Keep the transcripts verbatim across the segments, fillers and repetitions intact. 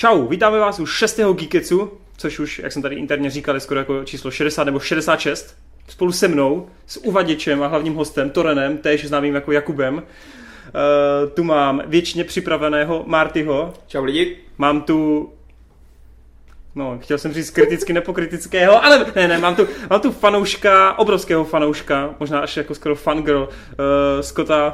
Čau, vítáme vás u šestého Geeketsu, což už, jak jsem tady interně říkal, je skoro jako číslo šedesát nebo šedesát šest. Spolu se mnou, s uvaděčem a hlavním hostem Torenem, též známým jako Jakubem. Uh, tu mám věčně připraveného Martyho. Čau lidi. Mám tu... No, chtěl jsem říct kriticky nepokritického, ale ne, ne, mám tu, mám tu fanouška, obrovského fanouška, možná až jako skoro fangirl, uh, Scotta.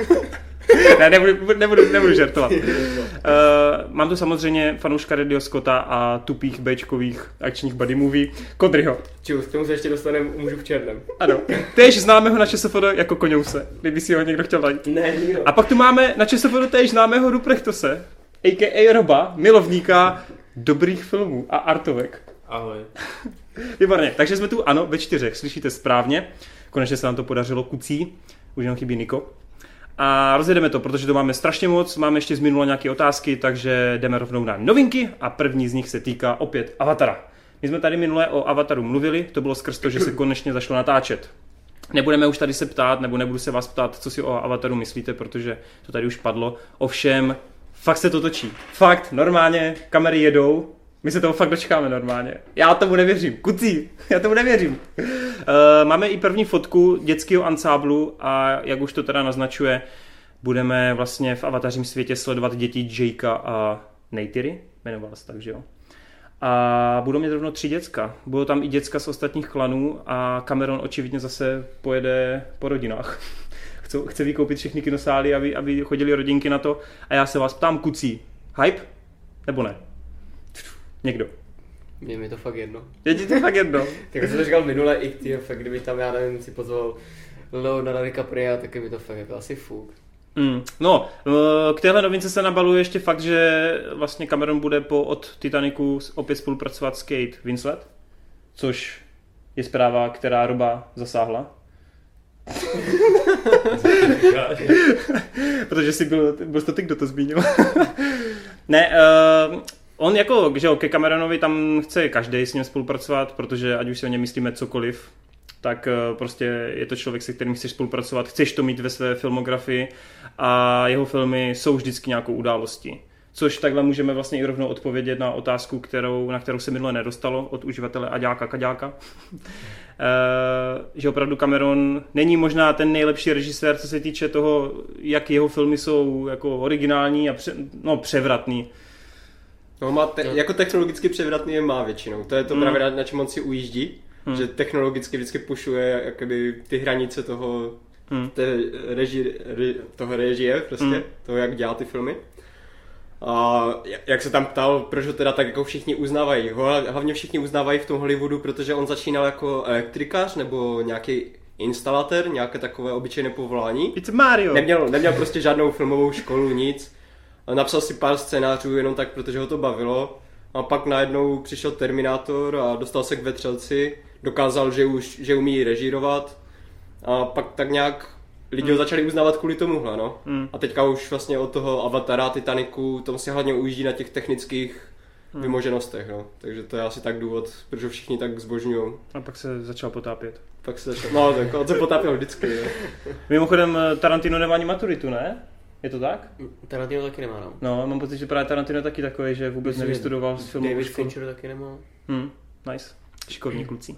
Ne, nebudu, nebudu, nebudu žertovat. Uh, mám tu samozřejmě fanouška Radio Scotta a tupých béčkových akčních buddy movie, Kodryho. Čus, k tomu se ještě dostaneme u mužů v černém. Ano, též známého na ČSFD jako Koňouse, kdyby si ho někdo chtěl najít. Ne, jo. A pak tu máme na ČSFD též známého Ruprechtose, a k a. Roba, milovníka dobrých filmů a artovek. Ahoj. Výborně, takže jsme tu, ano, ve čtyřech, slyšíte správně. Konečně se nám to podařilo, kucí, už jenom chybí Niko. A rozjedeme to, protože to máme strašně moc, máme ještě z minula nějaké otázky, takže jdeme rovnou na novinky a první z nich se týká opět Avatara. My jsme tady minule o Avataru mluvili, to bylo skrz to, že se konečně zašlo natáčet. Nebudeme už tady se ptát, nebo nebudu se vás ptát, co si o Avataru myslíte, protože to tady už padlo. Ovšem, fakt se to točí. Fakt, normálně, kamery jedou, my se toho fakt dočkáme normálně. Já tomu nevěřím, kucí, já tomu nevěřím. Uh, máme i první fotku dětského ansáblu a jak už to teda naznačuje, budeme vlastně v avatařím světě sledovat děti Jakea a Neytiri, jmenovala se tak, že jo. A budou mít rovno tři děcka. Budou tam i děcka z ostatních klanů a Cameron očividně zase pojede po rodinách. Chce, chce vykoupit všechny kinosály, aby, aby chodili rodinky na to. A já se vás ptám, kucí, hype? Nebo ne? Někdo. Mně mi to fakt jedno. Je ti to fakt jedno? Tak jsem to říkal minule, i ty, fakt, kdyby tam, já nevím, si pozval Leonarda DiCapria, tak je mi to fakt jako asi fuk. Mm, no, k téhle novince se nabaluje ještě fakt, že vlastně Cameron bude po od Titanicu opět spolupracovat s Kate Winslet, což je zpráva, která Roba zasáhla. Protože jsi byl, byl to ty, kdo to zmínil. Ne, uh, on jako, že jo, ke Cameronovi tam chce každý s ním spolupracovat, protože ať už si o něm myslíme cokoliv, tak uh, prostě je to člověk, se kterým chceš spolupracovat, chceš to mít ve své filmografii a jeho filmy jsou vždycky nějakou událostí. Což takhle můžeme vlastně i rovnou odpovědět na otázku, kterou, na kterou se minule nedostalo od uživatele Aďáka Kaďáka. Uh, že opravdu Cameron není možná ten nejlepší režisér, co se týče toho, jak jeho filmy jsou jako originální a pře, no, převratný. No, má te- jako technologicky převratný je má většinou. To je to hmm. právě na, na čem on si ujíždí, hmm. že technologicky vždycky pušuje jakoby ty hranice toho, hmm. té reži, re, toho režie, prostě, hmm. toho, jak dělá ty filmy. A jak se tam ptal, proč ho teda tak jako všichni uznávají. Ho hlavně všichni uznávají v tom Hollywoodu, protože on začínal jako elektrikář nebo nějaký instalatér, nějaké takové obyčejné povolání. It's Mario. Neměl, neměl prostě žádnou filmovou školu, nic. Napsal si pár scénářů jenom tak, protože ho to bavilo. A pak najednou přišel Terminátor a dostal se k vetřelci. Dokázal, že už že umí režírovat. A pak tak nějak lidi ho začali uznávat kvůli tomuhle, no. Mm. A teďka už vlastně od toho Avatara, Titanicu, tom si hlavně ujíždí na těch technických mm. vymoženostech, no. Takže to je asi tak důvod, proč ho všichni tak zbožňujou. A pak se začal potápět. Pak se začal, no tak on se potápěl vždycky, jo. Mimochodem Tarantino nemá ani maturitu, ne? Je to tak? Tarantino taky nemá, no. No, mám pocit, že právě Tarantino taky takový, že vůbec Myslím, nevystudoval s filmovou David školu. Fincher taky nemá. Hmm, nice. Šikovní kluci.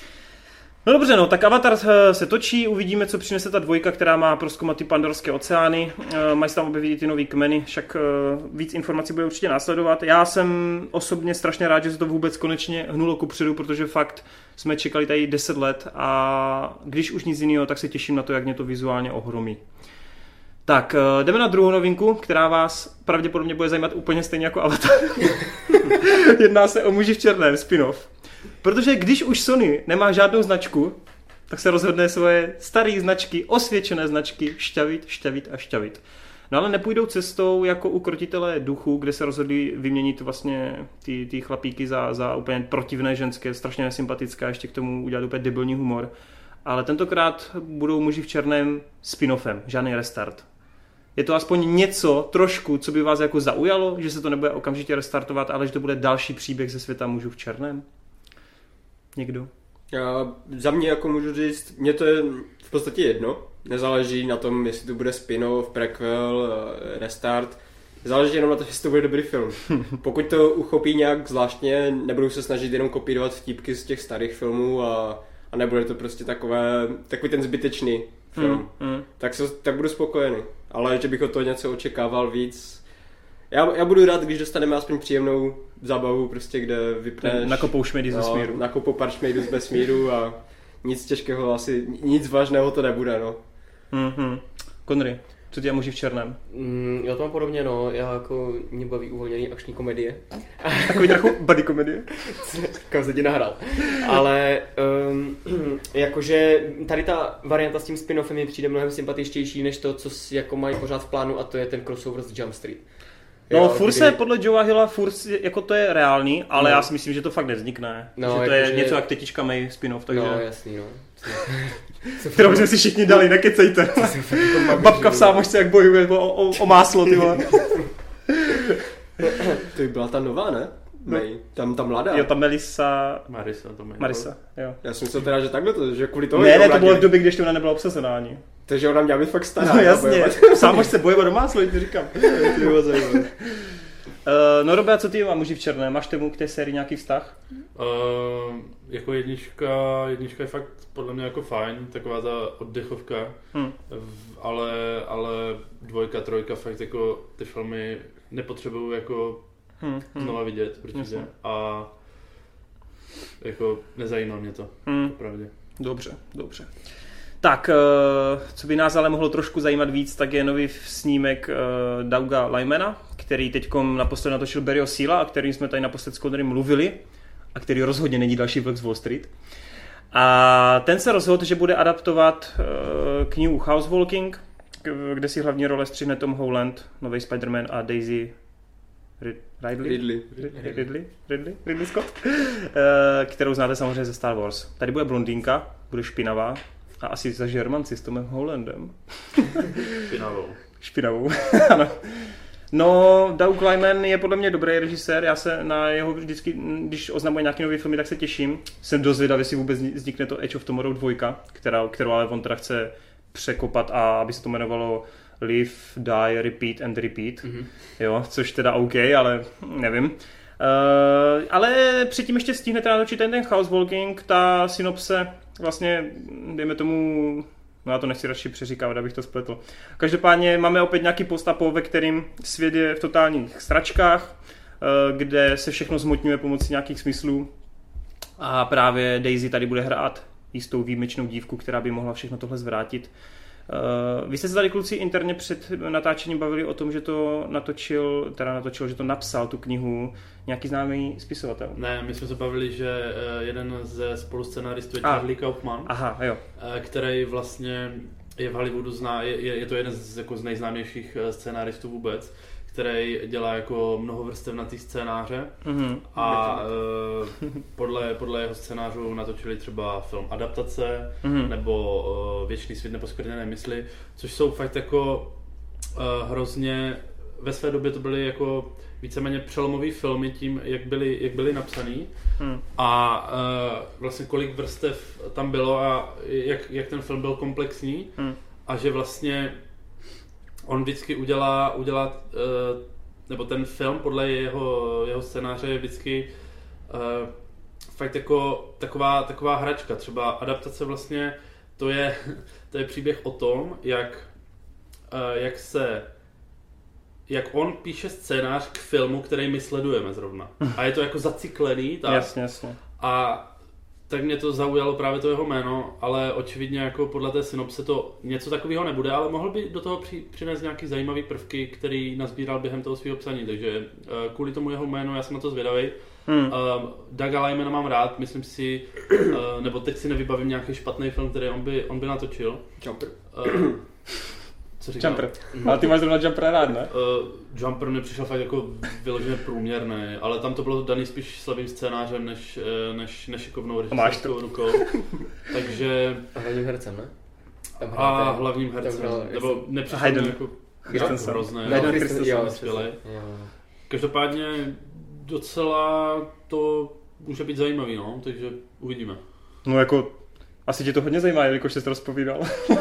No dobře, no, tak Avatar se točí, uvidíme, co přinese ta dvojka, která má prozkoumat ty pandorské oceány. E, mají se tam objevit ty nový kmeny, však e, víc informací bude určitě následovat. Já jsem osobně strašně rád, že se to vůbec konečně hnulo kupředu, protože fakt jsme čekali tady deset let a když už nic jiného, tak se těším na to, jak mě to vizuálně ohromí. Tak, e, jdeme na druhou novinku, která vás pravděpodobně bude zajímat úplně stejně jako Avatar. Jedná se o Muži v černém, spin-off. Protože když už Sony nemá žádnou značku, tak se rozhodne svoje staré značky, osvědčené značky šťavit, šťavit a šťavit. No ale nepůjdou cestou jako u Krotitelé duchu, kde se rozhodli vyměnit vlastně ty, ty chlapíky za, za úplně protivné ženské, strašně nesympatické a ještě k tomu udělat úplně debilní humor. Ale tentokrát budou Muži v černém spin-offem, žádný restart. Je to aspoň něco, trošku, co by vás jako zaujalo, že se to nebude okamžitě restartovat, ale že to bude další příběh ze světa Mužů v černém? Někdo? Já, za mě jako můžu říct, mě to je v podstatě jedno. Nezáleží na tom, jestli to bude spin-off, prequel, restart. Záleží jenom na to, jestli to bude dobrý film. Pokud to uchopí nějak zvláštně, nebudou se snažit jenom kopírovat vtípky z těch starých filmů a, a nebude to prostě takové, takový ten zbytečný film, mm, mm. Tak, se, tak budu spokojený. Ale že bych od toho něco očekával víc. Já, já budu rád, když dostaneme aspoň příjemnou zábavu, prostě kde vypneš. Nakopou šmejdy z vesmíru. No, nakopou pár šmejdů z vesmíru a nic těžkého asi, nic vážného to nebude, no. Mm-hmm. Connery, co tě muži v černém? Mm, já to mám podobně, no. Já jako mě baví uvolněný akční komedie. Takový trochu buddy komedie. Kam se ti nahrál. Ale um, jakože tady ta varianta s tím spin-offem mi přijde mnohem sympatičtější než to, co jako mají pořád v plánu, a to je ten crossover z Jump Street. No, jo, furt kdy... se podle Joea Hilla, furt jako to je reálný, ale no. Já si myslím, že to fakt nevznikne. No, že to jako je že... něco jak Tetička May spin-off, takže... No, jasný, no. Kterou jsme si všichni dali, nekecejte. Babka v sámošce jak bojuje o, o, o máslo, ty vole. To byla ta nová, ne? May. Tam ta mladá. Jo, ta Melissa... Marisa, to May. Marisa, jo. Já jsem myslel teda, že takhle to, že kvůli toho... Ne, ne, to bylo v době, když ona nebyla obsazená ani. Takže ona měla být fakt stará. No jasně, v sámošce bojovat o máslo, ti říkám. Uh, no Robe, a co ty má muži v černém? Máš tomu k té sérii nějaký vztah? Uh, jako jednička, jednička je fakt podle mě jako fajn, taková ta oddechovka, hmm. v, ale, ale dvojka, trojka fakt jako ty filmy nepotřebuju jako hmm. znova vidět, protože a jako nezajímá mě to, hmm. opravdu. Dobře, dobře. Tak, co by nás ale mohlo trošku zajímat víc, tak je nový snímek Douga Limana, který teďkom naposled natočil Barryho Seala, a kterým jsme tady naposled s Connerym mluvili, a který rozhodně není další vlk z Wall Street. A ten se rozhodl, že bude adaptovat knihu Housewalking, kde si hlavní role střihne Tom Holland, nový Spider-Man, a Daisy Ridley? Ridley. Ridley? Ridley? Ridley Scott? Kterou znáte samozřejmě ze Star Wars. Tady bude blondýnka, bude špinavá, a asi za Žermanci s Tomem Hollandem. Špinavou. Špinavou, ano. No, Doug Liman je podle mě dobrý režisér, já se na jeho vždycky, když oznamuje nějaký nový filmy, tak se těším. Jsem dost zvědavý, jestli vůbec vznikne to Edge of Tomorrow dva, která, kterou ale on teda chce překopat, a aby se to jmenovalo Live, Die, Repeat and Repeat. Mm-hmm. Jo, což teda OK, ale nevím. Uh, ale předtím ještě stihnete natočit ten, ten Housewalking, ta synopse vlastně, dejme tomu, no já to nechci radši přeříkávat, abych to spletl. Každopádně máme opět nějaký postapo, ve kterým svět je v totálních sračkách, uh, kde se všechno zmotňuje pomocí nějakých smyslů, a právě Daisy tady bude hrát jistou výjimečnou dívku, která by mohla všechno tohle zvrátit. Uh, vy jste se tady, kluci, interně před natáčením bavili o tom, že to natočil, teda natočil, že to napsal tu knihu nějaký známý spisovatel. Ne, my jsme se bavili, že jeden ze spoluscenáristů je Charlie Kaufman. Aha, jo. Který vlastně je v Hollywoodu zná, je, je to jeden z, jako z nejznámějších scénáristů vůbec, který dělá jako mnohovrstevnatý scénáře, mm-hmm. a uh, podle, podle jeho scénářů natočili třeba film Adaptace, mm-hmm. nebo uh, Věčný svět neposkvrněné mysli, což jsou fakt jako uh, hrozně, ve své době to byly jako víceméně přelomový filmy tím, jak byly, jak byly napsaný, mm. a uh, vlastně kolik vrstev tam bylo a jak, jak ten film byl komplexní, mm. a že vlastně on vždycky udělá, udělá nebo ten film podle jeho, jeho scénáře je vždycky uh, fakt jako taková, taková hračka. Třeba Adaptace vlastně, to je, to je příběh o tom, jak, uh, jak se jak on píše scénář k filmu, který my sledujeme zrovna. A je to jako zacyklený, tak? Jasně, jasně. A tak mě to zaujalo právě to jeho jméno, ale očividně jako podle té synopse to něco takového nebude, ale mohl by do toho při, přinést nějaký zajímavý prvky, který nazbíral během toho svého psaní, takže uh, kvůli tomu jeho jménu já jsem na to zvědavý. Hmm. Uh, Douga Limana mám rád, myslím si, uh, nebo teď si nevybavím nějaký špatný film, který on by, on by natočil. Jumper. Uh, co říkám? Jumper. Ale ty máš zrovna Jumpera rád, ne? Uh, Jumper mi přišel fakt jako vyloženě průměrný, ale tam to bylo daný spíš slabým scénářem, než, než nešikovnou režisérskou rukou. Takže... A hlavním hercem, ne? A hlavním hercem, nebo nepřišel mi jako hrozný. Hayden Christensen, skvělej. Každopádně docela to může být zajímavý, no, takže uvidíme. No jako Asi tě to hodně zajímá, jelikož jsi to rozpovídal.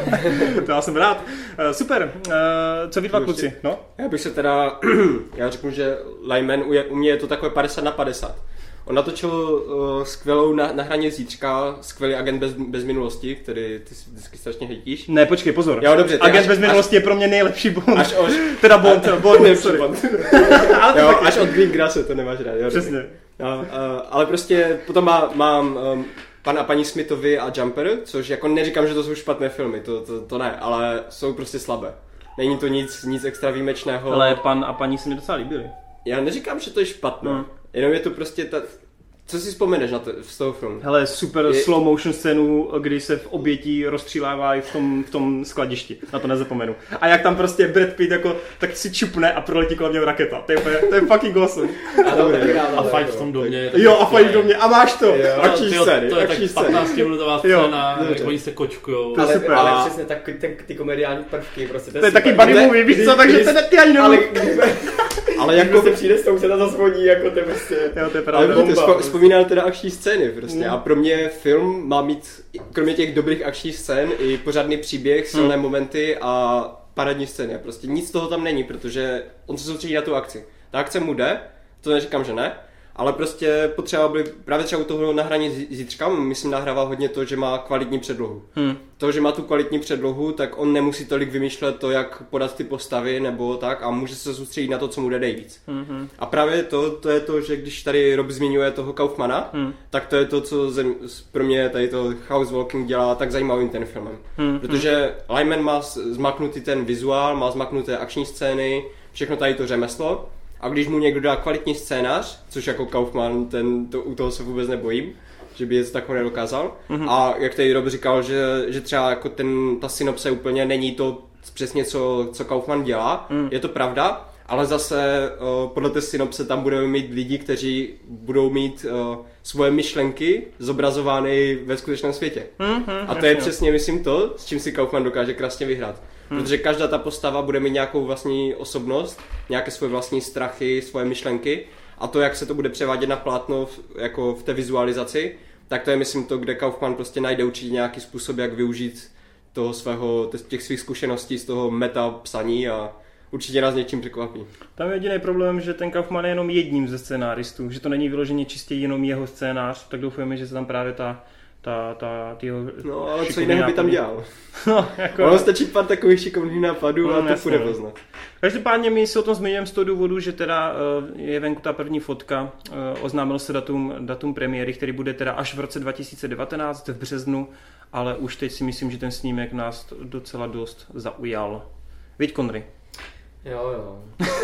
To já jsem rád. Uh, super. Uh, co vy dva kluci? No? Já bych se teda, já řeknu, že Lyman, u, u mě je to takové padesát na padesát. On natočil uh, skvělou na, na hraně zítřka, skvělý Agent bez, bez minulosti, který ty si vždycky strašně hejtíš. Ne, počkej, pozor. Jo, dobře. Agent až, bez minulosti až, je pro mě nejlepší Bond. Až od... teda Bond, a, Bond, Bond, sorry. Bond. ale jo, taky. Až od Greengrassa to nemáš rád. Jo, přesně. No, uh, ale prostě potom má, mám um, Pan a paní Smithovi a Jumper, což jako neříkám, že to jsou špatné filmy, to, to, to ne, ale jsou prostě slabé. Není to nic, nic extra výjimečného. Ale Pan a paní se mi docela líbily. Já neříkám, že to je špatné, Hmm. jenom je to prostě ta... Co si vzpomeneš na to, z toho filmu? Hele, super je... slow motion scénu, kdy se v obětí rozstřílávají v tom, v tom skladišti. Na to nezapomenu. A jak tam prostě Brad Pitt jako tak si čupne a proletí kolem něho raketa. To je, to je fucking awesome. A, dobrý, a fight v tom domě. Jo, a fight v domě. A máš to. Jo. Akční Tyjo, scény. to je akční tak patnáctiminutová scéna, Jo, jak oni se kočkujou. ale, super. ale A- přesně tak, ten, ty komediální prvky, prostě To je super. taky buddy Ne- movie, víš kdy- co, takže kdy- ten ty ani Ale nemůžu. když Ale jako jako... se přijde s tou, se to zazvoní, jako to prostě... Jo, to je Ale pravda. vidíte, bomba, spo, vzpomínal teda akční scény prostě. Mm. A pro mě film má mít, kromě těch dobrých akčních scén, i pořádný příběh, silné Mm. momenty a parádní scény. A prostě nic z toho tam není, protože on se soustředí na tu akci. Ta akce mu jde, to neříkám, že ne, ale prostě potřeba by právě třeba u toho nahrání zí- zítřka, myslím, nahrává hodně to, že má kvalitní předlohu. Hmm. To, že má tu kvalitní předlohu, tak on nemusí tolik vymýšlet to, jak podat ty postavy nebo tak a může se soustředit na to, co mu jde nejvíc. Mm-hmm. A právě to, to je to, že když tady Rob zmiňuje toho Kaufmana, Hmm. tak to je to, co zem, pro mě tady to House Walking dělá tak zajímavým ten filmem. Hmm. Protože Lyman má z- zmaknutý ten vizuál, má zmaknuté akční scény, všechno tady to řemeslo. A když mu někdo dá kvalitní scénář, což jako Kaufman, ten, to, u toho se vůbec nebojím, že by něco takového nedokázal. Mhm. A jak tady Rob říkal, že, že třeba jako ten, ta synopse úplně není to přesně, co, co Kaufman dělá, Mm. je to pravda, ale zase uh, podle té synopse tam budeme mít lidi, kteří budou mít uh, svoje myšlenky zobrazovány ve skutečném světě. Mm-hmm, A to je přesně, myslím, to, s čím si Kaufman dokáže krásně vyhrát. Hmm. Protože každá ta postava bude mít nějakou vlastní osobnost, nějaké svoje vlastní strachy, svoje myšlenky a to, jak se to bude převádět na plátno v, jako v té vizualizaci, tak to je, myslím, to, kde Kaufman prostě najde určitě nějaký způsob, jak využít toho svého, těch svých zkušeností z toho meta psaní a určitě nás něčím překvapí. Tam je jediný problém, že ten Kaufman je jenom jedním ze scénáristů, že to není vyloženě čistě jenom jeho scénář, tak doufujeme, že se tam právě ta ta, ta, ty jeho No, ale co šikovný jiného by tam nápady. dělal? No, jako... Ono stačí pár takových šikovných nápadů No, a to jasně, půjde no. poznat. Každopádně my si o tom zmiňujeme z toho důvodu, že teda uh, je venku ta první fotka, uh, oznámilo se datum, datum premiéry, který bude teda až v roce dva tisíce devatenáct v březnu, ale už teď si myslím, že ten snímek nás docela dost zaujal. Viď, Konry? Jo, jo.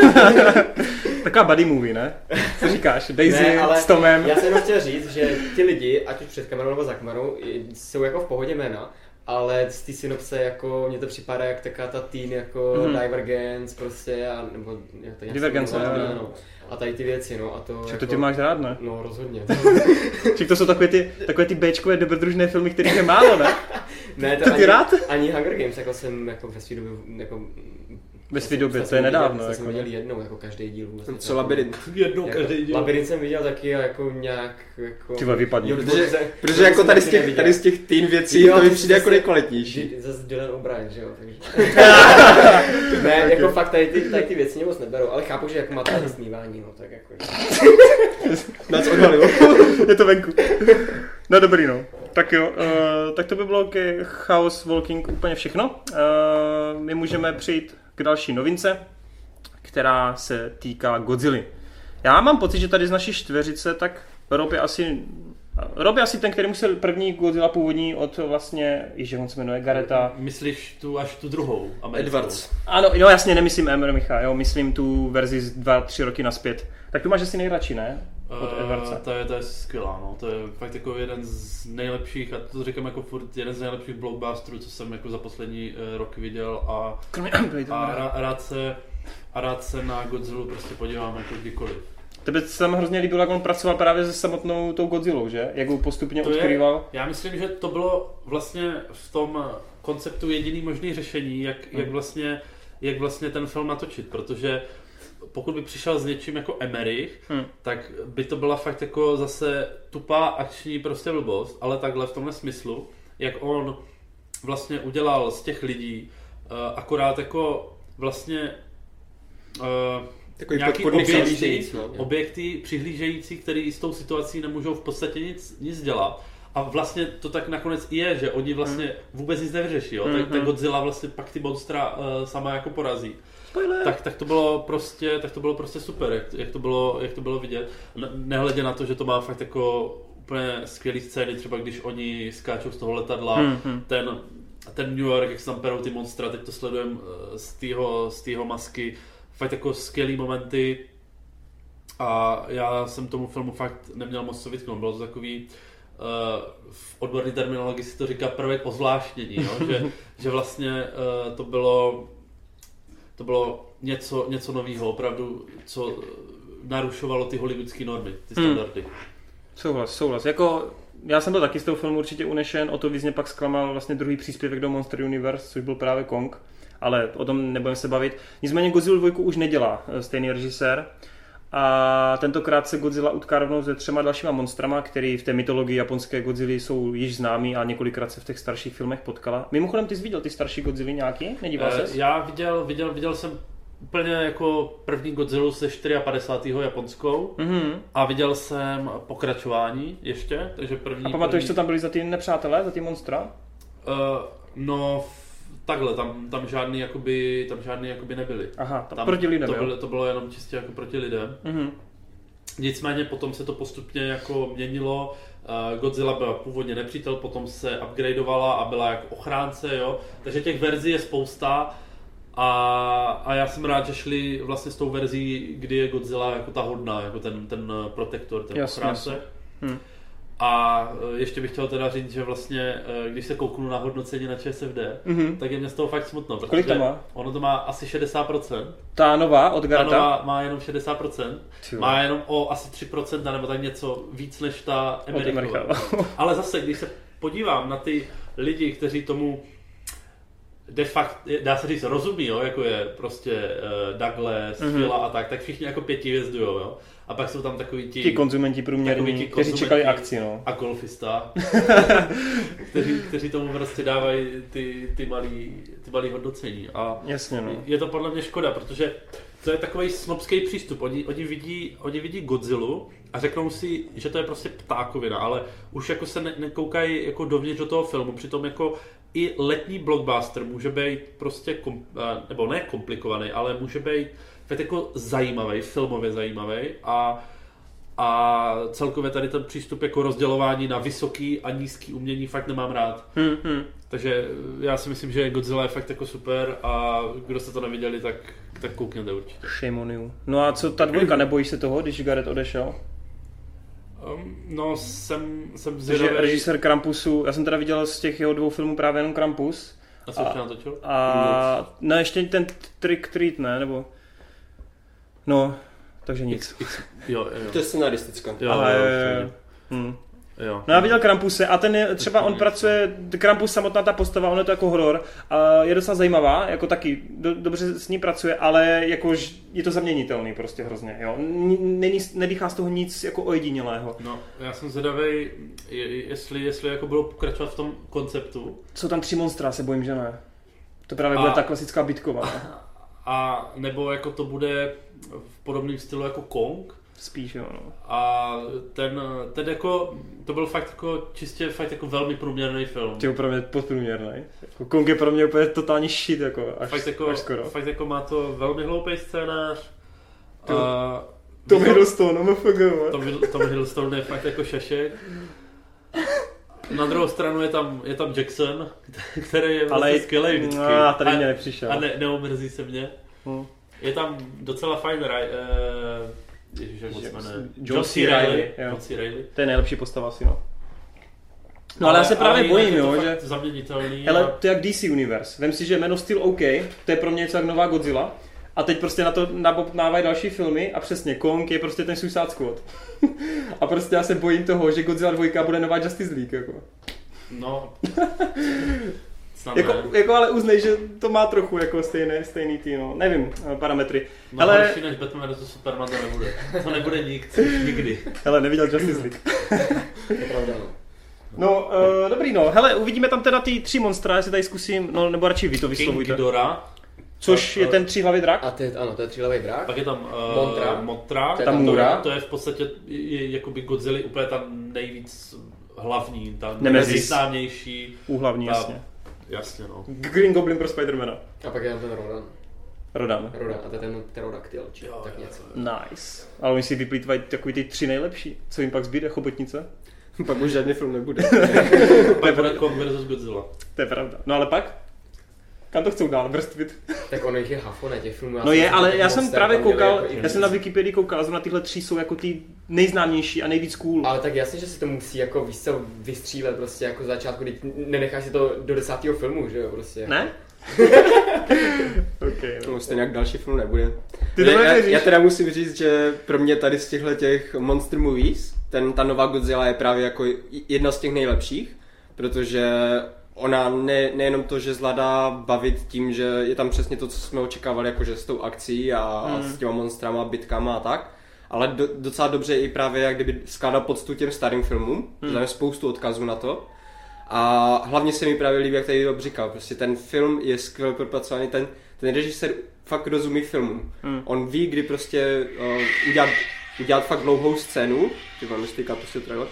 Taková buddy movie, ne? Co říkáš? Daisy Ne, ale s Tomem. Já jsem jenom chtěl říct, že ti lidi, ať už před kamerou nebo za kamerou, jsou jako v pohodě jména, ale z té synopse jako mně to připadá jak taková ta teen jako Mhm. Divergence prostě, a, nebo jak to nějak Divergence, se jmenuje, jo, jo. no. A tady ty věci, no, a to Či jako... to ty máš rád, ne? No, rozhodně. Či to jsou takové ty, takové ty béčkové dobrodružné filmy, kterých je málo, ne? Ne, To ty ani, rád? Ani Hunger Games, jako jsem jako ve svý době, jako... Ve svý jsem- době, jsem to je viděl- nedávno, Jsem jako. viděl jednou, jako každý díl. Vlastně, Co Labyrint? Jednou Jako, každý díl. Labyrint jsem viděl taky a jako nějak jako... Ty vole, vypadni. Jo, Protože, protože- protože jako jsem tady z taky těch, neviděl. tady z těch teen věcí Jo, to mi ty přijde jsi jako zase- nejkvalitnější. Dy- Zase Dylan O'Brien, že jo, takže... ne, jako fakt tady ty, tady ty věci mě moc neberou, ale chápu, že jako máte vysmívání, no tak jako... Nás odhalilo. Je to venku. No dobrý, no. Tak jo, uh, tak to by bylo ke House Walking úplně všechno. Uh, my můžeme přejít k další novince, která se týká Godzilly. Já mám pocit, že tady z naší čtveřice, tak Rob je asi... Rob je asi ten, který musel první Godzilla původní od vlastně, ježiš, on se jmenuje Gareta. Myslíš tu až tu druhou americkou? Edwards. Ano, jo, jasně, nemyslím Emer Micha, jo, myslím tu verzi z dva, tři roky naspět. Tak tu máš asi nejradši, ne? Od Uh, Edwardsa. to je, to je skvělá, no. To je fakt jako jeden z nejlepších, a to říkám jako furt, jeden z nejlepších blockbusterů, co jsem jako za poslední uh, rok viděl a, Kromě a, rá, a, rád se, a rád se na Godzillu prostě podívám jako kdykoliv. Tebe se tam hrozně líbilo, jak on pracoval právě se samotnou tou Godzillou, že? Jak ho postupně To je- odkrýval. Já myslím, že to bylo vlastně v tom konceptu jediný možný řešení, jak, Hmm. jak, vlastně, jak vlastně ten film natočit, protože pokud by přišel s něčím jako Emmerich, Hmm. tak by to byla fakt jako zase tupá akční prostě blbost, ale takhle v tomhle smyslu, jak on vlastně udělal z těch lidí uh, akorát jako vlastně uh, nějaký objekty, no, objekty přihlížející, který s tou situací nemůžou v podstatě nic, nic dělat. A vlastně to tak nakonec i je, že oni vlastně hmm. vůbec nic nevyřeší. Jo? Mm-hmm. Ten Godzilla vlastně pak ty monstra uh, sama jako porazí. Tak, tak, to bylo prostě, tak to bylo prostě super, jak, jak, to bylo, jak to bylo vidět. Nehledě na to, že to má fakt jako úplně skvělý scény, třeba když oni skáčou z toho letadla, mm-hmm. ten, ten New York, jak se tam perou ty monstra, teď to sledujem z tého z tého masky, fakt jako skvělý momenty a já jsem tomu filmu fakt neměl moc co vytknout, bylo to takový, uh, v odborné terminologii si to říká prvek ozvláštnění, no? že, že vlastně uh, to bylo to bylo něco, něco nového, opravdu, co narušovalo ty hollywoodské normy, ty standardy. Hmm. Souhlas, souhlas. Jako, já jsem byl taky z toho filmu určitě unešen, o to víc mě pak zklamal vlastně druhý příspěvek do Monster Universe, což byl právě Kong, ale o tom nebudeme se bavit. Nicméně Godzilla dva už nedělá stejný režisér a tentokrát se Godzilla utká rovnou se třema dalšíma monstrama, který v té mytologii japonské Godzilly jsou již známí a několikrát se v těch starších filmech potkala. Mimochodem, ty jsi viděl ty starší Godzilly nějaký? Nedíval ses? Já viděl, viděl, viděl jsem úplně jako první Godzillu ze padesátého čtvrtého japonskou mm-hmm. a viděl jsem pokračování ještě, takže první... A pamatuješ, první... co tam byli za ty nepřátelé, za ty monstra? Uh, no... Takhle, tam, tam žádný jakoby, tam žádný jakoby nebyly. Aha, tam proti lidem, to bylo, to bylo jenom čistě jako proti lidem. Mm-hmm. Nicméně potom se to postupně jako měnilo. Godzilla byla původně nepřítel, potom se upgradeovala a byla jako ochránce, jo. Takže těch verzí je spousta a, a já jsem rád, že šli vlastně s tou verzí, kdy je Godzilla jako ta hodná, jako ten, ten protektor, ten jasně, ochránce. Jasně. Hm. A ještě bych chtěl teda říct, že vlastně, když se kouknu na hodnocení na ČSFD, mm-hmm. tak je mě z toho fakt smutno, protože kolik to má? Ono to má asi šedesát procent. Ta nová od Garta? Ta nová má jenom šedesát procent. Tyjo. Má jenom o asi tři procenta nebo tak něco víc než ta Amerika. Ale zase, když se podívám na ty lidi, kteří tomu de facto, dá se říct, rozumí, jo, jako je prostě uh, Douglas, mm-hmm. Fila a tak, tak všichni jako pěti hvězdujou, jo. A pak jsou tam takový ti... Ti konzumenti průměrní, kteří čekali akci, no. A golfista, kteří, kteří tomu prostě dávají ty, ty malý, ty malý hodnocení. A jasně, no. Je to podle mě škoda, protože to je takový snobský přístup. Oni, oni, vidí, oni vidí Godzillu a řeknou si, že to je prostě ptákovina, ale už jako se ne, nekoukají jako dovnitř do toho filmu. Přitom jako i letní blockbuster může být prostě, kom, nebo ne komplikovaný, ale může být jako zajímavý, filmově zajímavý a, a celkově tady ten přístup jako rozdělování na vysoký a nízký umění fakt nemám rád. Hmm, hmm. Takže já si myslím, že Godzilla je fakt jako super a kdo jste to neviděli, tak, tak koukněte určitě. Shame on you. No a co ta dvojka, nebojíš se toho, když Gareth odešel? Um, no jsem, jsem zvědavý. Režisér Krampusu, já jsem teda viděl z těch jeho dvou filmů právě jenom Krampus. A co už natočil? A ne, ještě ten Trick Treat, ne, nebo... No, takže nic. X, X, jo, jo. To je scenaristická. Jo, ale, jo, jo. Hmm. Jo. No já viděl Krampuse a ten je, třeba on pracuje, Krampus samotná ta postava, on je to jako horor a je docela zajímavá, jako taky do, dobře s ní pracuje, ale jako je to zaměnitelný prostě hrozně, jo. Není, nedýchá z toho nic jako ojedinělého. No, já jsem zvědavej, jestli, jestli jako budou pokračovat v tom konceptu. Jsou tam tři monstra, se bojím, že ne. To právě a, bude ta klasická bitková. A, a nebo jako to bude v podobném stylu jako Kong. Spíš jo, no. A ten, ten jako, to byl fakt jako čistě fakt jako velmi průměrný film. Ty pro mě podprůměrný. Jako Kong je pro mě úplně totální shit, jako až, fakt jako, až skoro. Fakt jako má to velmi hloupý scénář. To, a, Tom Hiddleston, no F G, Tom, Tom Hiddleston je fakt jako šašek. Na druhou stranu je tam, je tam Jackson, který je vlastně skvělej vždycky. No, tady mě nepřišel. A ne, neomrzí se mě. Hmm. Je tam docela fajn raj, uh, Ježiš, jak moc jmenuje. John C. Reilly. John C. Reilly. To je nejlepší postava asi, no. No ale, ale já se právě bojím, jo, že... zaměnitelný. Hele, a... to je jak D C Universe. Vem si, že Man of Steel OK, to je pro mě něco jak nová Godzilla. A teď prostě na to nabobtnávají další filmy a přesně Kong je prostě ten Suicide Squad. A prostě já se bojím toho, že Godzilla dva bude nová Justice League, jako. No... Jako, jako ale uznej, že to má trochu jako stejné, stejný tý, no, nevím, parametry. No hele... horší než Batman versus Superman to nebude. To nebude nik, nikdy. Hele, neviděl Justice League. To je pravda, no. No, uh, dobrý no, hele, uvidíme tam teda ty tři monstra, já si tady zkusím, no nebo radši vy to vyslovujte. King Ghidorah. Což je ten tříhlavý drak. A ty, ano, to je tříhlavý drak. Pak je tam uh, Mothra. Mothra. To je tam to, Mura. to je v podstatě je, jakoby Godzilla úplně ta nejvíc hlavní, ta Nemesis. nejznámější. Úhlavní, ta, jasně. Jasně, no. Green Goblin pro Spidermana. A pak je tam ten Rodan. Rodan. Rodan, a to je ten pterodaktyl, či Jo, tak jo, něco. Nice. Ale oni si vyplýtvají takový ty tři nejlepší. Co jim pak zbyde, chobotnice? Pak už žádný film nebude. Pak bude Kong versus Godzilla. To je pravda. No ale pak? Kam to chcou dál vrstvit? Tak ono jich je hafo, ne, těch filmů. No je, ale já jsem Monster právě tam měli koukal, jako i já jsem na Wikipedii koukal a zrovna tyhle tři jsou jako ty nejznámější a nejvíc cool. Ale tak jasně, že se to musí jako víc co vystřílet prostě jako začátku, když nenecháš si to do desátého filmu, že jo, prostě. Ne? Okay, no. No, stejně jak další film nebude. Ty to já, já, nevěříš? já teda musím říct, že pro mě tady z těchto těch monster movies, ten, ta nová Godzilla je právě jako jedna z těch nejlepších, protože ona ne, nejenom to, že zvládá bavit tím, že je tam přesně to, co jsme očekávali, jakože s tou akcí a, Hmm. a s těma monstrama, bitkama a tak, ale do, docela dobře i právě jak kdyby skládá poctu těm starým filmům, hmm. tam je spoustu odkazů na to. A hlavně se mi právě líbí, jak tady Rob říkal, prostě ten film je skvěle propracovaný, ten, ten režisér fakt rozumí filmu. Hmm. On ví, kdy prostě uh, udělat, udělat fakt dlouhou scénu, že vám nestýká prostě trailer.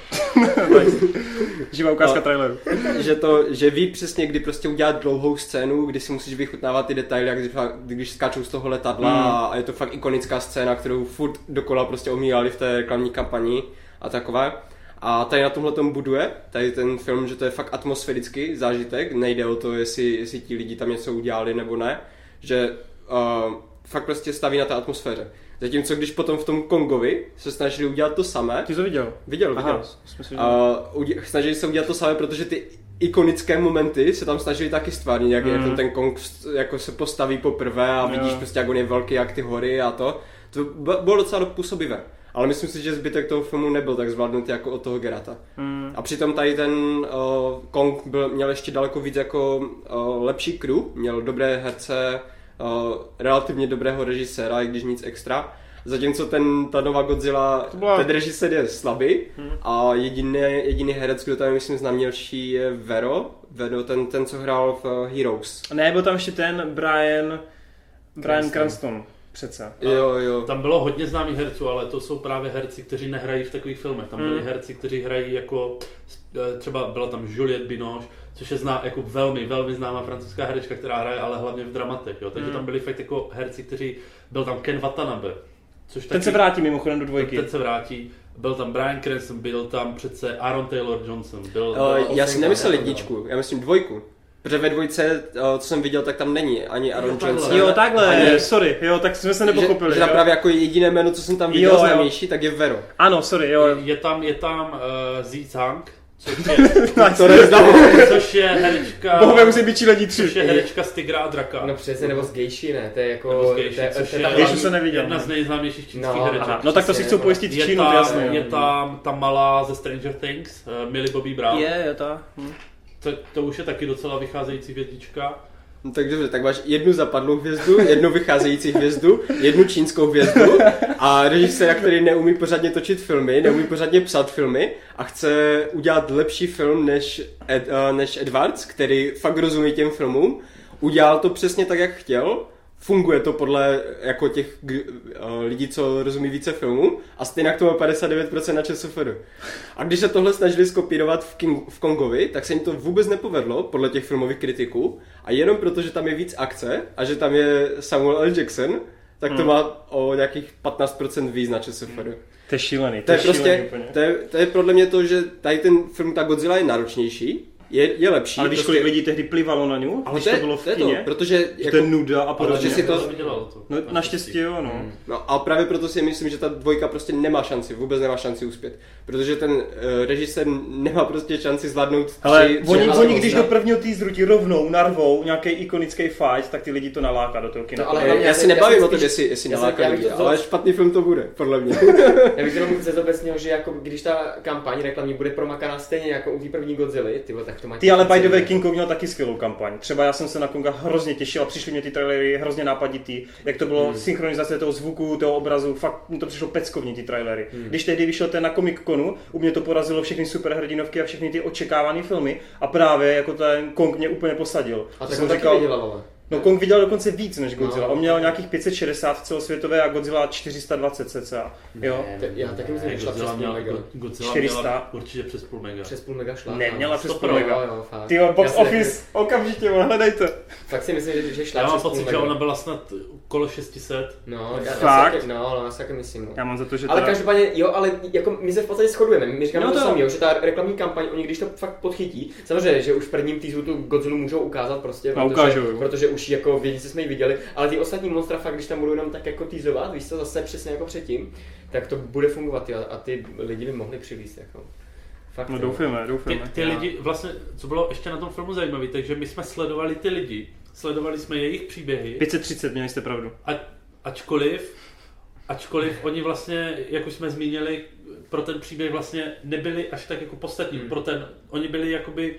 Živá ukázka traileru. že, to, že ví přesně, kdy prostě udělat dlouhou scénu, kdy si musíš vychutnávat ty detaily, jak když, když skáčou z toho letadla hmm. a je to fakt ikonická scéna, kterou furt dokola prostě omílali v té reklamní kampani a takové. A tady na tomhle tom buduje, tady ten film, že to je fakt atmosférický zážitek, nejde o to, jestli, jestli ti lidi tam něco udělali nebo ne, že uh, fakt prostě staví na té atmosféře. Zatímco když potom v tom Kongovi se snažili udělat to samé. Ty to viděl? Viděl, Aha, viděl. myslím, Uh, udě- snažili se udělat to samé, protože ty ikonické momenty se tam snažili taky stvárnit, jak, mm. jak ten, ten Kong jako se postaví poprvé a vidíš jo. prostě, jak on je velký, jak ty hory a to. To bylo docela působivé. Ale myslím si, že zbytek toho filmu nebyl tak zvládnutý jako od toho Gerata. Mm. A přitom tady ten uh, Kong byl, měl ještě daleko víc jako uh, lepší crew, měl dobré herce, uh, relativně dobrého režiséra, i když nic extra. Zatímco ten, ta nová Godzilla, byla... ten režisér je slabý hmm. a jediný, jediný herec, kdo tam je, myslím, známější je Vero. Vero, ten, ten, co hrál v Heroes. Ne, byl tam ještě ten Brian, Brian Cranston. Přece. Jo, jo. Tam bylo hodně známých herců, ale to jsou právě herci, kteří nehrají v takových filmech. Tam byli hmm. herci, kteří hrají jako, třeba byla tam Juliette Binoche, což je zná, jako velmi, velmi známá francouzská herečka, která hraje ale hlavně v dramatech. Jo? Takže hmm. tam byli fakt jako herci, kteří, byl tam Ken Watanabe. Což ten taky, se vrátí mimochodem do dvojky. Ten se vrátí. Byl tam Bryan Cranston, byl tam přece Aaron Taylor Johnson. Byl, uh, já si nemyslel jedničku, já myslím dvojku. Protože ve dvojce, co jsem viděl, tak tam není ani Aaron Johnson. Jo, takhle, ani... sorry, jo, tak jsme se nepochopili. Že, že tam právě jako jediné jméno, co jsem tam viděl jo, známější, tak je Vero. Ano, sorry, jo. Je tam, je tam uh, Zi Zhang, což je, to neznám. což je herečka... Bohové musí být čílení tři. Což je herečka z Tygra a draka. No přesně, nebo z Gejši, ne? To je jako... Gejši, je, což je, je, Gejši se neviděl. Jedna z nejznámějších čínských no, hereček. Aha, no tak to si chcou pojistit je Čínu, tam, jasně. Je tam ta malá ze Stranger Things, uh, Millie Bobby Brown. Je, je ta. Hm. To, to už je taky docela vycházející hvězdička. No tak dobře, tak máš jednu zapadlou hvězdu, jednu vycházející hvězdu, jednu čínskou hvězdu a režiséra, který neumí pořádně točit filmy, neumí pořádně psat filmy a chce udělat lepší film než, Ed, uh, než Edwards, který fakt rozumí těm filmům, udělal to přesně tak, jak chtěl, funguje to podle jako těch uh, lidí, co rozumí více filmů a stejně to má padesát devět procent na ČSFD. A když se tohle snažili skopírovat v, King, v Kongovi, tak se jim to vůbec nepovedlo podle těch filmových kritiků a jenom proto, že tam je víc akce a že tam je Samuel L. Jackson, tak to hmm. má o nějakých patnáct procent víc na ČSFD. To je šílený, to, to je, je prostě, úplně. To je, to je podle mě to, že tady ten film, ta Godzilla je náročnější, Je, je lepší. Ale když prostě... kolik lidí tehdy plivalo na ňu, ale když to, je, to bylo v to je kině, to, protože že jako, to je nuda a podobně. Protože si to... to. No naštěstí jo, no. Hmm. No a právě proto si myslím, že ta dvojka prostě nemá šanci, vůbec nemá šanci uspět. Protože ten uh, režisér nemá prostě šanci zvládnout ale tři, oni, tři oni když do prvního teaseru ti rovnou narvou nějaký ikonický fight, tak ty lidi to naláká do toho kina. No, ale já, já si nebavím o tom, jestli, jestli já naláká já lidi, to, ale špatný film to bude, podle mě. Já bych jenom chtěl obecně, že jako když ta kampaň reklamní bude promakaná stejně jako u té první Godzilla, tyhle, tak tak to mají. Ty ale by the way, King Kong měl taky skvělou kampaň. Třeba já jsem se na Konga hrozně těšil a přišly mě ty trailery hrozně nápaditý, jak to bylo hmm. synchronizace toho zvuku, toho obrazu, fakt mi to přišlo peckovní ty trailery. Hmm. Když tehdy vyšel ten na Comic Conu, u mě to porazilo všechny superhrdinovky a všechny ty očekávané filmy a právě jako ten Kong mě úplně posadil. A tak jsem říkal, viděla, no Kong viděl dokonce víc než Godzilla. No. On měl nějakých pět set šedesát celosvětové a Godzilla čtyři sta dvacet cca. Jo? Ne, já taky myslím, že šla přes půl mega. Godzilla čtyři sta. Určitě přes půl mega. Přes půl mega šla. Ne, měla přes půl mega. mega. Ty box office, okamžitě, hledajte. Fakt si myslím, že, že šla já přes pocit, půl mega. že ona byla snad okolo šest set. No, já, fakt? Já si, no, ale já si taky myslím. No. Já mám za to, že ale teda... každopádně, jo, ale jako my se v podstatě shodujeme. My říkáme no to, to samé, že ta reklamní kampaň, oni když to fakt podchytí, samozřejmě, že už v prvním teaseru tu Godzilla můžou ukázat prostě, protože, protože už jako vědí, co jsme ji viděli, ale ty ostatní monstra fakt, když tam budou jenom tak jako teasovat, víš co, zase přesně jako předtím, tak to bude fungovat a ty lidi by mohli přivízt jako. Fakt, no doufáme, doufáme. Ty, ty lidi, vlastně, co bylo ještě na tom filmu zajímavé, takže my jsme sledovali ty lidi, sledovali jsme jejich příběhy. pět set třicet, měli jste pravdu. A, ačkoliv, ačkoliv oni vlastně, jak už jsme zmínili, pro ten příběh vlastně nebyli až tak jako podstatní, hmm. pro ten, oni byli jakoby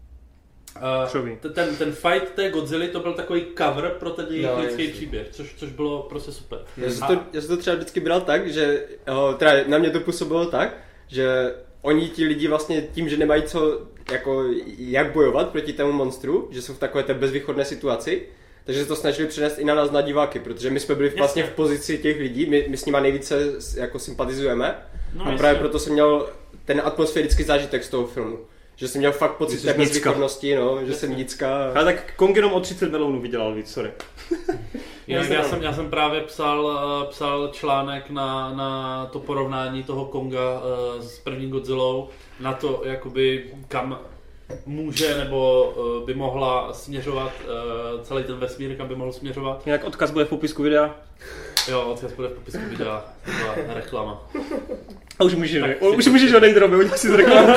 Uh, ten, ten fight té Godzilla to byl takový cover pro ten jejich no, lidský příběh, což, což bylo prostě super. Já jsem, to, já jsem to třeba vždycky bral tak, že oh, teda na mě to působilo tak, že oni ti lidi vlastně tím, že nemají co, jako jak bojovat proti tomu monstru, že jsou v takové té bezvýchodné situaci, takže se to snažili přenést i na nás, na diváky, protože my jsme byli jasně. Vlastně v pozici těch lidí, my, my s nima nejvíce jako sympatizujeme no, a právě jasně. Proto jsem měl ten atmosférický zážitek z toho filmu. Že jsem měl fakt pocit té bezvýchodnosti, no, že jsem nicka. Ale tak Kong jenom o třicet milionů vydělal víc, sorry. já, já, jsem, já jsem právě psal, psal článek na, na to porovnání toho Konga uh, s prvním Godzillou, na to, jakoby kam může nebo uh, by mohla směřovat uh, celý ten vesmír, kam by mohl směřovat. Jinak odkaz bude v popisku videa. Jo, odkaz bude v popisku videa, to byla reklama. A už můžeš, už můžeš odejít, Robi, udělal si z reklamu.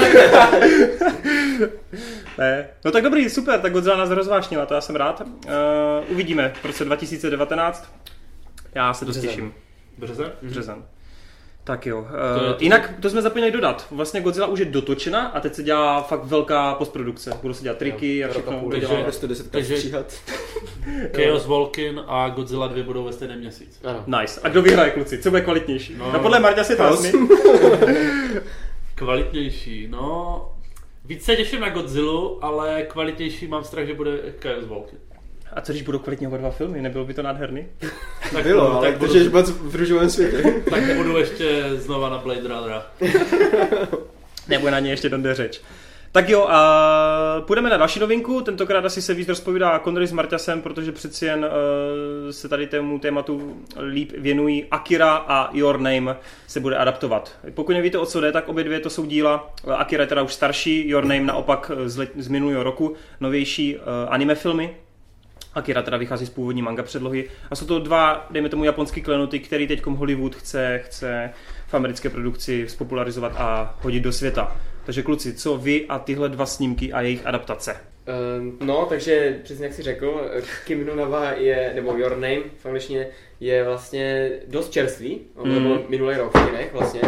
Ne. No tak dobrý, super, tak Godzilla nás rozvášnila, to já jsem rád. Uh, uvidíme v roce dva tisíce devatenáct. Já se dost těším. Březen? Březen. Tak jo. Uh, to to jinak to jsme zapomněli dodat. Vlastně Godzilla už je dotočena a teď se dělá fakt velká postprodukce. Budou se dělat triky jo, a všechno. Bude dělat prostě deset krát stříhat. Chaos Walking a Godzilla dva budou ve stejném měsíc. Ano. Nice. A kdo vyhraje, kluci? Co bude kvalitnější? No, no podle Marťa se tásmy. Kvalitnější, no... Víc se těším na Godzillu, ale kvalitnější mám strach, že bude Chaos Walking. A co když budou kvalitně oba dva filmy? Nebylo by to nádherný? Tak bylo, budu, ale to žiješ moc v růžovém světě. Tak budu ještě znova na Blade Runnera. Nebude na ně ještě donde řeč. Tak jo, a půjdeme na další novinku, tentokrát asi se víc rozpovídá Connery s Marťasem, protože přeci jen uh, se tady tému tématu líp věnují. Akira a Your Name se bude adaptovat. Pokud nevíte, o co jde, tak obě dvě to jsou díla. Akira je teda už starší, Your Name naopak z, let, z minulého roku, novější uh, anime filmy. Akira teda vychází z původní manga předlohy. A jsou to dva, dejme tomu, japonský klenoty, který teďkom Hollywood chce, chce v americké produkci spopularizovat a hodit do světa. Takže kluci, co vy a tyhle dva snímky a jejich adaptace? Uh, no, takže přesně jak jsi řekl, Kimi no Na wa je, nebo Your Name v angličtině, je vlastně dost čerstvý. On to byl minulý rok v kinech vlastně.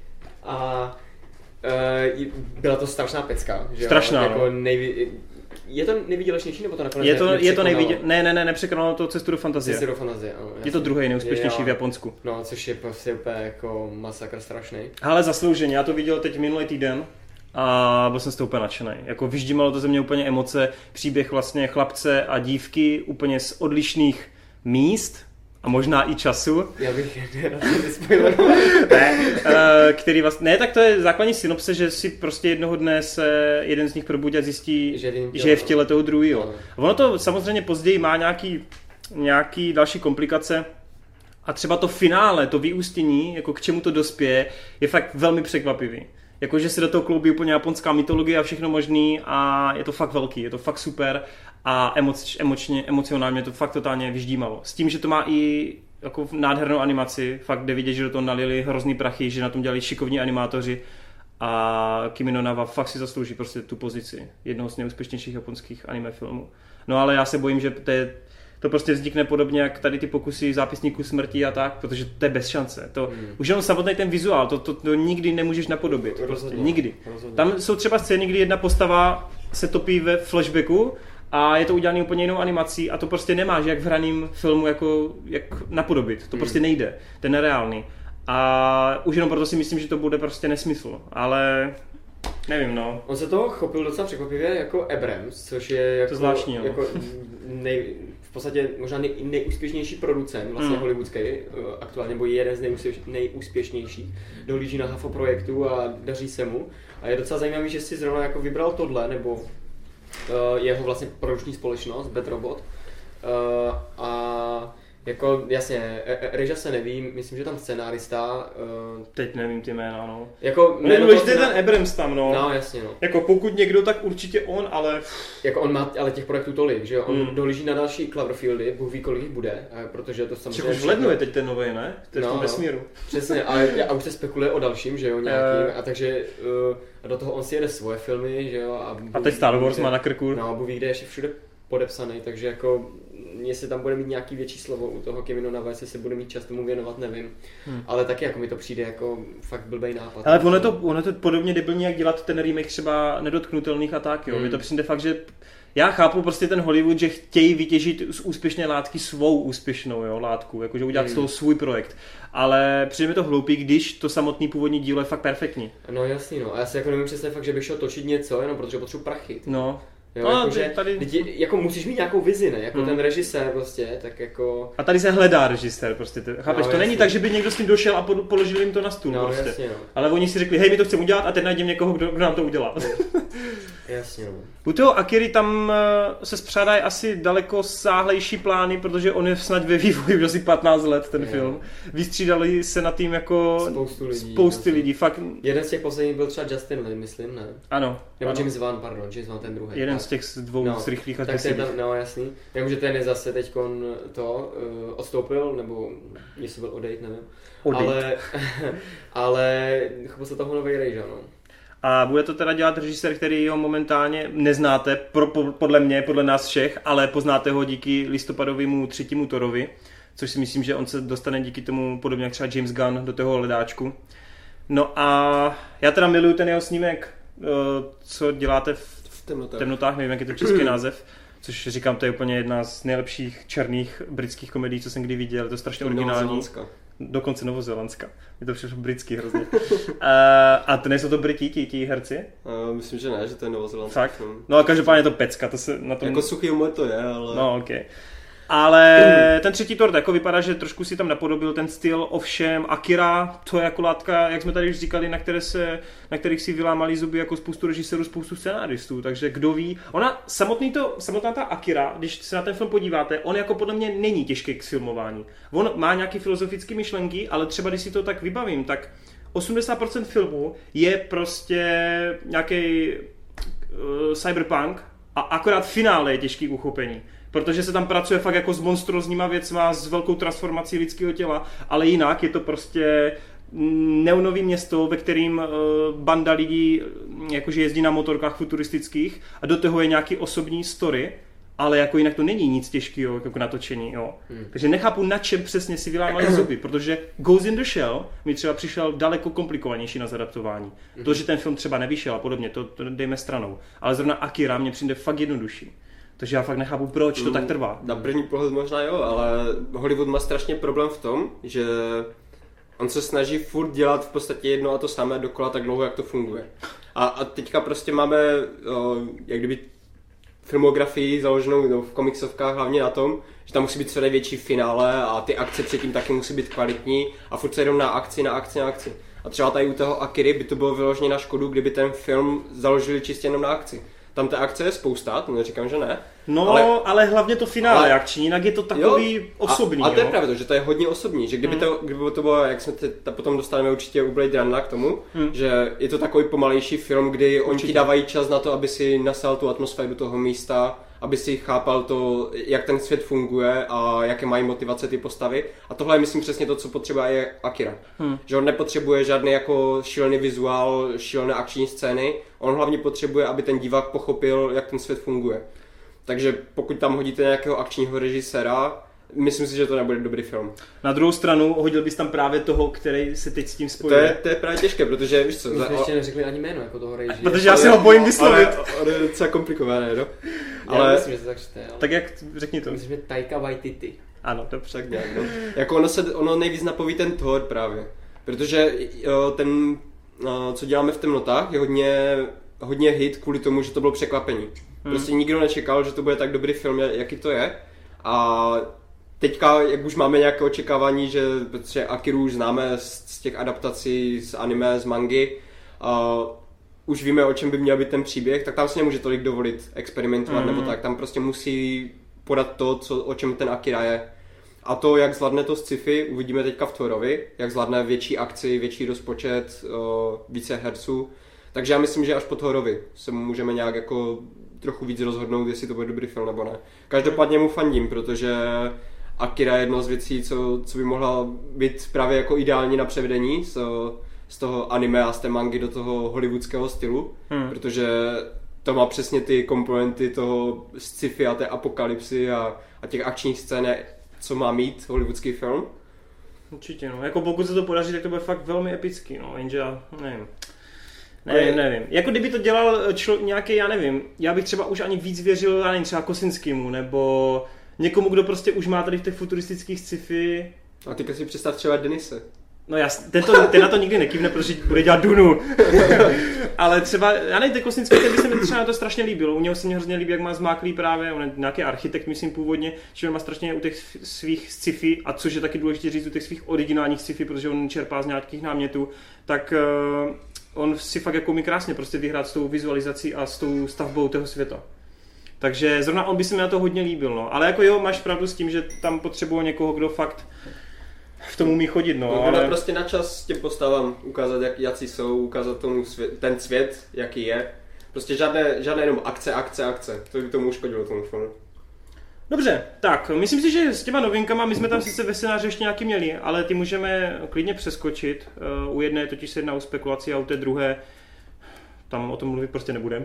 A uh, byla to strašná pecka. Že strašná, jo? Jako no. nejví... Je to nejvýdělečnější, nebo to nakonec je to, je to nejvýdě... Ne, ne, ne, nepřekonalo to Cestu do fantazie. Cestu do fantazie, ano. Je to druhý nejúspěšnější je, v Japonsku. No, což je prostě úplně jako masakr strašný. Ale zaslouženě, já to viděl teď minulý týden a byl jsem z toho úplně nadšený. Jako vyždímalo to ze mě úplně emoce, příběh vlastně chlapce a dívky úplně z odlišných míst, a možná i času. Já bych nespoileroval. Ne, který vlastně, ne, tak to je základní synopse, že si prostě jednoho dne se jeden z nich probudí a zjistí, že, že je v těle toho druhého. No. Ono to samozřejmě později má nějaký, nějaký další komplikace a třeba to finále, to vyústění, jako k čemu to dospěje, je fakt velmi překvapivý. Jakože se do toho kloubí úplně japonská mytologie a všechno možný a je to fakt velký, je to fakt super a emoč, emočně, emocionálně to fakt totálně vyždímalo. S tím, že to má i jako nádhernou animaci, fakt jde vidět, že do toho nalili hrozný prachy, že na tom dělali šikovní animátoři a Kimi no Na wa fakt si zaslouží prostě tu pozici jednoho z nejúspěšnějších japonských anime filmů. No ale já se bojím, že to, je, to prostě vznikne podobně jak tady ty pokusy zápisníků smrti a tak, protože to je bez šance. To, hmm. Už jenom samotný ten vizuál, to, to, to nikdy nemůžeš napodobit. Prostě, nikdy. Rozhodně. Tam jsou třeba scény, kdy jedna postava se topí ve flashbacku a je to udělané úplně jinou animací a to prostě nemáš jak v hraným filmu jako jak napodobit. To prostě nejde. To je nereálný. A už jenom proto si myslím, že to bude prostě nesmysl. Ale nevím, no. On se toho chopil docela překvapivě jako Abrams, což je jako, to zvláštní, no. jako nej, v podstatě možná nej, nejúspěšnější producent vlastně mm. hollywoodský aktuálně, nebo jeden z nejúspěš, nejúspěšnějších. Dohlíží na H A F O projektu a daří se mu. A je docela zajímavý, že si zrovna jako vybral tohle, nebo uh, jeho vlastně produkční společnost, Bad Robot. Uh, a jako jasně, reža se neví, myslím, že tam scenárista. Uh, Teď nevím ty jména, no. Jako důležitý je ten Abrams tam, no. No, jasně, no. Jako pokud někdo, tak určitě on, ale... Jako on má ale těch projektů tolik, že jo, on hmm. dohlíží na další Cloverfieldy, Bůh ví, kolik jich bude, protože to samozřejmě... Už v lednu je teď ten nový, ne? To je v tom no, vesmíru. Přesně, a, a už se spekuluje o dalším, že jo, nějakým, a takže uh, a do toho on si jede svoje filmy, že jo. A, a teď Star Wars má na krku. No, Bůh ví, kde je všude podepsaný, takže jako... Jestli tam bude mít nějaký větší slovo u toho Kevina Nava, jestli se bude mít čas tomu věnovat, nevím. Hmm. Ale taky jako mi to přijde jako fakt blbej nápad. Ale ono to, ono to podobně debilní, jak dělat ten remake třeba Nedotknutelných a tak, jo. Hmm. Mi to přijde fakt, že já chápu prostě ten Hollywood, že chtějí vytěžit z úspěšné látky svou úspěšnou, jo, látku, jakože udělat hmm. z toho svůj projekt. Ale přijde mi to hloupý, když to samotný původní dílo je fakt perfektní. No jasný, no. A já si jako nevím představit fakt, že bych šel točit něco, jenom protože potřebuji prachy. No. Jo, no, jako, že, tady... Lidi, jako musíš mít nějakou vizi, ne? Jako hmm. ten režisér prostě, tak jako... A tady se hledá režisér prostě, ty, chápeš? No, to není tak, že by někdo s tím došel a položil jim to na stůl no, prostě. Jasně, no. Ale oni si řekli, hej, my to chceme udělat a teď najdeme někoho, kdo, kdo nám to udělá. Jasně, no. U toho Akiry tam se spřádají asi daleko sáhlejší plány, protože on je snad ve vývoji už asi patnáct let, ten je. film. Vystřídali se na tým jako spoustu lidí. Spousty vlastně. lidí, fakt. Jeden z těch posledních byl třeba Justin Lin, myslím, ne? Ano. Nebo ano. James Wan, pardon, James Wan ten druhý. Jeden tak. z těch dvou no, z rychlých a tak tam, no jasný. Vím, že ten je zase teďkon to uh, odstoupil, nebo jestli byl odejít, nevím. Odejít. Ale, ale chopil se toho novej rejža, no. A bude to teda dělat režisér, který ho momentálně neznáte, pro, po, podle mě, podle nás všech, ale poznáte ho díky listopadovému třetímu Thorovi, což si myslím, že on se dostane díky tomu podobně jak třeba James Gunn do toho hledáčku. No a já teda miluju ten jeho snímek, co děláte v, v temnotách. temnotách, nevím, jak je to český název, což říkám, to je úplně jedna z nejlepších černých britských komedií, co jsem kdy viděl, je to strašně originální. Dokonce Novozélandská. Je to všechno britský hrozně. uh, a to nejsou to Briti, ti, ti herci? Uh, myslím, že ne, že to je Novozélandský. Fakt? No a každopádně je to pecka. To se na tom... Jako suchý humor to je, ale... No, okej. Okay. Ale ten třetí Thor jako vypadá, že trošku si tam napodobil ten styl, ovšem Akira, to je jako látka, jak jsme tady už říkali, na, které se, na kterých si vylámali zuby jako spoustu režisérů, spoustu scenáristů, takže kdo ví. Ona, samotný to, samotná ta Akira, když se na ten film podíváte, on jako podle mě není těžký k filmování. On má nějaký filozofické myšlenky, ale třeba když si to tak vybavím, tak osmdesát procent filmu je prostě nějaký uh, cyberpunk a akorát finále je těžký k uchopení. Protože se tam pracuje fakt jako s monstrozníma věcma, s velkou transformací lidského těla, ale jinak je to prostě neonový město, ve kterým banda lidí jakože jezdí na motorkách futuristických a do toho je nějaký osobní story, ale jako jinak to není nic těžkého jako natočení, jo. Hmm. Takže nechápu, na čem přesně si vylámali zuby, protože Ghost in the Shell mi třeba přišel daleko komplikovanější na zadaptování. Hmm. To, že ten film třeba nevyšel a podobně, to, to dejme stranou. Ale zrovna Akira mě přijde fakt jednodušší. Takže já fakt nechápu, proč to tak trvá. Na první pohled možná jo, ale Hollywood má strašně problém v tom, že on se snaží furt dělat v podstatě jedno a to samé dokola tak dlouho, jak to funguje. A, a teďka prostě máme o, jak kdyby filmografii založenou no, v komiksovkách hlavně na tom, že tam musí být co největší finále a ty akce předtím taky musí být kvalitní a furt se jenom na akci, na akci, na akci. A třeba tady u toho Akiry by to bylo vyloženě na škodu, kdyby ten film založili čistě jenom na akci. Tam té akce je spousta, to neříkám, že ne. No, ale, ale hlavně to finále ale, akční, jinak je to takový jo, osobní. A, a to je právě to, že to je hodně osobní, že kdyby, hmm. to, kdyby to bylo, jak jsme te, potom dostaneme určitě u Blade Runnera k tomu, hmm. že je to takový pomalejší film, kdy určitě. Oni ti dávají čas na to, aby si nasal tu atmosféru toho místa, aby si chápal to, jak ten svět funguje a jaké mají motivace ty postavy. A tohle je myslím přesně to, co potřebuje Akira. Hmm. Že on nepotřebuje žádný jako šílený vizuál, šílené akční scény, on hlavně potřebuje, aby ten divák pochopil, jak ten svět funguje. Takže pokud tam hodíte nějakého akčního režiséra myslím si, že to nebude dobrý film. Na druhou stranu hodil bys tam právě toho, který se teď s tím spojuje. To je, to je právě těžké, protože víš co... My jsme ještě neřekli ani jméno jako toho režie. Protože já si ho bojím vyslovit. Ale je docela komplikované, no? Ale... Já myslím, že to tak čte, ale... Tak jak, řekni to. Myslím, že Taika Waititi. Ano, dobře. Tak nějak, no. Jako ono, se, ono nejvíc napoví ten Thor právě. Protože jo, ten, co děláme v temnotách, je hodně, hodně hit kvůli tomu, že to bylo překvapení. Prostě hmm. nikdo nečekal, že to bude tak dobrý film, jaký to je. A teďka, jak už máme nějaké očekávání, že protože Akiru už známe z, z těch adaptací z anime, z mangy, a už víme, o čem by měl být ten příběh, tak tam si nemůže tolik dovolit experimentovat, hmm. nebo tak. Tam prostě musí podat to, co, o čem ten Akira je. A to, jak zvládne to sci-fi, uvidíme teďka v Thorovi, jak zvládne větší akci, větší rozpočet, o, více herců. Takže já myslím, že až po Thorovi se můžeme nějak jako trochu víc rozhodnout, jestli to bude dobrý film nebo ne. Každopádně mu fandím, protože Akira je jedno z věcí, co, co by mohla být právě jako ideální na převedení z, z toho anime a z té mangy do toho hollywoodského stylu, hmm. protože to má přesně ty komponenty toho sci-fi a té apokalypsy a, a těch akčních scén, co má mít hollywoodský film. Určitě, no. Jako pokud se to podaří, tak to bude fakt velmi epický, no. Jenže já nevím. Nevím, nevím. Jako kdyby to dělal člo, nějaký, já nevím, já bych třeba už ani víc věřil, já nevím, třeba Kosinskému, nebo někomu, kdo prostě už má tady v těch futuristických sci-fi. A teďka si představ třeba Denise. No jasně, ten, to, ten na to nikdy nekývne, protože bude dělat Dunu. Ale třeba, já nevím, ten Kosinský, ten by se mi třeba na to strašně líbil. U něho se mi hrozně líbí, jak má zmáklý právě, on je nějaký architekt, myslím původně, že on má strašně u těch svých sci-fi, a což je taky důležité říct, u těch svých originálních sci-fi, protože on čerpá z nějakých námětů, tak uh, on si fakt jako umí krásně prostě vyhrát s tou vizualizací a s tou stavbou toho světa. Takže zrovna on by se mi na to hodně líbil, no. Ale jako jo, máš pravdu s tím, že tam potřebuje někoho, kdo fakt v tom umí chodit, no. No, ale prostě na čas těm postavám ukázat, jak, jací jsou, ukázat tomu svět, ten svět, jaký je. Prostě žádné, žádné jenom akce, akce, akce. To by tomu uškodilo tomu filmu. Dobře, tak, myslím si, že s těma novinkama, my jsme tam sice ve scénáři ještě nějaký měli, ale ty můžeme klidně přeskočit. Uh, u jedné totiž se jedná o spekulaci a u té druhé tam o tom mluvit prostě nebudem.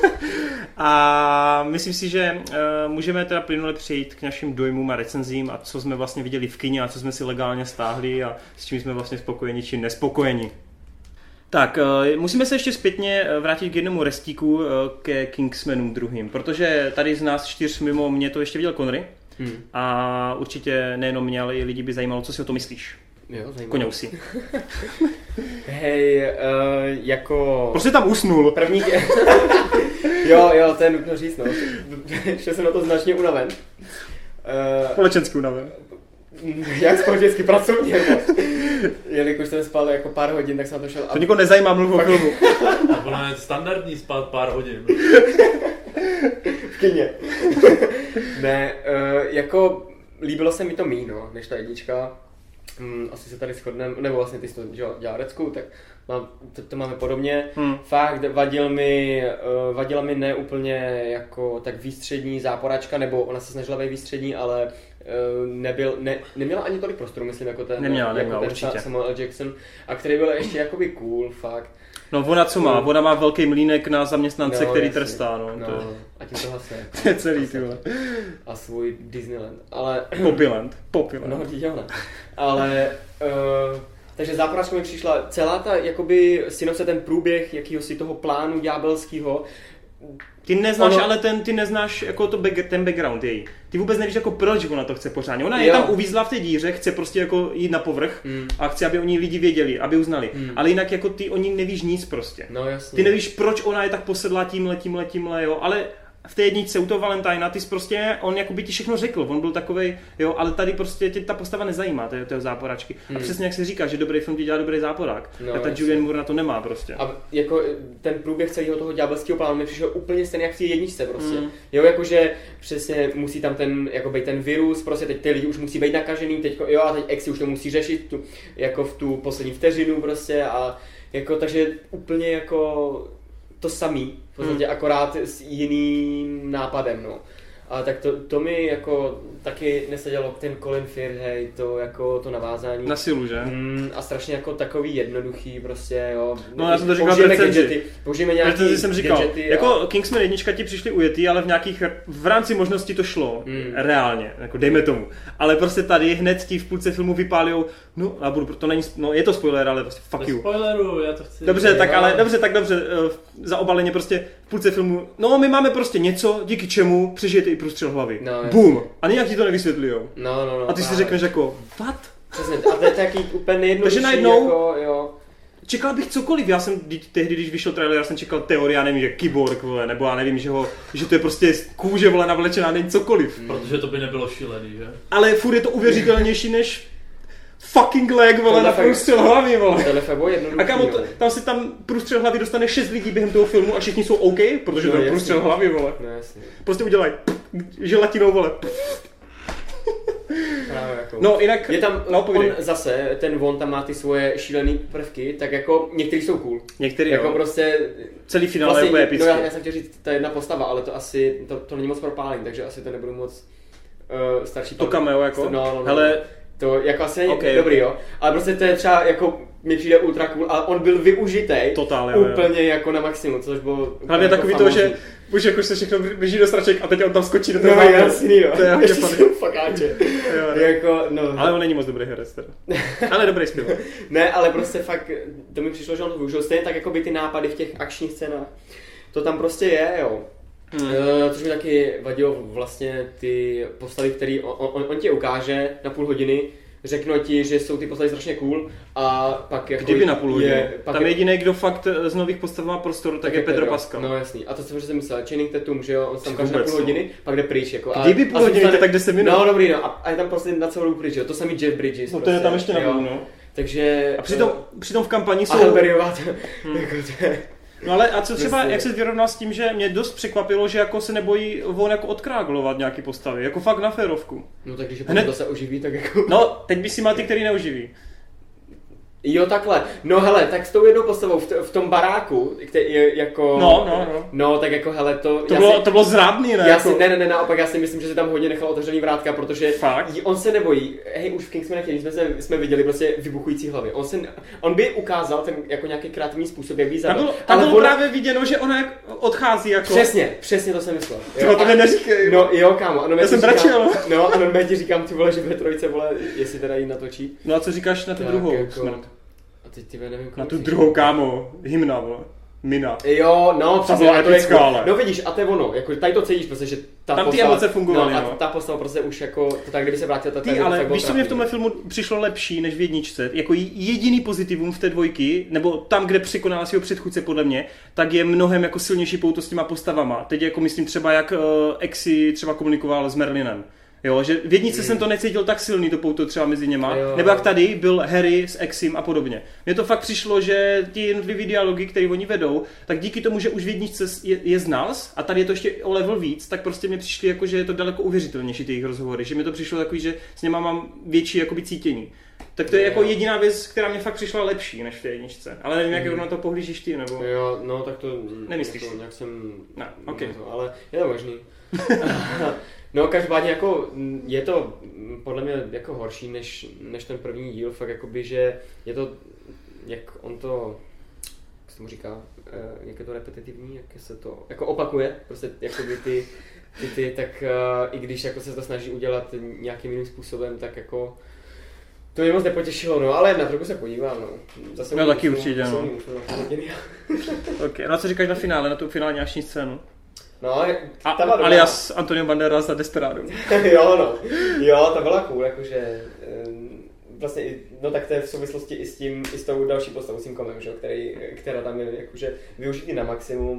A myslím si, že uh, můžeme teda plynule přejít k našim dojmům a recenzím a co jsme vlastně viděli v kině a co jsme si legálně stáhli a s čím jsme vlastně spokojeni či nespokojeni. Tak, uh, musíme se ještě zpětně vrátit k jednomu restíku, uh, ke Kingsmanům druhým, protože tady z nás čtyř mimo mě to ještě viděl Connery hmm. a určitě nejenom mě, ale i lidi by zajímalo, co si o to myslíš. Jo, zajímavé. Koňousí. Hej, uh, jako... Prostě tam usnul. První... jo, jo, to je nutno říct, no. Šel jsem na to značně unaven. Uh, Společensky unaven. Jak společensky pracovně, no. Jelikož jsem spal jako pár hodin, tak jsem na to šel... To nikoho nezajímá, mluv o filmu. A ono je standardní spát pár hodin. V kině. Ne, uh, jako líbilo se mi to míň, no, než ta jednička. Hmm, asi se tady shodneme, nebo vlastně ty jsi to dělal Recku, tak mám, to, to máme podobně. Hmm. Fakt vadil mi, uh, vadila mi ne úplně jako tak výstřední záporačka, nebo ona se snažila být výstřední, ale uh, nebyl, ne, neměla ani tolik prostoru, myslím, jako ten, neměla, jako neměla, ten určitě. Samuel L. Jackson, a který byl ještě jakoby cool, fakt. No ona co má? Ona má velký mlýnek na zaměstnance, no, který jasně. trestá, no. no To... A tím to hase. To je celý, ty vole. A svůj Disneyland, ale... Popiland, Popiland. No, jo, ne. Ale... Uh, takže záporačka mi přišla celá ta, jakoby, synose ten průběh jakýhosi toho plánu ďábelského. Ty neznáš, ono... ale ten, ty neznáš jako to back, ten background její. Ty vůbec nevíš, jako proč ona to chce pořádně. Ona je jo. tam uvízla v té díře, chce prostě jako jít na povrch hmm. a chce, aby o ní lidi věděli, aby uznali. Hmm. Ale jinak jako ty o ní nevíš nic prostě. No, jasně. Ty nevíš, proč ona je tak posedlá tímhle, tímhle, tímhle, jo, ale v té jedničce u toho Valentina, ty jsi prostě, on jako by ti všechno řekl, on byl takovej, jo, ale tady prostě tě ta postava nezajímá, té, té záporačky. Hmm. A přesně jak se říká, že dobrý film ti dělá dobrý záporák. No, a ta Julianne Moore na to nemá prostě. A jako ten průběh celého toho ďábelského plánu mi přišel úplně stejný jak v té jedničce prostě. Hmm. Jo, jakože přesně musí tam ten, jako být ten virus, prostě teď ty lidi už musí být nakažený, teď, jo, a teď Exi už to musí řešit, tu, jako v tu poslední vteřinu prostě a jako, takže úplně jako to samý, v podstatě hmm. akorát s jiným nápadem, no. A tak to, to mi jako taky nesedělo ten Colin Firth, hej, to jako to navázání. Na silu, že? Mm, a strašně jako takový jednoduchý prostě, jo. No já jsem to říkal použijeme recenzi. gadgety, použijeme nějaký jsem říkal, gadgety. jako a... Kingsman jednička ti přišli ujetý, ale v nějakých, v rámci možností to šlo, mm. reálně, jako dejme tomu. Ale prostě tady hned ti v půlce filmu vypálijou, no a budu, to není, no je to spoiler, ale prostě fuck you. Spoileru, já to chci. Dobře, tak ale, dobře, tak dobře, za obaleně prostě v půlce filmu, no my máme prostě něco, díky čemu přežijete i průstřel hlavy. No, Boom. A nějak ti to nevysvětlujou. No, no, no. A ty si řekneš jako, what? Přesně, a to je taky úplně nejjednodušší, Takže najednou, jako, jo. Čekal bych cokoliv, já jsem tehdy, když vyšel trailer, já jsem čekal teorii, já nevím, že kyborg, vole, nebo já nevím, že, ho, že to je prostě kůže, vole, navlečená, není cokoliv. Hmm. Protože to by nebylo šílený, že? Ale furt je to uvěřitelnější než fucking leg, vole, na průstřel hlavy, vole. Tohle fakt bylo jednoduchý, a kámo, to, tam si tam průstřel hlavy dostane šest lidí během toho filmu a všichni jsou OK, protože no, to je průstřel hlavy, vole. No, jasně. Prostě udělají želatinou, vole. Právě jako. No jinak, je tam, no, on zase, ten von tam má ty svoje šílený prvky, tak jako některý jsou cool. Některý jako jo. prostě celý finál vlastně, je úplně epický. No já, já jsem chtěl říct, ta jedna postava, ale to asi, to, to není moc propálení, takže asi to nebudu moc uh, starší. To cameo jako? No, no, no. Hele, to jako asi není okay, dobrý, okay. jo. Ale prostě to je třeba jako mi přijde ultra cool a on byl využitej Totálně, úplně jo. jako na maximum, což bylo hlavně jako takový famózní. to, že už jako se všechno běží do straček a teď on tam skočí do toho. No jasný, jo. To je hodně funny. Fakáče. jako, no. Ale on není moc dobrý herec teda. Ale dobrý zpěv. Ne, ale prostě fakt, to mi přišlo, že on to využil. Stejně tak jako by ty nápady v těch akčních scénách. To tam prostě je, jo. Hmm. Uh, což mi taky vadilo vlastně ty postavy, které on, on, on ti ukáže na půl hodiny, řeknu ti, že jsou ty postavy strašně cool a pak jako kdyby na půl hodiny. Je, tam je jediný, kdo fakt z nových postav má prostor, tak, tak je Pedro Pascal. No jasný. A to jsem, že jsem myslel, Channing Tatum, že jo, on tam ukáže na půl hodiny, pak jde pryč jako. Kdyby půl hodiny, stane... tak deset minut. No dobrý, no. A, a je tam prostě na celou dobu pryč, jo. To samý Jeff Bridges. No to prostě, je tam ještě na půl, no. Takže... A přitom, uh, přitom v kampani jsou... A Helberryová, hmm. jako to je... No ale a co třeba, jak se vyrovnal s tím, že mě dost překvapilo, že jako se nebojí on jako odkráglovat nějaký postavy, jako fakt na férovku. No tak když je Hned... se oživí, tak jako... No, teď by si mal ty, který neuživí. Jo, takhle. No hele, tak s tou jednou postavou v, t- v tom baráku, který je jako... No, no, no. No, tak jako hele, to... To bylo, si, to bylo zrádný, ne? Já jako... si, ne, ne, ne, naopak, já si myslím, že se tam hodně nechal otevřený vrátka, protože... Fakt? On se nebojí. Hej, už v Kingsmanech jsme, se, jsme viděli prostě vybuchující hlavy. On, se, on by ukázal ten jako nějaký kreativní způsob, jak by zabil. Tam bylo, tam bylo ona... právě viděno, že ona jak odchází jako... Přesně, přesně to jsem myslel. Jo, to mi neříkej. No jo, kámo. Ano, já jsem bračil. No, ano, já ti říkám, ty vole, že ve trojce, vole, jestli teda jí natočí. No a co říkáš na tu tak, druhou jako... smrt? A teď ty nevím, na tu druhou, kámo, hymna, vole. Mina. Jo, no, to byla epická, ale. No vidíš, a to je ono, jako tady to cítíš, prostě, že ta tam postava, ty emoce fungovaly, no, no. A ta postava prostě už jako, to tak kdyby se vrátila, ta ty, ale víš, co mě v tomhle filmu přišlo lepší než v jedničce, jako jediný pozitivum v té dvojky, nebo tam, kde překonala svého předchůdce podle mě, tak je mnohem jako silnější pouto s těma postavama. Teď jako myslím třeba, jak uh, Exy třeba komunikoval s Merlinem. Jo, že v jedničce mm. jsem to necítil tak silný, to pouto třeba mezi něma, jo. Nebo jak tady byl Harry s Exym a podobně. Mně to fakt přišlo, že ty jednotlivý dialogy, které oni vedou, tak díky tomu, že už v jedničce je, je znal a tady je to ještě o level víc, tak prostě mě přišli jako, že je to daleko uvěřitelnější ty jejich rozhovory, že mi to přišlo takový, že s něma mám větší jakoby cítění. Tak to je jako jediná věc, která mě fakt přišla lepší než v té jedničce. Ale nevím, jak mm. na to pohlížíš ty, nebo... Jo, no tak to... Nemyslíš? Jako, nějak jsem... No, okay. to, ale je to možný. No každopádně jako je to podle mě jako horší než, než ten první díl, fakt jakoby, že je to, jak on to, jak se tomu říká, jak je to repetitivní, jak se to, jako opakuje, prostě jakoby ty, ty, ty tak i když jako se to snaží udělat nějakým jiným způsobem, tak jako to mě moc nepotěšilo, no, ale na trochu se podívám, no. Zase no taky určitě, no. Ok, no a co říkáš na finále, na tu finální akční scénu? No, a, alias Antonio Banderas za Desperado. Jo, no. Jo, to byla cool, jakože vlastně, no tak to je v souvislosti i s tím, i s tou další postavou, s tím Comem, že, který, která tam je jakože využitý na maximum.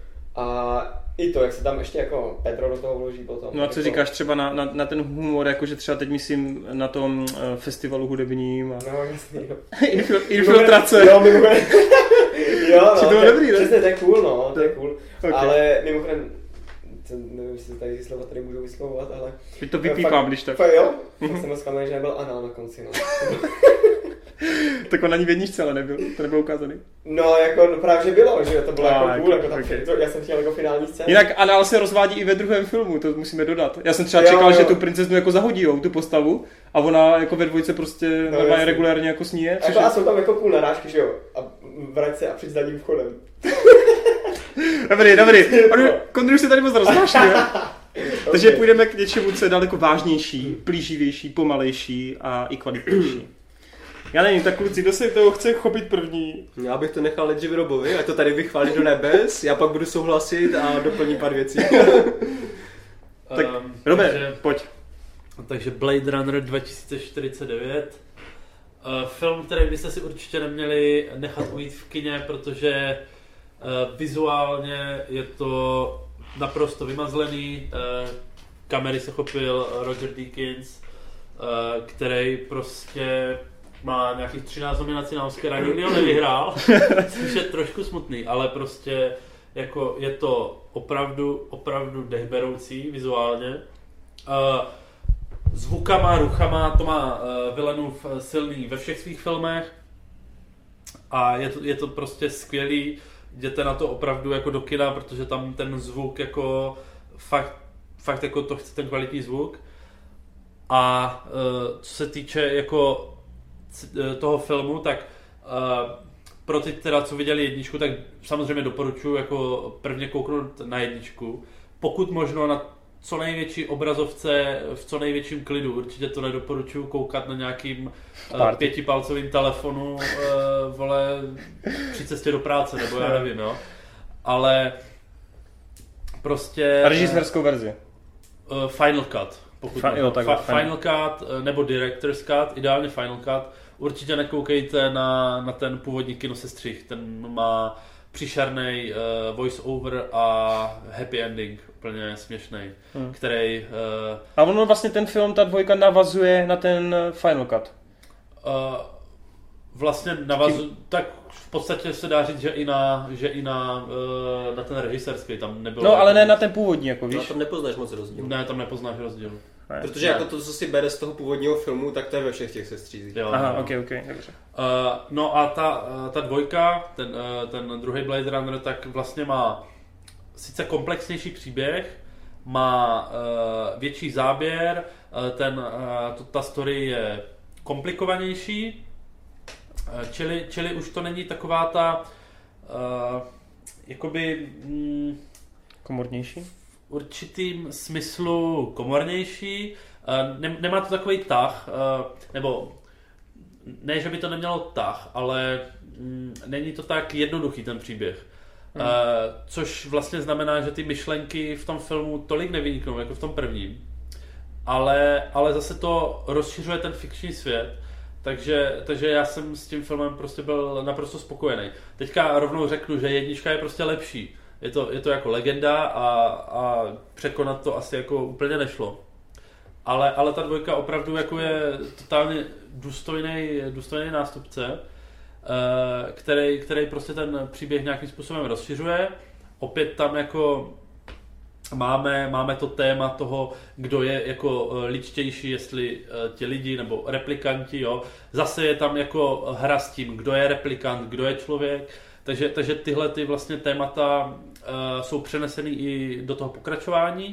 A i to, jak se tam ještě jako Pedro do toho vloží potom. No a co jako... říkáš třeba na, na, na ten humor, jakože třeba teď myslím na tom uh, festivalu hudebním a... No jasný, jo. Infil, infiltrace. Jo, mimochodem. Jo, no, to bylo dobrý, ne? Přesně, to je cool, no, to je cool. Okay. Ale mimochodem, to, nevím, jestli tady ty slova tady můžou vyslovovat, ale... Teď to vypípám, když tak. Fakt jo? Tak jsem zklamaný, že nebyl anál na konci, no. Tak on ani v jedničce ale nebyl, to nebylo ukázaný. No, jako no, právě že bylo, že to bylo no, jako cool, jako tam, okay. to, já jsem chtěl jako finální scénu. Jinak Anál se rozvádí i ve druhém filmu, to musíme dodat. Já jsem třeba jo, čekal, jo. že tu princeznu jako zahodí, jo, tu postavu, a ona jako ve dvojce prostě no, normálně regulárně jako sníje. Jako, a jsou tam jako cool narážky, že jo, a vrať se a přijď s zadním vchodem. Dobrý, dobrý, Kondry už se tady moc roznáší, jo. Okay. Takže půjdeme k něčemu, co je daleko vážnější, plíživější, pomalejší a i kvalitnější. Já nevím, tak kluci, kdo se toho chce chopit první? Já bych to nechal Ledži Robovi, ať to tady vychválí do nebes, já pak budu souhlasit a doplním pár věcí. Tak, um, Robert, takže, pojď. Takže Blade Runner dva tisíce čtyřicet devět. Uh, film, který byste si určitě neměli nechat ujít v kině, protože uh, vizuálně je to naprosto vymazlený. Uh, kamery se chopil Roger Deakins, uh, který prostě má nějakých třináct nominací na Oscara, nikdy ho nevyhrál, což je trošku smutný, ale prostě jako je to opravdu, opravdu dechberoucí vizuálně. Uh, zvukama, ruchama, to má uh, Villeneuve silný ve všech svých filmech a je to, je to prostě skvělý, jděte na to opravdu jako do kina, protože tam ten zvuk jako fakt, fakt jako to chce ten kvalitní zvuk. A uh, co se týče jako toho filmu, tak uh, pro ty teda, co viděli jedničku, tak samozřejmě doporučuji jako prvně kouknout na jedničku. Pokud možno na co největší obrazovce, v co největším klidu. Určitě to nedoporučuji koukat na nějakým uh, pětipalcovým telefonu uh, vole, při cestě do práce, nebo já nevím, jo. Ale prostě... A režisérskou verzi? Uh, Final Cut. Pokud Fa- jo, Fa- Final Cut nebo Director's Cut, ideálně Final Cut. Určitě nekoukejte na, na ten původní kinosestřih, ten má příšernej uh, voice over a happy ending, úplně směšnej, hmm. který... Uh, a ono vlastně ten film, ta dvojka navazuje na ten Final Cut? Uh, vlastně navazuje, tak v podstatě se dá říct, že i na, že i na, uh, na ten režisérský tam nebylo... No ale ne na ten původní, jako víš? No tam nepoznáš moc rozdíl. Ne, tam nepoznáš rozdíl. Ne, Protože ne. jako to, co si bere z toho původního filmu, tak to je ve všech těch sestřízích. Jo, Aha, no. ok, ok, dobře. Uh, no a ta, uh, ta dvojka, ten, uh, ten druhý Blade Runner, tak vlastně má sice komplexnější příběh, má uh, větší záběr, uh, ten, uh, to, ta story je komplikovanější, uh, čili, čili už to není taková ta, uh, jakoby... Mm, komornější? V určitým smyslu komornější, nemá to takový tah, nebo ne, že by to nemělo tah, ale není to tak jednoduchý ten příběh. Hmm. Což vlastně znamená, že ty myšlenky v tom filmu tolik nevyniknou, jako v tom prvním. Ale, ale zase to rozšiřuje ten fikční svět, takže, takže já jsem s tím filmem prostě byl naprosto spokojený. Teďka rovnou řeknu, že jednička je prostě lepší. Je to, je to jako legenda a, a překonat to asi jako úplně nešlo. Ale, ale ta dvojka opravdu jako je totálně důstojný, důstojný nástupce, který, který prostě ten příběh nějakým způsobem rozšiřuje. Opět tam jako máme, máme to téma toho, kdo je jako ličtější, jestli ti lidi nebo replikanti, jo. Zase je tam jako hra s tím, kdo je replikant, kdo je člověk. Takže, takže tyhle ty vlastně témata uh, jsou přeneseny i do toho pokračování.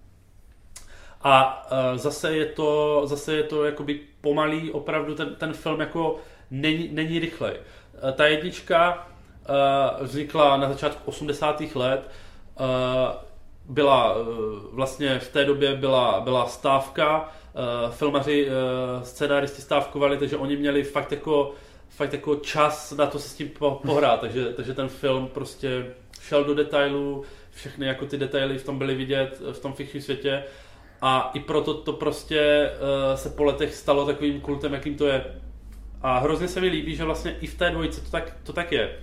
A uh, zase je to, zase je to jakoby pomalý, opravdu ten, ten film jako není, není rychlej. Uh, ta jednička uh, vznikla na začátku osmdesátých let. Uh, byla uh, vlastně v té době byla, byla stávka. Uh, filmaři, uh, scénáristi stávkovali, takže oni měli fakt jako fakt jako čas na to se s tím pohrát, takže, takže ten film prostě šel do detailů, všechny jako ty detaily v tom byly vidět v tom fikčním světě a i proto to prostě uh, se po letech stalo takovým kultem, jakým to je. A hrozně se mi líbí, že vlastně i v té dvojce to tak, to tak je.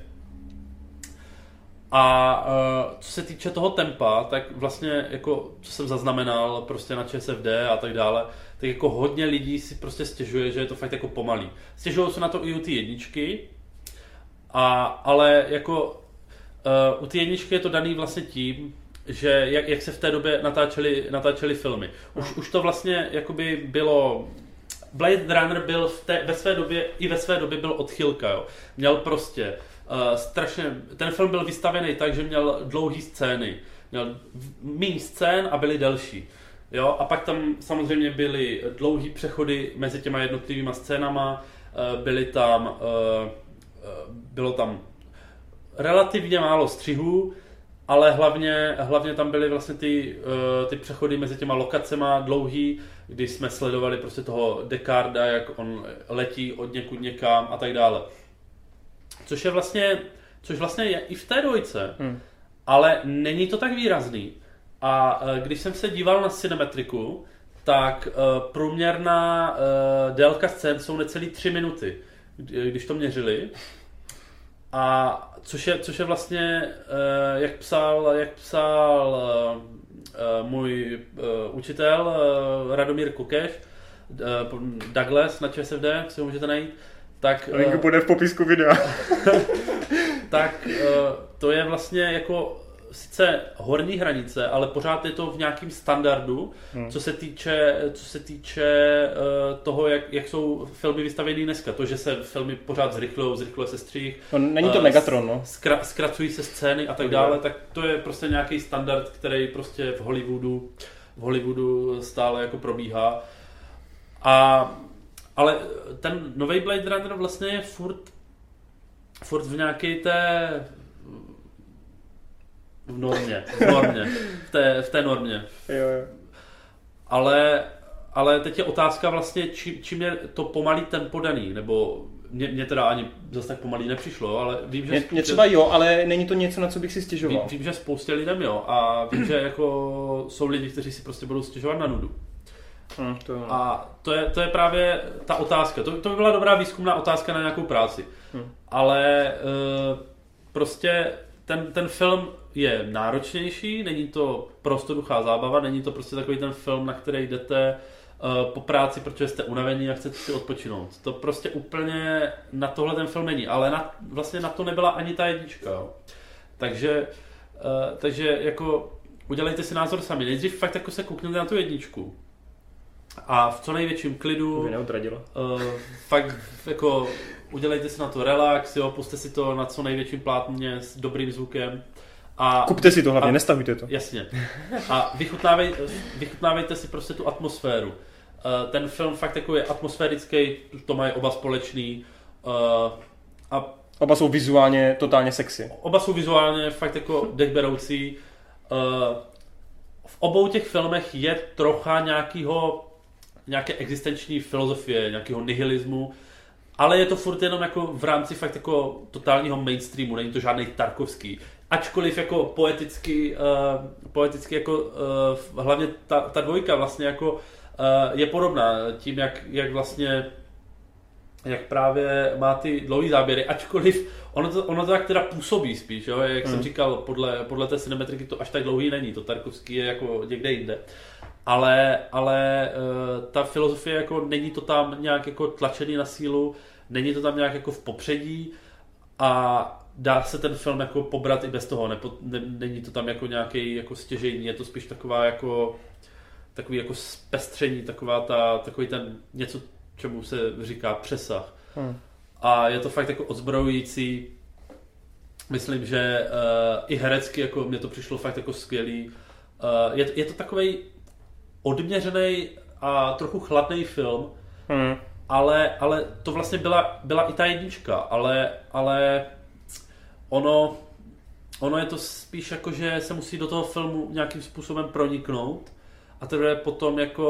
A uh, co se týče toho tempa, tak vlastně jako, co jsem zaznamenal prostě na ČSFD a tak dále, tak jako hodně lidí si prostě stěžuje, že je to fakt jako pomalý. Stěžují se na to i u té jedničky, a, ale jako uh, u té jedničky je to daný vlastně tím, že jak, jak se v té době natáčely, natáčely filmy. Už, už to vlastně jakoby bylo Blade Runner byl v té, ve své době, i ve své době byl odchylka, jo. Měl prostě uh, strašně, ten film byl vystavený tak, že měl dlouhý scény, měl méně scén a byly delší. Jo, a pak tam samozřejmě byly dlouhý přechody mezi těma jednotlivýma scénama, byly tam, bylo tam relativně málo střihů, ale hlavně, hlavně tam byly vlastně ty, ty přechody mezi těma lokacema dlouhý, kdy jsme sledovali prostě toho Decarda, jak on letí od někud někam a tak dále. Což je vlastně, což vlastně je i v té dvojce, hmm. ale není to tak výrazný. A když jsem se díval na cinemetriku, tak uh, průměrná uh, délka scén jsou necelý tři minuty, když to měřili. A což je, což je vlastně, uh, jak psal, jak psal uh, můj uh, učitel uh, Radomír Kukeš, uh, Douglas na ČSFD, si ho můžete najít, tak... Uh, Link bude v popisku videa. Tak uh, to je vlastně jako... sice horní hranice, ale pořád je to v nějakém standardu, hmm. co se týče, co se týče uh, toho, jak, jak jsou filmy vystavěny dneska. To, že se filmy pořád zrychlujou, zrychluje se střih. No, není to uh, Megatron, no. Zkra, zkracují se scény a tak dále, tak to je prostě nějaký standard, který prostě v Hollywoodu, v Hollywoodu stále jako probíhá. A, ale ten nový Blade Runner vlastně je furt, furt v nějaké té v normě, v normě, v té, v té normě. Jo, jo. Ale, ale teď je otázka vlastně, či, čím je to pomalý tempo daný, nebo mě, mě teda ani zase tak pomalý nepřišlo, ale vím, že... Mě, mě třeba jo, ale není to něco, na co bych si stěžoval. Vím, vím, že spoustě lidem jo, a vím, že jako jsou lidi, kteří si prostě budou stěžovat na nudu. Hmm, to jo. A to je, to je právě ta otázka, to, to by byla dobrá výzkumná otázka na nějakou práci, hmm. ale uh, prostě ten, ten film je náročnější, není to prostoduchá zábava, není to prostě takový ten film, na který jdete uh, po práci, protože jste unavení a chcete si odpočinout. To prostě úplně na tohle ten film není, ale na, vlastně na to nebyla ani ta jednička. Jo. Takže, uh, takže jako udělejte si názor sami. Nejdřív fakt jako se koukněte na tu jedničku a v co největším klidu uh, fakt jako udělejte si na to relax, jo, puste si to na co největším plátně s dobrým zvukem. A, kupte si to hlavně, a, nestavujte to. Jasně. A vychutnávej, vychutnávejte si prostě tu atmosféru. Uh, ten film fakt jako je atmosférický, to mají oba společný. Uh, a oba jsou vizuálně totálně sexy. Oba jsou vizuálně fakt jako dechberoucí. Uh, v obou těch filmech je trocha nějakýho, nějaké existenční filozofie, nějakého nihilismu, ale je to furt jenom jako v rámci fakt jako totálního mainstreamu, není to žádný Tarkovský. Ačkoliv jako poeticky, uh, poeticky jako uh, hlavně ta, ta dvojka vlastně jako uh, je podobná tím, jak, jak vlastně jak právě má ty dlouhý záběry, ačkoliv ono to, ono to tak teda působí spíš, jo? Jak mm. jsem říkal, podle, podle té cinemetriky to až tak dlouhý není, to Tarkovský je jako někde jinde. Ale, ale uh, ta filozofie jako není to tam nějak jako tlačený na sílu, není to tam nějak jako v popředí a dá se ten film jako pobrat i bez toho, Nepo, ne, není to tam jako nějaký jako stěžejní, je to spíš taková jako takový jako zpestření, taková ta, takový ten něco, čemu se říká přesah. Hmm. A je to fakt jako odzbrojující. Myslím, že uh, i herecky jako mně to přišlo fakt jako skvělý. Uh, je, je to takovej odměřený a trochu chladný film, hmm. ale, ale to vlastně byla, byla i ta jednička, ale, ale ono, ono je to spíš jako, že se musí do toho filmu nějakým způsobem proniknout a teprve potom jako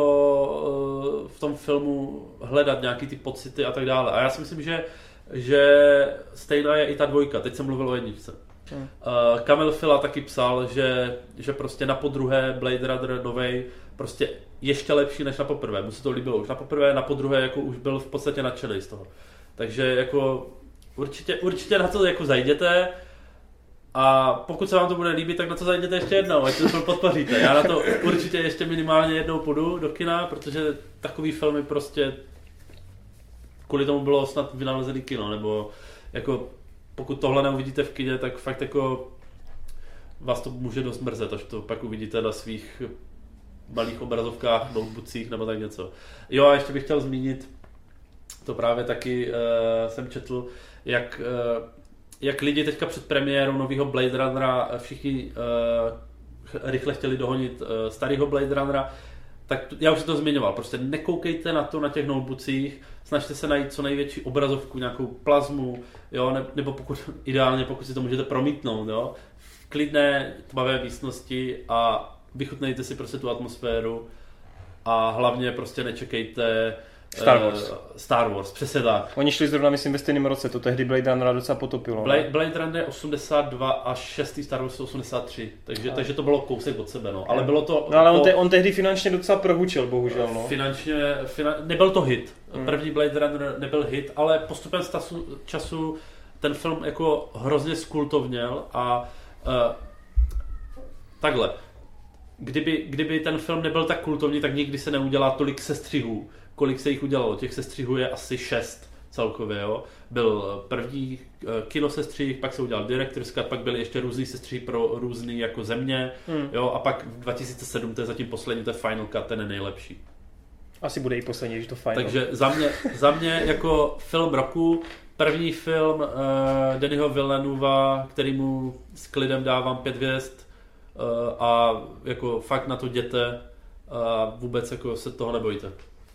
v tom filmu hledat nějaký ty pocity a tak dále. A já si myslím, že, že stejná je i ta dvojka. Teď jsem mluvil o jedničce. Hmm. Kamil Fila taky psal, že, že prostě na podruhé Blade Runner novej prostě ještě lepší než na poprvé. Mu se to líbilo už na poprvé, na podruhé jako už byl v podstatě nadšený z toho. Takže jako určitě, určitě na to jako zajděte a pokud se vám to bude líbit, tak na to zajděte ještě jednou, ať to podpoříte. Já na to určitě ještě minimálně jednou půjdu do kina, protože takový filmy prostě kvůli tomu bylo snad vynalezený kino, nebo jako pokud tohle neuvidíte v kině, tak fakt jako vás to může dost mrzet, až to pak uvidíte na svých malých obrazovkách, notebookcích nebo tak něco. Jo a ještě bych chtěl zmínit to právě taky uh, jsem četl, jak, uh, jak lidi teďka před premiérou nového Blade Runnera všichni uh, rychle chtěli dohonit uh, starého Blade Runnera, tak já už jsem to zmiňoval, prostě nekoukejte na to na těch notebookcích, snažte se najít co největší obrazovku, nějakou plazmu, jo, ne, nebo pokud, ideálně pokud si to můžete promítnout, jo, v klidné tmavé místnosti a vychutnejte si prostě tu atmosféru a hlavně prostě nečekejte Star Wars. Uh, Star Wars, přesně tak. Oni šli zrovna, myslím, ve stejném roce, to tehdy Blade Runner docela potopilo. Blade, Blade Runner je osmdesát dva a šestý Star Wars osmdesát tři, takže, takže to bylo kousek od sebe, no. Ale bylo to... No ale po, on, te, on tehdy finančně docela prohučil, bohužel, no. Finančně, finan, nebyl to hit. První Blade Runner nebyl hit, ale postupem času, času ten film jako hrozně skultovněl a uh, takhle. Kdyby, kdyby ten film nebyl tak kultovní, tak nikdy se neudělá tolik sestřihů, kolik se jich udělalo. Těch sestřihů je asi šest celkově, jo. Byl první kinosestřih, pak se udělal director's cut, pak byly ještě různý sestřihy pro různý jako země, hmm. jo, a pak v dva tisíce sedm, to je zatím poslední, to je Final Cut, ten je nejlepší. Asi bude i poslední, že to Final. Takže za mě, za mě jako film roku, první film uh, Denisho Villeneuva, kterýmu s klidem dávám pět hvězd, uh, a jako fakt na to jděte a vůbec jako se toho nebojte.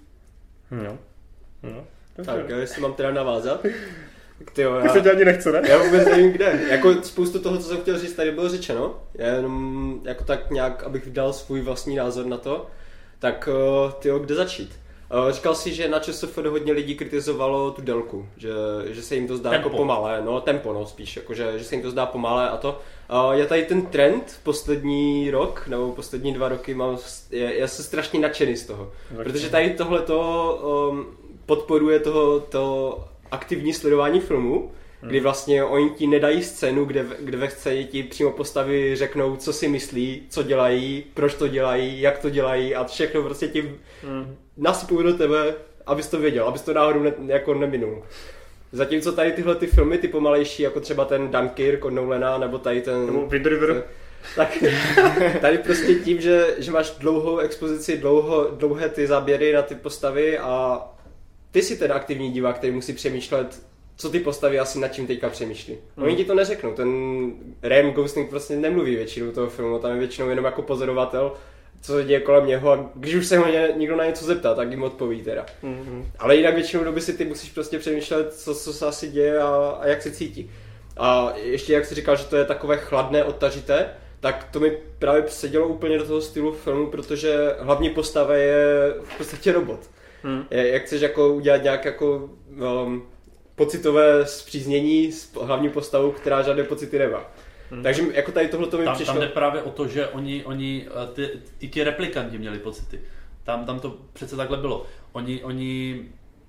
No. No. Tak, já jestli mám teda navázat. Tak tyjo, já... Tak se tě ani nechce, ne? Já vůbec nevím kde. Jako spoustu toho, co jsem chtěl říct, tady bylo řečeno. Já jenom jako tak nějak, abych dal svůj vlastní názor na to. Tak tyjo, kde začít? Říkal si, že na ČSFD hodně lidí kritizovalo tu délku, že, že se jim to zdá tempo. Jako pomalé, no tempo no spíš, jako že, že se jim to zdá pomalé a to. Je tady ten trend poslední rok, nebo poslední dva roky, mám, je, já jsem strašně nadšený z toho, tak protože tady tohleto um, podporuje toho, to aktivní sledování filmu, hmm. kdy vlastně oni ti nedají scénu, kde, kde ve scéně ti přímo postavy řeknou, co si myslí, co dělají, proč to dělají, jak to dělají a všechno prostě ti hmm. nasypují do tebe, abys to věděl, abys to náhodou ne, jako neminul. Zatímco tady tyhle ty filmy, ty pomalejší, jako třeba ten Dunkirk od Nolana, nebo tady ten... Nebo Wind River. Tak tady prostě tím, že, že máš dlouhou expozici, dlouho, dlouhé ty záběry na ty postavy a ty si ten aktivní divák, který musí přemýšlet, co ty postavy asi nad čím teďka přemýšlí. Hmm. Oni ti to neřeknou, ten Ryan Gosling prostě nemluví většinou toho filmu, tam je většinou jenom jako pozorovatel, co se děje kolem něho a když už se ho někdo na něco zeptá, tak jim odpoví teda. Mm-hmm. Ale jinak většinou doby si ty musíš prostě přemýšlet, co, co se asi děje a, a jak se cítí. A ještě jak jsi říkal, že to je takové chladné, odtažité, tak to mi právě sedělo úplně do toho stylu filmu, protože hlavní postava je v podstatě robot. Mm. Je, jak chceš jako udělat nějak jako um, pocitové zpříznění s hlavní postavou, která žádné pocity nemá. Hmm. Takže jako tady tohle to mi tam, přišlo. Tam jde právě o to, že oni, oni ty, i ti replikanti měli pocity. Tam, tam to přece takhle bylo. Oni, oni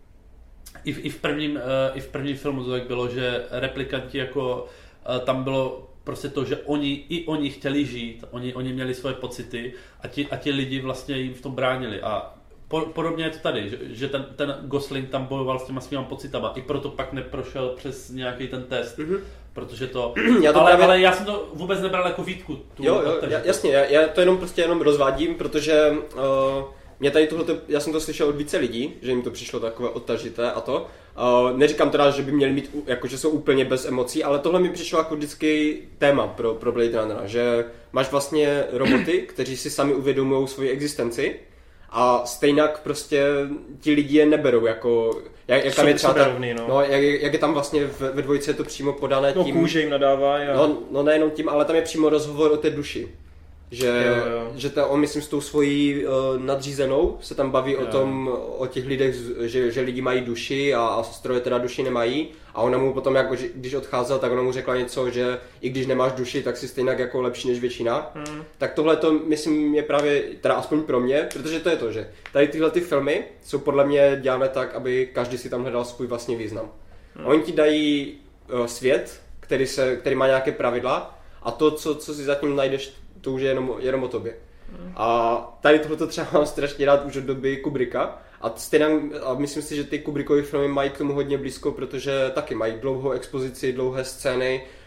i, v, i, v prvním, i v prvním filmu to tak bylo, že replikanti jako tam bylo prostě to, že oni, i oni chtěli žít, oni, oni měli svoje pocity a ti, a ti lidi vlastně jim v tom bránili. A po, podobně je to tady, že, že ten, ten Gosling tam bojoval s těma svýma pocitama, i proto pak neprošel přes nějaký ten test. Mm-hmm. Protože to, já to ale, právě... ale já jsem to vůbec nebral jako výtku. Tu jo, jo, já, jasně, já, já to jenom prostě jenom rozvádím, protože uh, mě tady tohleto, já jsem to slyšel od více lidí, že jim to přišlo takové odtažité a to. Uh, neříkám teda, že by měli mít, jako že jsou úplně bez emocí, ale tohle mi přišlo jako vždycky téma pro, pro Blade Runnera, že máš vlastně roboty, kteří si sami uvědomují svoji existenci, a stejnak prostě ti lidi je neberou, jako jak, jak tam je třeba ta, no. No, jak, jak je tam vlastně ve, ve dvojici je to přímo podané no, tím... No kůže jim nadává. A... No, no nejenom tím, ale tam je přímo rozhovor o té duši. Že, jo, jo. že ta, on myslím s tou svojí uh, nadřízenou se tam baví jo. o tom, o těch lidech, že, že lidi mají duši a, a stroje teda duši nemají a ona mu potom, jako, když odcházel, tak ona mu řekla něco, že i když nemáš duši, tak jsi stejně jako lepší než většina. Hmm. Tak tohle to myslím je právě, teda aspoň pro mě, protože to je to, že tady tyhle ty filmy jsou podle mě dělané tak, aby každý si tam hledal svůj vlastní význam. Hmm. Oni ti dají uh, svět, který, se, který má nějaké pravidla a to, co, co si zatím najdeš, to už je jenom, jenom o tobě. Mm. A tady tohleto třeba mám strašně rád už od doby Kubricka. A stejně, a myslím si, že ty Kubrickovy filmy mají k tomu hodně blízko, protože taky mají dlouhou expozici, dlouhé scény,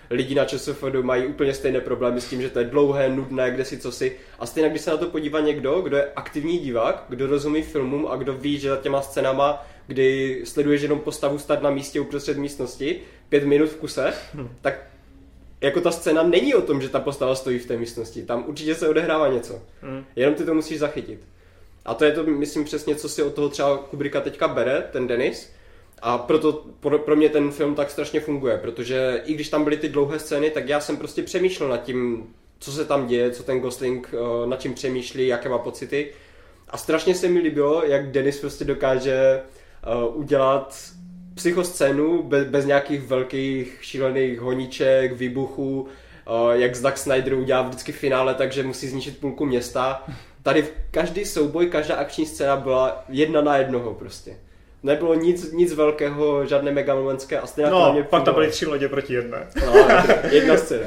lidi na ČSFD mají úplně stejné problémy s tím, že to je dlouhé, nudné, kde si co si. A stejně, když se na to podívá někdo, kdo je aktivní divák, kdo rozumí filmům a kdo ví, že za těma scénama, kdy sleduješ jenom postavu stát na místě uprostřed místnosti, pět minut v kuse, hmm. tak jako ta scéna není o tom, že ta postava stojí v té místnosti. Tam určitě se odehrává něco. Hmm. Jenom ty to musíš zachytit. A to je to, myslím, přesně, co si od toho třeba Kubricka teďka bere, ten Denis. A proto pro, pro mě ten film tak strašně funguje, protože i když tam byly ty dlouhé scény, tak já jsem prostě přemýšlel nad tím, co se tam děje, co ten Gosling uh, nad čím přemýšlí, jaké má pocity. A strašně se mi líbilo, jak Denis prostě dokáže uh, udělat psychoscénu bez, bez nějakých velkých šílených honíček, výbuchů, uh, jak Zack Snyder udělá vždycky v finále, takže musí zničit půlku města. Tady každý souboj, každá akční scéna byla jedna na jednoho prostě. Nebylo nic, nic velkého, žádné megalomanské a stejně no, to na mě pak tam byly tři lodě proti jedné. No, jedna scéna.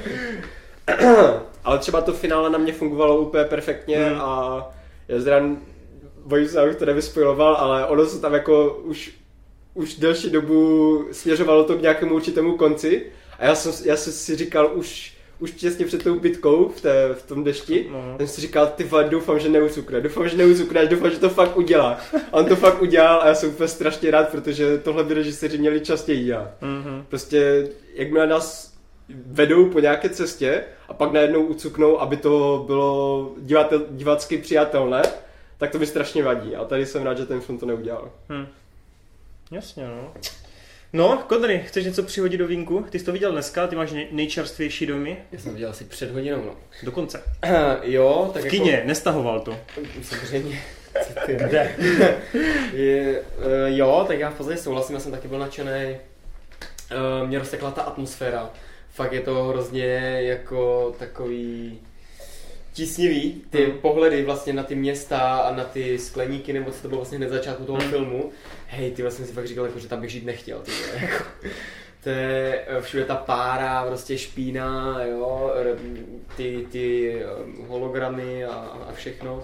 Ale třeba to finále na mě fungovalo úplně perfektně hmm. a já zran, bojím se, abych to nevyspojiloval, ale ono se tam jako už, už delší dobu směřovalo to k nějakému určitému konci a já jsem, já jsem si říkal už už těsně před tou bitkou v, té, v tom dešti, no. jsem si říkal, ty vole, doufám, že neuzukne, doufám, že neuzukne, doufám, že to fakt udělá. A on to fakt udělal a já jsem úplně strašně rád, protože tohle by režiséři měli častěji dělat. Mm-hmm. Prostě, jakmile nás vedou po nějaké cestě a pak najednou ucuknou, aby to bylo divatel, divácky přijatelné, tak to mi strašně vadí. A tady jsem rád, že ten film to neudělal. Hmm. Jasně, no. No, Kodry, chceš něco přihodit do vínku? Ty jsi to viděl dneska, ty máš nej- nejčerstvější domy. Já jsem viděl asi před hodinou, no. Dokonce. Uh, jo, tak v kině, jako... nestahoval to. Samozřejmě. Kde? Je, uh, jo, tak já v podstatě souhlasím, já jsem taky byl nadšený. Uh, mě roztekla ta atmosféra. Fakt je to hrozně jako takový tísnivý, ty hmm. pohledy vlastně na ty města a na ty skleníky, nebo co to bylo vlastně hned začátku toho hmm. filmu. Hej, ty vlastně si fakt říkal, jako, že tam bych žít nechtěl. Ty, jako, to je všude ta pára, prostě špína, jo, ty, ty hologramy a, a všechno.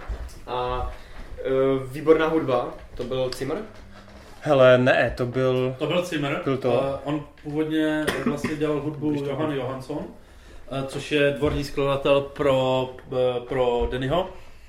A uh, výborná hudba, to byl Zimmer. Hele, ne, to byl... To byl Zimmer. Byl to. Uh, on původně vlastně dělal hudbu Johan Johansson, uh, což je dvorní skladatel pro, uh, pro Dannyho,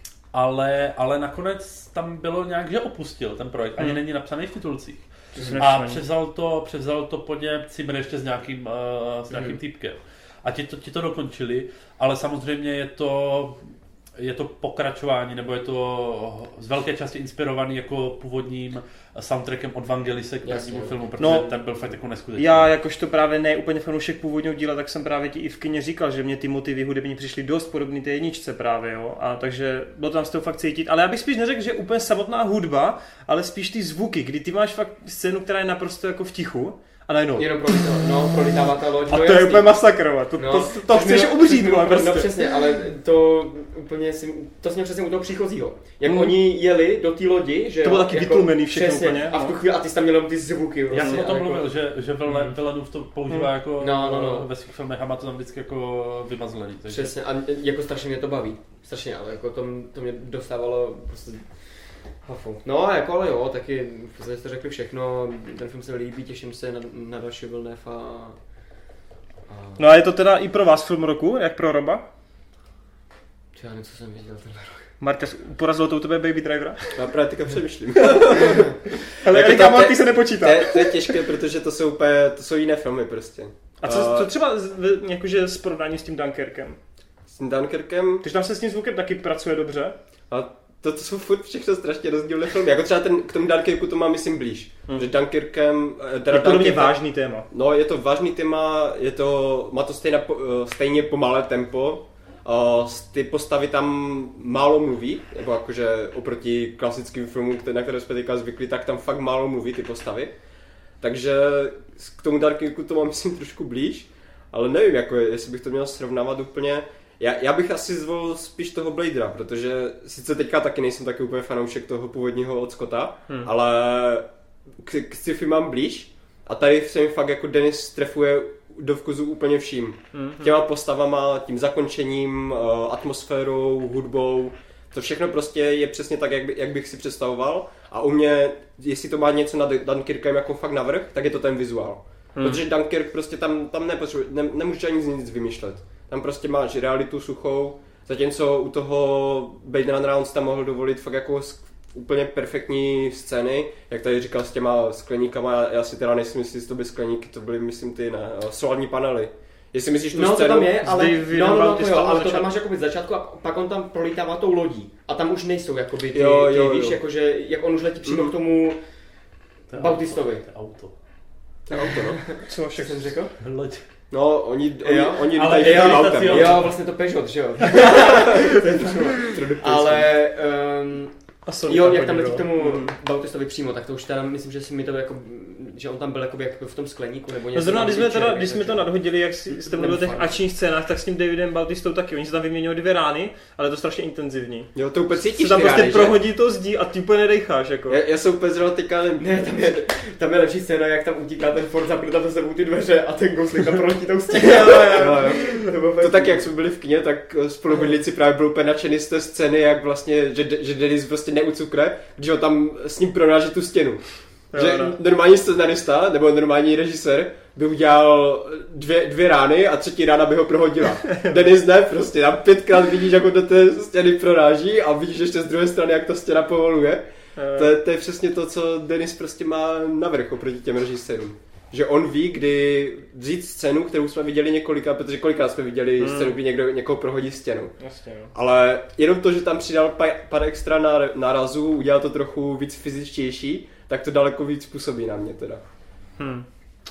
ale, ale nakonec tam bylo nějak, že opustil ten projekt, ani hmm. není napsaný v titulcích. A převzal to, převzal to po něm Zimmer ještě s nějakým, uh, s nějakým hmm. týpkem. A ti to, ti to dokončili, ale samozřejmě je to... Je to pokračování, nebo je to z velké části inspirovaný jako původním soundtrackem od Vangelise k prvnímu filmu, protože no, ten byl fakt jako neskutečný. Já jakožto právě ne úplně fanoušek původního díla, tak jsem právě ti i v kině říkal, že mě ty motivy hudební přišly dost podobný té jedničce právě, jo. A takže bylo tam z toho fakt cítit, ale já bych spíš neřekl, že úplně samotná hudba, ale spíš ty zvuky, kdy ty máš fakt scénu, která je naprosto jako v tichu. A najednou. Jenom prolítává, no, prolítává ta loď. A to, to je úplně masakrovat, to, no, to, to, to chceš umřít, no, prostě. No přesně, ale to úplně si, to jsem přesně u toho příchozího. Jak mm. oni jeli do té lodi, že to bylo taky jako, vytlumený všechno přesně, úplně. A v tu chvíli, a ty jsi tam měl ty zvuky. Vlastně, já jsem o tom jako, mluvil, že, že Villeneuve to používá mm. jako no, no, no. ve svých filmech a má to tam vždycky jako vymazlený. Takže... Přesně, a jako strašně mě to baví. Strašně, ale jako to, to mě dostávalo prostě hafu. No a jako ale jo, taky v podstatě jste řekli všechno, ten film se mi líbí, těším se na, na další Villeneuve a, a... No a je to teda i pro vás film roku, jak pro Roba? Já něco jsem viděl tenhle rok. Marta, porazilo to u tebe Baby Drivera? Já právě teďka přemýšlím. Ale jako Erika Marty se nepočítá. To, to je těžké, protože to jsou úplně, to jsou jiné filmy prostě. A co, co třeba jakože s porovnáním s tím Dunkerkem? S tím Dunkerkem? Když tam se s tím zvukem taky pracuje dobře? A to, to jsou furt všechno strašně rozdílné filmy. Jako třeba ten, k tomu Dunkerku to mám myslím blíž. Hmm. Že Dunkerkem... Teda je to hodně vážný téma. No, je to vážný téma, je to, má to stejně, stejně pomalé tempo. Uh, ty postavy tam málo mluví, nebo jakože oproti klasickým filmům, na které jsme teďka zvykli, tak tam fakt málo mluví ty postavy. Takže k tomu Dunkerku to mám myslím trošku blíž, ale nevím, jako, jestli bych to měl srovnávat úplně. Já, já bych asi zvolil spíš toho Bladera, protože sice teďka taky nejsem taky úplně fanoušek toho původního od Scotta, hmm. ale k, k sci-fi mám blíž a tady se mi fakt jako Denis trefuje do vkusu úplně vším. Hmm. Těma postavama, tím zakončením, atmosférou, hudbou, to všechno prostě je přesně tak, jak, by, jak bych si představoval a u mě, jestli to má něco nad Dunkirkem jako fakt navrch, tak je to ten vizuál. Hmm. Protože Dunkirk prostě tam, tam nepotřebuje, ne, nemůžeš ani nic vymýšlet. Tam prostě máš realitu suchou, zatímco u toho Blade Runnera on si tam mohl dovolit fakt jako úplně perfektní scény, jak tady říkal s těma skleníkama, já si teda nejsem myslí, že to byly skleníky, to byly myslím ty ne, solární panely. Jestli myslíš tu no, scénu... No to tam je, ale, no, no, no, to jo, ale to tam máš jakoby začátku a pak on tam prolítává tou lodí a tam už nejsou jakoby ty, jo, jo, ty víš, jo. Jakože, jak on už letí přímo mm. k tomu Bautistovi. To je auto. To je auto, no. Co však jsem řekl? Loď. No, oni, oni, jo, oni ale lítají jo, autem. Jo, jo, vlastně to Peugeot, že jo. Ale... Um, jo, jak tam letí k tomu mm. Bautistovi přímo, tak to už teda myslím, že si mi to jako, že on tam byl jakoby jako v tom skleníku nebo něco. No zrovna, když jsme, teda, když jsme to nadhodili, jak jste mluvili o těch akčních scénách, tak s tím Davidem Bautistou taky, oni se tam vyměňují dvě rány, ale to strašně intenzivní. Jo, to úplně cítíš tam ty prostě rány, prohodí to zdí a ty úplně nedejcháš, jako. Já, já jsem úplně zrovna teďka ne, tam je, tam je lepší scéna, jak tam utíká ten Ford, zapne tam za sebou ty dveře a ten Gosling tam proletí tou stěnou. To tak, jak jsme byli v kině, tak spolubydlíci právě byl úplně nadšený z té scény, jak vlastně, že, že Dennis prostě neucukre, když ho tam s ním pronáží tu stěnu. Jo, že no. Normální scenarista nebo normální režisér by udělal dvě, dvě rány a třetí rána by ho prohodila. Dennis ne, prostě tam pětkrát vidíš, jak ho do té stěny pronáží a vidíš ještě z druhé strany, jak ta stěna povoluje. To je, to je přesně to, co Dennis prostě má navrch oproti těm režisérům. Že on ví, kdy vzít scénu, kterou jsme viděli několikrát, protože kolikrát jsme viděli hmm. scénu, kdy někdo někoho prohodí stěnu. Jasně, no. Ale jenom to, že tam přidal pár, pár extra nárazů, udělal to trochu víc fyzičtější, tak to daleko víc působí na mě teda. Hmm.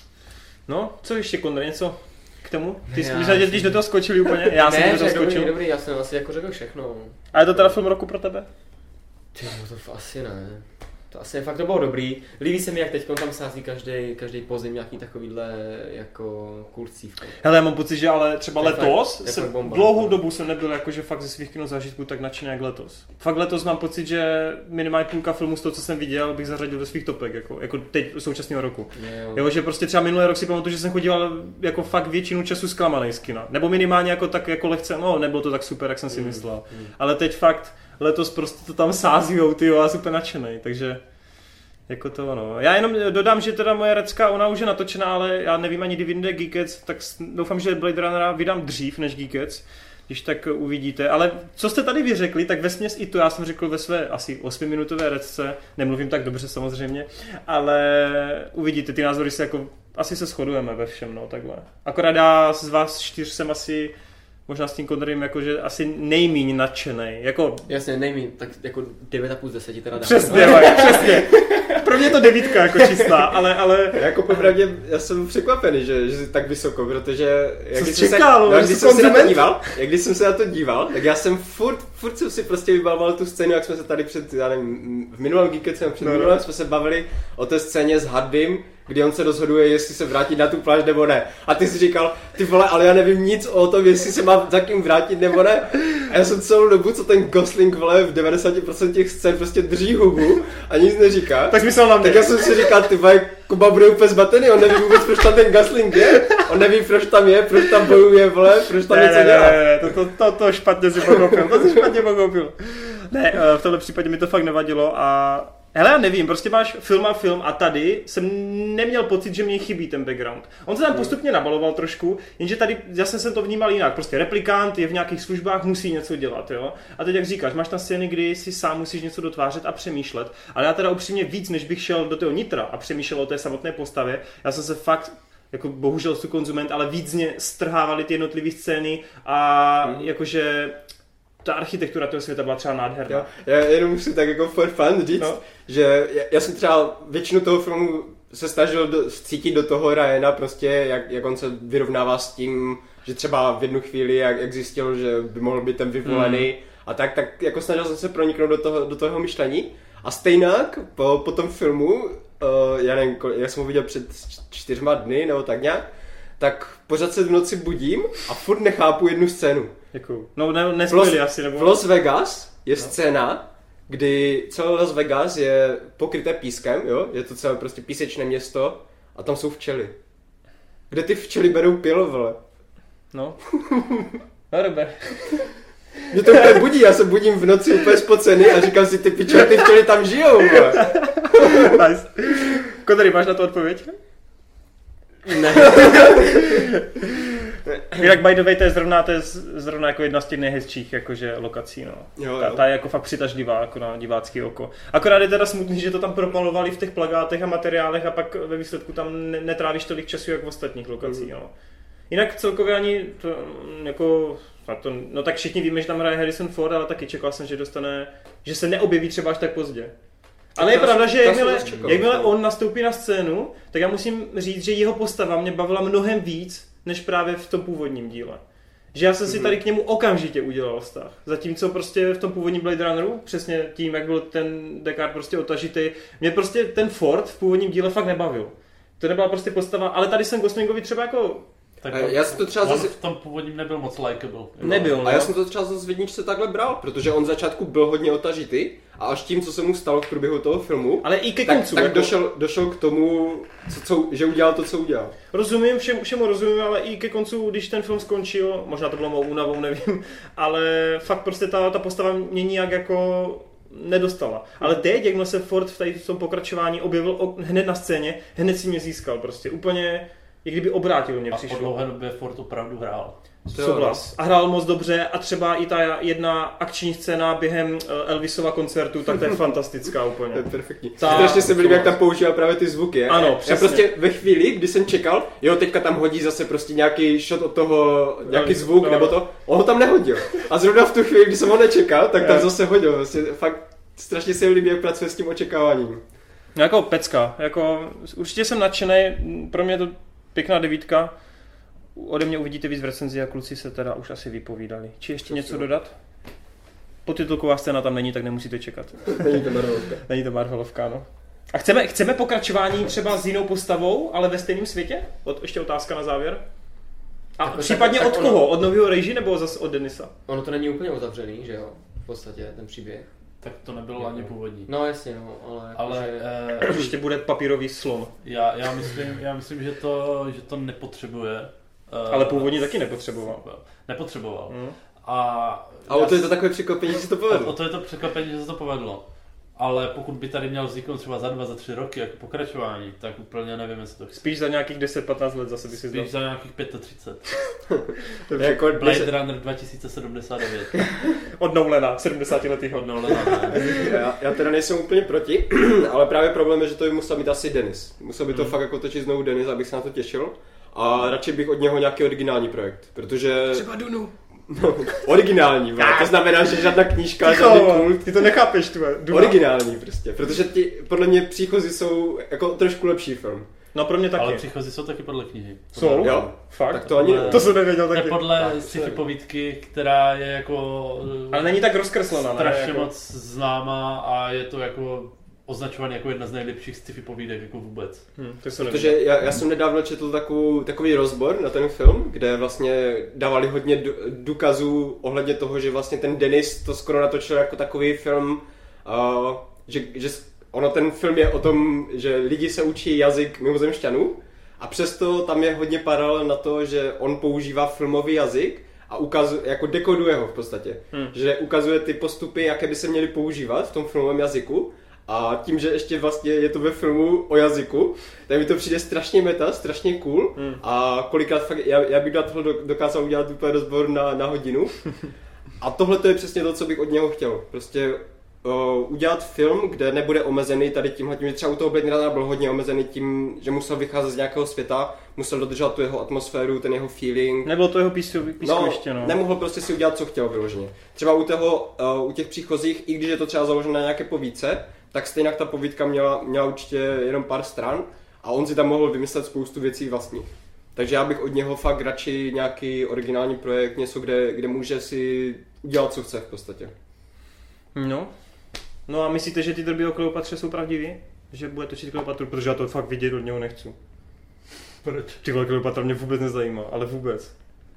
No, co ještě, Kondra, něco k tomu? Ty jsi já, když do toho skočili úplně? Já ne, jsem do toho skočil. Dobrý, dobrý, já jsem asi jako řekl všechno. A je to teda film roku pro tebe? Ty, no to asi ne. To asi fakt to bylo dobrý. Líbí se mi, jak teď tam sází každý, každý pozim nějaký takovýhle jako kurcívky. Hele, já mám pocit, že ale třeba je letos, fakt, jsem, bomba, dlouhou dobu jsem nebyl jakože fakt ze svých kinozážitků tak nadšený jak letos. Fakt letos mám pocit, že minimálně půlka filmů z toho, co jsem viděl, bych zařadil do svých topek, jako, jako teď současného roku. Jo. Jo, že prostě třeba minulý rok si pamatuju, že jsem chodil jako fakt většinu času zklamanej z kina. Nebo minimálně jako tak jako lehce, no nebylo to tak super, jak jsem si myslel. Mm, mm. Ale teď fakt letos prostě to tam sázijou, ty jo, a super nadšenej, takže jako to no. Já jenom dodám, že teda moje recka, ona už je natočená, ale já nevím ani kdy vyjde Geekets, tak doufám, že Blade Runnera vydám dřív než Geekets, když tak uvidíte. Ale co jste tady vyřekli, tak vesměs i to já jsem řekl ve své asi osmiminutové recce, nemluvím tak dobře samozřejmě, ale uvidíte, ty názory se jako, asi se shodujeme ve všem, no takhle. Akorát já z vás čtyř jsem asi možná s tím Kondrym jakože asi nejmíň nadšenej, jako... Jasně, nejmíň, tak jako devět a půl z deseti teda dám. Přesně, přesně. Pro mě je to devítka jako čísla, ale... ale... Jako popravdě, já jsem překvapený, že, že jsi tak vysoko, protože... Jak Co jsi čekal? Se, no, když jsem se na to díval, jak když jsem se na to díval, tak já jsem furt, furt jsem si prostě vybavoval tu scénu, jak jsme se tady před, já nevím, v minulém Geeketsu, před no, minulém jsme se bavili o té scéně s Hardym, kdy on se rozhoduje, jestli se vrátit na tu pláž nebo ne. A ty si říkal, ty vole, ale já nevím nic o tom, jestli se mám za kým vrátit nebo ne. A já jsem celou dobu, co ten Gosling, vole, v devadesát procent těch scén prostě drží hubu a nic neříká. Tak myslel na mě. Tak já jsem si říkal, ty vole, Kuba bude úplně zmatený, on neví vůbec, proč tam ten Gosling je. On neví, proč tam je, proč tam bojuje, vole, proč tam ne, něco ne, dělá. Ne, ne, to, to, to, to špatně si pochopil, to si špatně pochopil. Ne, v tomhle případě mi to fakt nevadilo a... Hele, já nevím, prostě máš film a film a tady jsem neměl pocit, že mě chybí ten background. On se tam postupně nabaloval trošku, jenže tady jasně jsem to vnímal jinak. Prostě replikant je v nějakých službách, musí něco dělat, jo. A teď jak říkáš, máš tam scény, kdy si sám musíš něco dotvářet a přemýšlet, ale já teda upřímně víc, než bych šel do toho nitra a přemýšlel o té samotné postavě, já jsem se fakt jako bohužel jsou konzument, ale víc mě strhávali ty jednotlivé scény a mm. jakože ta architektura toho světa byla třeba nádherná. Já, já jenom musím tak jako for fun říct, no. že já, já jsem třeba většinu toho filmu se snažil do, cítit do toho Ryana prostě, jak, jak on se vyrovnává s tím, že třeba v jednu chvíli, jak, jak zjistil, že by mohl být ten vyvolený mm. a tak, tak jako snažil jsem se proniknout do toho, do toho myšlení. A stejnak po, po tom filmu, uh, já nevím, já jsem ho viděl před čtyřma dny nebo tak nějak, tak pořád se v noci budím a furt nechápu jednu scénu. Jakou? No ne, nespojili asi, nebo... V Las Vegas je no. scéna, kdy celé Las Vegas je pokryté pískem, jo? Je to celé prostě písečné město a tam jsou včely. Kde ty včely berou pil, vole? No. No dobře. Mě to úplně budí, já se budím v noci úplně spocený a říkám si, ty pičo, ty včely tam žijou, vole. Nice. Kodry, máš na to odpověď? Ne. Jinak by the way, to je zrovna, to je zrovna jako jedna z těch nejhezčích jakože lokací, no. Jo, jo. Ta, ta je jako fakt přitažlivá jako na divácký oko. Akorát je teda smutný, že to tam propalovali v těch plakátech a materiálech a pak ve výsledku tam netrávíš tolik času, jak v ostatních lokacích, no. Jinak celkově ani to, jako, to, no tak všichni víme, že tam hraje Harrison Ford, ale taky čekal jsem, že dostane, že se neobjeví třeba až tak pozdě. Ale je pravda, že jakmile, jakmile on nastoupí na scénu, tak já musím říct, že jeho postava mě bavila mnohem víc, než právě v tom původním díle. Že já jsem si tady k němu okamžitě udělal vztah. Zatímco prostě v tom původním Blade Runneru, přesně tím, jak byl ten Deckard prostě otažitý, mě prostě ten Ford v původním díle fakt nebavil. To nebyla prostě postava, ale tady jsem Goslingovi třeba jako... Tak já jsem to třeba on zase... v tom původním nebyl moc likeable. Nebyl, no. A já jsem to třeba zase v jedničce takhle bral, protože on v začátku byl hodně otažitý a až tím, co se mu stalo v průběhu toho filmu, ale i ke tak, koncu, tak jako... došel, došel k tomu, co, co, že udělal to, co udělal. Rozumím, všem, všemu rozumím, ale i ke koncu, když ten film skončil, možná to bylo mou únavou, nevím, ale fakt prostě ta, ta postava mě nijak jako nedostala. Ale teď, jakmile se Ford v, tady, v tom pokračování objevil hned na scéně, hned si mě získal prostě, úplně... Jak kdyby obrátil mě přišlo. A po dlouhé době Ford opravdu hrál. Souhlas. A hrál moc dobře a třeba i ta jedna akční scéna během Elvisova koncertu, tak to je fantastická úplně. To je perfektní. Ta... Strašně se líbí, jak tam používá právě ty zvuky. Ano, já prostě ve chvíli, kdy jsem čekal, jo, teďka tam hodí zase prostě nějaký shot od toho, nějaký zvuk, no, nebo to, on ho tam nehodil. A zrovna v tu chvíli, kdy jsem ho nečekal, tak tam zase hodil. Vlastně fakt strašně se mi líbí, jak pracuje s tím očekáváním. No jako pecka, jako určitě jsem nadšenej, pro mě to pěkná devítka. Ode mě uvidíte víc v recenzi a kluci se teda už asi vypovídali. Či ještě něco dodat? Podtitulková scéna tam není, tak nemusíte čekat. Není to Marvelovka. Není to Marvelovka, no. A chceme, chceme pokračování třeba s jinou postavou, ale ve stejném světě? Od, ještě otázka na závěr. A tak, případně tak, tak od ono, koho? Od nového Rejži nebo zase od Denisa? Ono to není úplně uzavřený, že jo? V podstatě ten příběh. Tak to nebylo ani původní. No jasně, no, ale... Ale eh, ještě bude papírový slon. Já, já, myslím, já myslím, že to, že to nepotřebuje. Ale původně taky nepotřeboval. Nepotřeboval. Hmm. A, a o to je to takové překvapení, že se to povedlo. O to je to překvapení, že se to povedlo. Ale pokud by tady měl vzniknout třeba za dva, za tři roky jako pokračování, tak úplně nevím, jestli to chci. Spíš za nějakých deset patnáct let zase by si zdal. Spíš za nějakých třicet pět. jako Blade Runner dva tisíce sedmdesát devět. Od Nolana, sedmdesátiletýho. Od Nolana, já, já teda nejsem úplně proti, ale právě problém je, že to by musel mít asi Denis. Musel by to hmm. fakt jako točit znovu Denis, abych se na to těšil. A radši bych od něho nějaký originální projekt, protože... Třeba Dunu. No, originální, vole. To znamená, že žádná knížka, Ticho, žádný kult. Ty to nechápeš, tvoje. Originální prostě, protože ti, podle mě Příchozí jsou jako trošku lepší film. No pro mě taky. Ale Příchozí jsou taky podle knihy. Jsou? Jo? Fakt? Tak to ani ne. To jsem nevěděl taky. Ne podle sci-fi povídky, která je jako... Ale není tak rozkreslená, strašně jako... moc známá a je to jako... označovaný jako jedna z nejlepších sci-fi povídek jako vůbec. Hmm, Protože já, já jsem nedávno četl takovou, takový rozbor na ten film, kde vlastně dávali hodně důkazů ohledně toho, že vlastně ten Denis to skoro natočil jako takový film, uh, že, že ono ten film je o tom, že lidi se učí jazyk mimozemšťanů a přesto tam je hodně paralel na to, že on používá filmový jazyk a ukazuje, jako dekoduje ho v podstatě. Hmm. Že ukazuje ty postupy, jaké by se měly používat v tom filmovém jazyku. A tím, že ještě vlastně je to ve filmu o jazyku, tak mi to přijde strašně meta, strašně cool. Hmm. A kolikrát fakt, já, já bych na tohle dokázal udělat úplně rozbor na, na hodinu. A tohle to je přesně to, co bych od něho chtěl. Prostě uh, udělat film, kde nebude omezený tady tímhle tím, že třeba u toho Blade Runnera byl hodně omezený tím, že musel vycházet z nějakého světa, musel dodržovat tu jeho atmosféru, ten jeho feeling. Nebylo to jeho pískoviště, no, no. Nemohl prostě si udělat, co chtěl vyloženě. Třeba u, toho, uh, u těch příchozích, i když je to třeba založeno na nějaké povídce, tak stejně ta povídka měla, měla určitě jenom pár stran a on si tam mohl vymyslet spoustu věcí vlastních. Takže já bych od něho fakt radši nějaký originální projekt, něco, kde, kde může si udělat, co chce v podstatě. No. No a myslíte, že ty drby o Kleopatře jsou pravdivý? Že bude točit Kleopatru? Protože já to fakt vidět od něho nechci. Proč? Ty Kleopatra mě vůbec nezajímá, ale vůbec.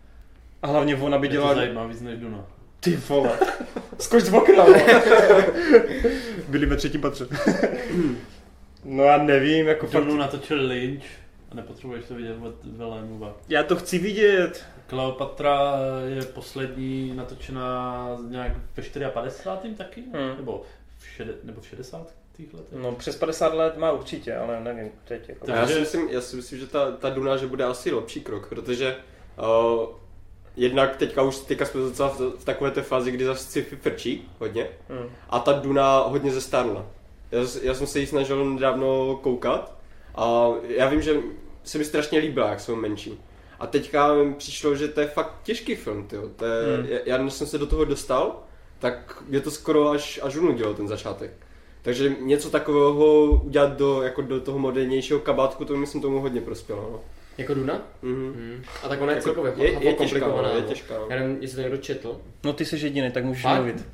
A hlavně ona by dělala... Mě to zajímá víc než Duna. Ty vole. Skoč z okna. Byli ve třetím patře. No já nevím, jako Dunu fakt... natočil Lynch a nepotřebuješ to vidět od Villeneuva. Já to chci vidět. Kleopatra je poslední natočená nějak ve padesátém čtvrtém taky? Hmm. Nebo v šede... nebo v šedesátém? No přes padesát let má určitě, ale nevím teď. Jako. Já, si myslím, já si myslím, že ta, ta Duna, že bude asi lepší krok, protože uh, jednak teďka už teďka jsme docela v, v takové té fázi, kdy zase sci-fi frčí hodně hmm. a ta Duna hodně zestárla. Já, já jsem se jí snažil nedávno koukat a já vím, že se mi strašně líbila, jak jsou menší. A teďka mi přišlo, že to je fakt těžký film, tyjo. To je, hmm. Já než jsem se do toho dostal, tak mě to skoro až, až unudilo ten začátek. Takže něco takového udělat do, jako do toho modernějšího kabátku, to myslím tomu hodně prospělo. No. Jako Duna? Mm-hmm. Mm. A tak ona je jako, celkově je, je, je komplikovaná. Těžká, je těžká, no. Já nevím, jestli to někdo četl. No ty jsi jediný, tak můžeš mluvit.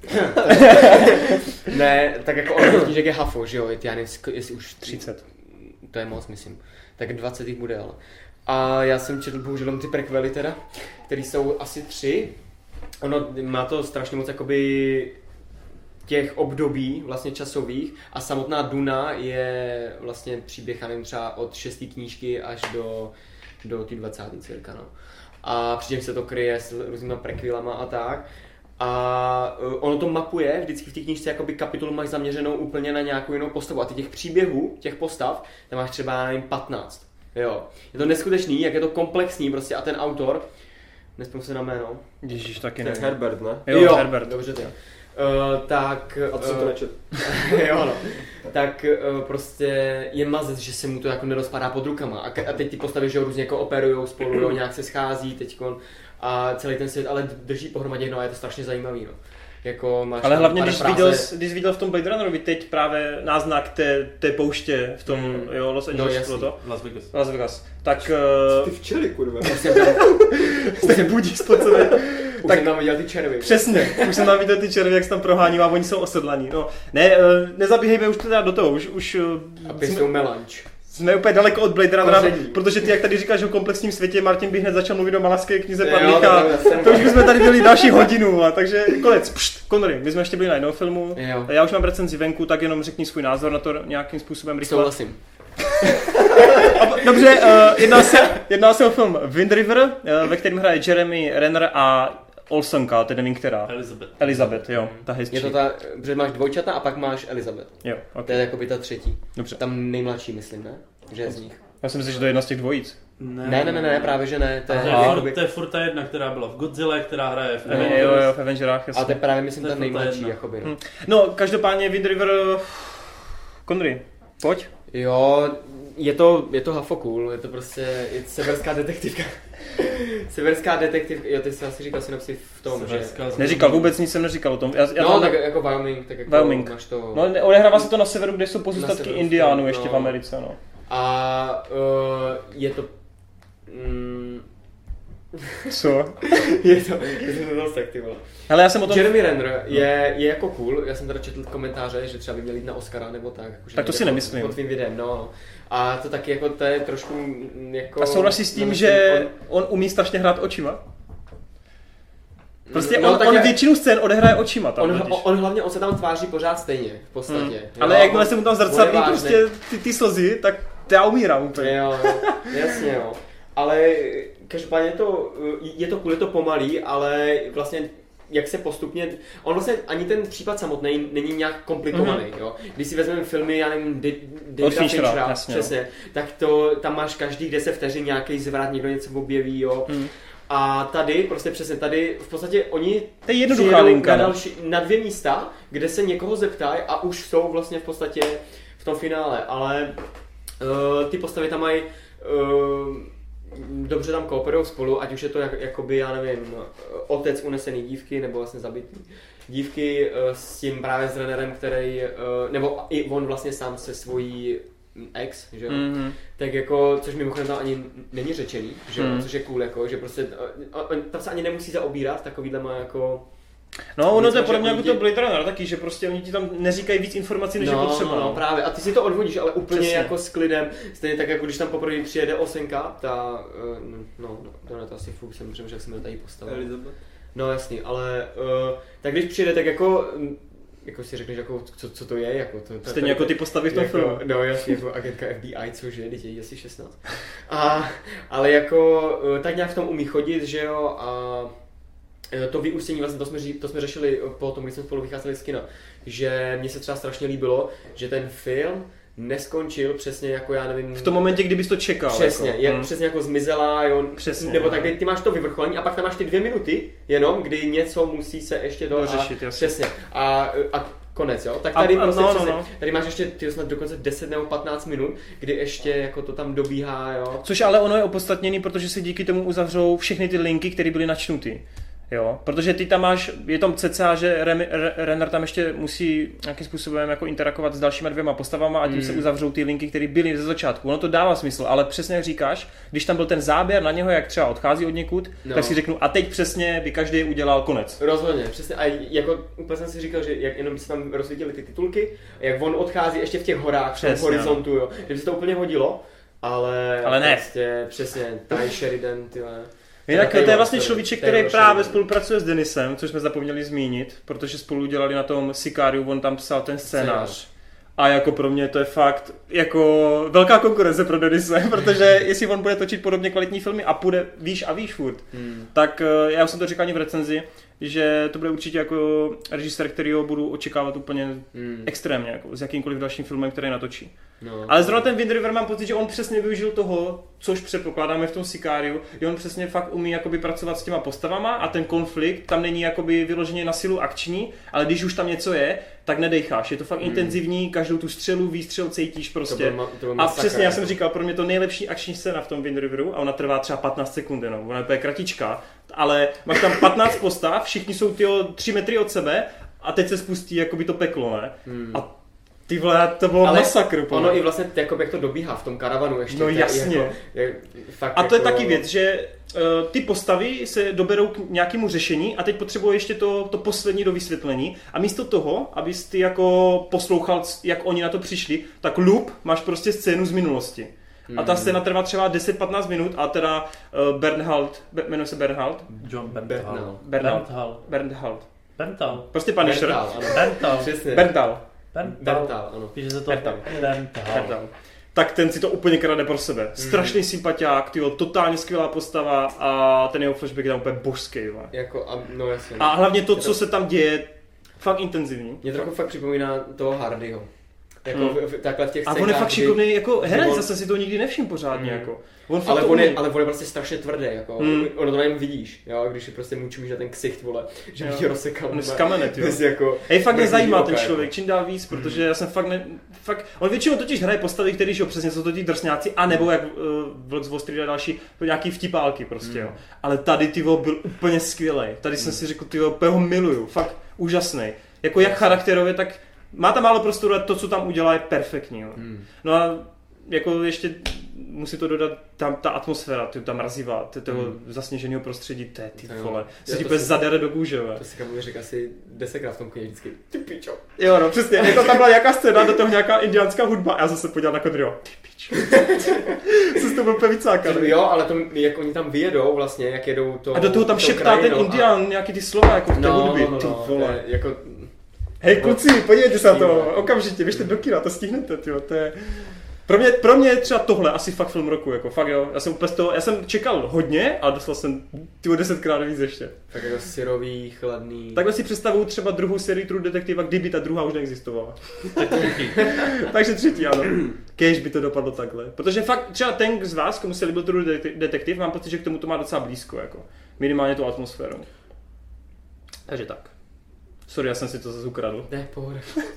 Ne, tak jako on knížek je hafo, že jo, já nevím, jestli už třicet. To je moc, myslím. Tak dvacet jich bude, ale. A já jsem četl bohužel ty prequely teda, který jsou asi tři. Ono má to strašně moc jakoby těch období vlastně časových a samotná Duna je vlastně příběh, já nevím, třeba od šesté knížky až do, do ty dvacáté cirka, no. A přičemž se to kryje s různýma prequelama a tak. A ono to mapuje, vždycky v té knížce jakoby kapitolu máš zaměřenou úplně na nějakou jinou postavu a ty těch příběhů, těch postav, tam máš třeba, nevím, patnáct. Jo. Je to neskutečný, jak je to komplexní prostě a ten autor, nespomínám se na jméno. Ježíš, taky ne. Herbert, ne? Jo, jo Herbert. Dobře ty. Uh, tak... A co uh, to nečet? jo, no. Tak uh, prostě je mazec, že se mu to jako nerozpadá pod rukama. A, a teď ty postavy, že ho různě jako operujou spolu, jo, nějak se schází teďkon a celý ten svět, ale drží pohromadě, no a je to strašně zajímavý, no. Jako máš ale hlavně, když viděl, když viděl v tom Blade Runnerovi teď právě náznak té, té pouště v tom, mm. jo, Los Angeles, no, to? Las Vegas. Las Vegas. Tak... Uh, ty včely, kurva. Už jsem tam... už se budí spocené. Už tak jsem tam viděl ty červy. Přesně, už jsem tam viděl ty červy, jak se tam prohání a oni jsou osedlaní. No, ne, uh, nezabíhejme už teda do toho, už... už a pěstou melanč. Jsme úplně daleko od Blade Runnera, protože ty, jak tady říkáš o komplexním světě, Martin by hned začal mluvit o Malaské knize Padlík a to už bychom tady byli další hodinu, a takže konec, pšt, Connery, my jsme ještě byli na jednou filmu, jo. Já už mám recenzi venku, tak jenom řekni svůj názor na to nějakým způsobem rychle. Souhlasím. Dobře, uh, jedná, se, jedná se o film Wind River, uh, ve kterém hraje Jeremy Renner a Olsenka, tedy nevím která. Elizabeth. Elizabeth, jo, ta hezčí. Je to ta, že máš dvojčata a pak máš Elizabeth. Jo, okay. To je jakoby ta třetí. Dobře. Tam nejmladší, myslím, ne? Že je z nich. Já si myslím, že to je jedna z těch dvojic. Ne, ne, ne, ne, ne právě že ne. To je, a, jakoby... to je furt ta jedna, která byla v Godzilla, která hraje v Avengerách. Jo, jo, v Avengerách, jasně. A to je právě, myslím, ta nejmladší, jakoby. No. Hmm. No, každopádně Wind River... Connery, pojď. Jo, je to, je to hafo cool, je to prostě je severská detektivka. Severská detektivka, jo, ty jsi asi říkal synopsi v tom, Severská že... Neříkal, vůbec nic jsem neříkal o tom. Já, já no, tam... tak jako Wyoming, tak jako Wyoming. máš to... No, odehrává se to na severu, kde jsou pozůstatky Indiánů ještě no. v Americe, no. A uh, je to... Mm, co? je to, je to zase ty vole. Hele, já jsem o tom... Jeremy Renner je, je jako cool, já jsem teda četl komentáře, že třeba by měl jít na Oscara nebo tak. Jako, tak to si nemyslím. Pod tvým videem, no. A to taky jako, to je trošku jako... A souhlasí s tím, no, že on... on umí strašně hrát očima? Prostě no, on, on je... většinu scén odehraje očima tam. On, on hlavně, on se tam tváří pořád stejně, v podstatě. Hmm. Ale jakmile se mu tam zrcadlí prostě ty, ty slzy, tak to já umírám úplně. Jo, jasně jo. Ale každopádně je to, je to cool, je to pomalý, ale vlastně jak se postupně, on vlastně ani ten případ samotný není nějak komplikovaný, mm-hmm. jo. Když si vezmeme filmy, já nevím, Davida Finchera, přesně, tak to, tam máš každý deset vteřin nějaký zvrat, někdo něco objeví, jo. Mm. A tady, prostě přesně tady, v podstatě oni to je jednoduchá linka, na, další, na dvě místa, kde se někoho zeptají a už jsou vlastně v podstatě v tom finále, ale uh, ty postavy tam mají uh, dobře tam kooperují spolu, ať už je to jak, jakoby, já nevím, otec unesený dívky, nebo vlastně zabitý dívky s tím právě s Rennerem, který, nebo i on vlastně sám se svojí ex, že jo, mm-hmm. tak jako, což mimochodem tam ani není řečený, že jo, mm. což je cool, jako, že prostě, tam se ani nemusí zaobírat, takovýhle má jako... No, ono to je podobně jako to Blade Runner taky, že prostě oni ti tam neříkají víc informací, než no, je potřeba. No, no, právě. A ty si to odvodíš, ale úplně přesně. Jako s klidem. Stejně tak, jako když tam poprvé přijede Osenka, ta, no, no, no to asi fuk, jsem přemýšlel, jak jsem to tady postavil. Elizabeth. No, jasný, ale uh, tak když přijede, tak jako, jako si řekneš, jako, co, co to je, jako to. Stejně jako ty postavy v tom jako, filmu. No, jasně, jako agentka F B I, což je, teď je asi šestnáct. A, ale jako, tak nějak v tom umí chodit, že jo, a to vyústění, vlastně to jsme, to jsme řešili po tom, když jsme spolu vycházeli z kina, že mně se třeba strašně líbilo, že ten film neskončil přesně jako já nevím... V tom momentě, kdybys to čekal. Přesně, jako. je hmm. přesně jako zmizela, jo, přesně, nebo no. tak, kdy ty máš to vyvrcholení a pak tam máš ty dvě minuty jenom, kdy něco musí se ještě do... dořešit, a, přesně. A, a konec, jo. Tak tady, a, prostě, no, no, no. tady máš ještě ty snad dokonce deset nebo patnáct minut, kdy ještě jako to tam dobíhá, jo. Což ale ono je opodstatněný, protože se díky tomu uzavřou všechny ty linky, které byly načnuty. Jo, protože ty tam máš, je tam cca, že Renner tam ještě musí nějakým způsobem jako interakovat s dalšíma dvěma postavama a tím mm. se uzavřou ty linky, které byly ze začátku. Ono to dává smysl, ale přesně jak říkáš, když tam byl ten záběr na něho, jak třeba odchází od někud, no. tak si řeknu a teď přesně by každý udělal konec. Rozhodně, přesně. A jako úplně jsem si říkal, že jak jenom by se tam rozsvítily ty titulky, jak on odchází ještě v těch horách, přesně, v tom horizontu, jo. Kdyby se to úplně hodilo, ale, ale ne. Prostě, přesně, Ty Sheridan, tyhle. Jinak to je vlastně človíček, který právě spolupracuje s Denisem, což jsme zapomněli zmínit, protože spolu dělali na tom Sicariu, on tam psal ten scénář. A jako pro mě to je fakt jako velká konkurence pro Denise, protože jestli on bude točit podobně kvalitní filmy a půjde výš a výš furt, hmm. tak já jsem to říkal ani v recenzi, že to bude určitě jako režisér, kterýho budu očekávat úplně hmm. extrémně, jako s jakýmkoliv dalším filmem, který natočí. No. Ale zrovna ten Wind River mám pocit, že on přesně využil toho, což předpokládáme v tom Sicariu, že on přesně fakt umí jakoby pracovat s těma postavama a ten konflikt tam není jakoby vyloženě na sílu akční, ale když už tam něco je, tak nedejcháš. Je to fakt hmm. intenzivní, každou tu střelu, výstřel cítíš prostě. To byl, to byl a přesně já jsem říkal, pro mě to nejlepší akční scéna v tom Wind Riveru a ona trvá třeba patnáct sekund jenom, ona je kratička, ale máš tam patnáct postav, všichni jsou tyjo tři metry od sebe a teď se spustí jakoby to peklo, ne? Hmm. A ty vole, to bylo masakr. Ono i vlastně jako jak to dobíhá v tom karavanu ještě. No jasně. Jako, je, fakt a to jako... je taky věc, že uh, ty postavy se doberou k nějakému řešení a teď potřebuje ještě to, to poslední do vysvětlení a místo toho, abys ty jako poslouchal, jak oni na to přišli, tak loop máš prostě scénu z minulosti. Hmm. A ta scéna trvá třeba deset patnáct minut a teda uh, Bernhard, jmenuje se Bernhard? John Bernthal. Bernthal. Bernthal. Bernthal. Prostě Punisher. Bernthal. Přesně. Bernthal. Bernthal, ano. Píše se to Bernthal. Bernthal. Tak ten si to úplně krade pro sebe. Strašný mm. sympatiák, tyjo, totálně skvělá postava a ten jeho flashback je tam úplně božský. Jako, a, no jasně. A hlavně to, co se tam děje, fakt intenzivní. Mě trochu fakt připomíná toho Hardyho. Jako hmm. v, v, takhle v těch a on je fakt šikovný jako herec, on... zase si to nikdy nevšim pořádně. Hmm. Jako. On ale, on je, ale on je prostě strašně tvrdý, jako. Hmm. Ono to na něm vidíš, jo? Když je prostě mučíš na ten ksicht, vole, že by tě rozsekal. On je z kamenet, jo. Jako, Hej, fakt mě zajímá ten člověk, jako. Čím dál víc, protože já jsem fakt ne... Fakt, on většinou totiž hraje postavy, který jo, přesně jsou to ti drsňáci, anebo jak uh, Vlk z Wall Street a další, nějaký vtipálky prostě, hmm. jo. Ale tady tyvo byl úplně skvělej. Tady hmm. jsem si řekl, tyvo, úplně ho miluju, fakt úžasný. Jako jak charakterově, tak má tam málo prostoru a to, co tam udělá, je perfektní. Hmm. No a jako ještě musí to dodat tam ta atmosféra, ty tam mrazivá, ty toho hmm. zasněženého prostředí, té, ty no, vole, se ti úplně zadere do kůže. To si kamu řekl asi desetkrát v tom kyně vždycky, ty pičo. Jo no, přesně, jako tam byla nějaká scéna, do toho nějaká indiánská hudba a já zase podíval na Kodryho, ty pičo. Jsi to byl úplně vycákaný. Jo, ale to, jak oni tam vyjedou vlastně, jak jedou to... A do toho tam šeptá ten indián, a... nějaký ty slova jako v té no, hudbě, no, no, ty no, vole. Ne, jako... Hej kluci, podívejte se na to, okamžitě, běžte do kina, to stihnete, tyjo, to je... Pro mě, pro mě je třeba tohle asi fakt film roku, jako fakt jo, já jsem úplně z toho, já jsem čekal hodně a dostal jsem tyho desetkrát víc ještě. Tak jako syrový, chladný. Takhle si představuju třeba druhou sérii True Detective, kdyby ta druhá už neexistovala. Takže třetí, ano. Kéž by to dopadlo takhle. Protože fakt třeba ten z vás, komu se líbil True Detective, mám pocit, že k tomu to má docela blízko, jako. Minimálně tu atmosféru. Takže tak. Sorry, já jsem si to zase ukradl. Ne, pohoda.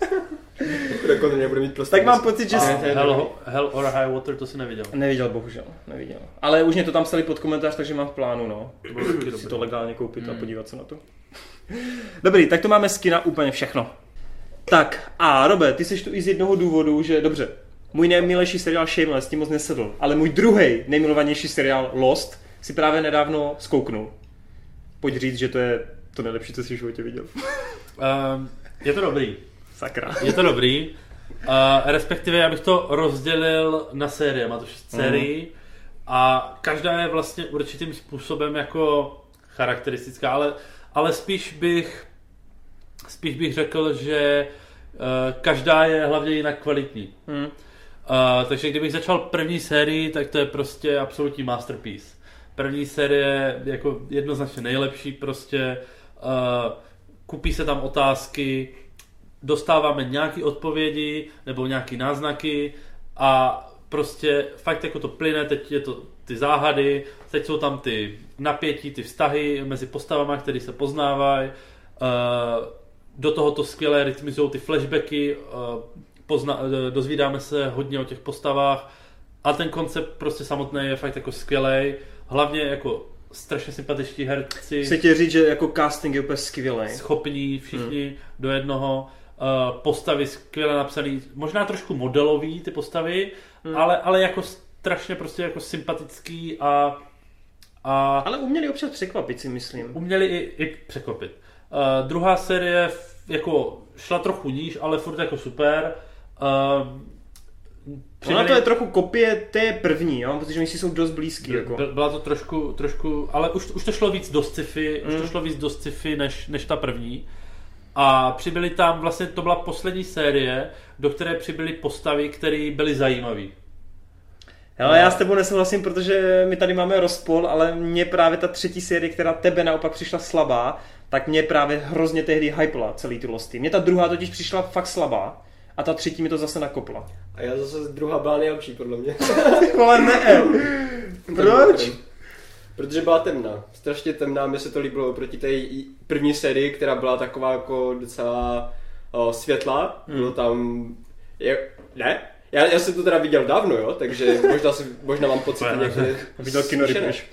Dokud nebude mít prostě. Tak mám pocit, že... Hell, Hell or High Water, to si neviděl. Neviděl, bohužel, neviděl. Ale už mě to tam psali pod komentář, takže mám v plánu, no. To si to legálně koupit hmm. a podívat se na to. Dobrý, tak to máme z kina úplně všechno. Tak, a Robe, ty jsi tu i z jednoho důvodu, že dobře, můj nejmilejší seriál Shameless tím moc nesedl, ale můj druhý nejmilovanější seriál Lost si právě nedávno zkouknul. Pojď říct, že to je to nejlepší, co jsi v životě viděl. Um, je to dobrý. Sakra. Je to dobrý. Uh, respektive já bych to rozdělil na série. Má to šest sérií mm. a každá je vlastně určitým způsobem jako charakteristická, ale, ale spíš bych spíš bych řekl, že uh, každá je hlavně jinak kvalitní. Mm. Uh, takže kdybych začal první sérii, tak to je prostě absolutní masterpiece. První série jako jednoznačně nejlepší, prostě uh, kupí se tam otázky, dostáváme nějaké odpovědi nebo nějaké náznaky a prostě fakt jako to plyne, teď je to ty záhady, teď jsou tam ty napětí, ty vztahy mezi postavama, které se poznávají, uh, do toho to skvěle rytmizují ty flashbacky, uh, pozna, uh, dozvídáme se hodně o těch postavách a ten koncept prostě samotný je fakt jako skvělej, hlavně jako strašně sympatičtí herci. Chci ti říct, že jako casting je úplně skvělej. Schopní všichni hmm. do jednoho, uh, postavy skvěle napsaný, možná trošku modelový ty postavy, hmm. ale, ale jako strašně prostě jako sympatický a, a... Ale uměli občas překvapit, si myslím. Uměli i, i překvapit. Uh, druhá série jako šla trochu níž, ale furt jako super. Uh, Přiměli... Ona to je trochu kopie té první, já mám pocit, že my si jsou dost blízký. Jako. Byla to trošku, trošku ale už, už to šlo víc do sci-fi, mm. už to šlo víc do sci-fi než, než ta první. A přibyly tam, vlastně to byla poslední série, do které přibyly postavy, které byly zajímavé. Hele, já s tebou nesouhlasím, protože my tady máme rozpol, ale mně právě ta třetí série, která tebe naopak přišla slabá, tak mě právě hrozně tehdy hypla celý ty Losty. Mně ta druhá totiž přišla fakt slabá a ta třetí mi to zase nakopla. A já zase druhá byla nejlepší, podle mě. Ale ne. Proč? Protože byla temná. Strašně temná, mně se to líbilo proti té první sérii, která byla taková jako docela o, světlá. Hmm. Bylo tam... Je... Ne? Já, já jsem to teda viděl dávno, jo, takže možná, si, možná mám pocit někde... Viděl kino Rypneš.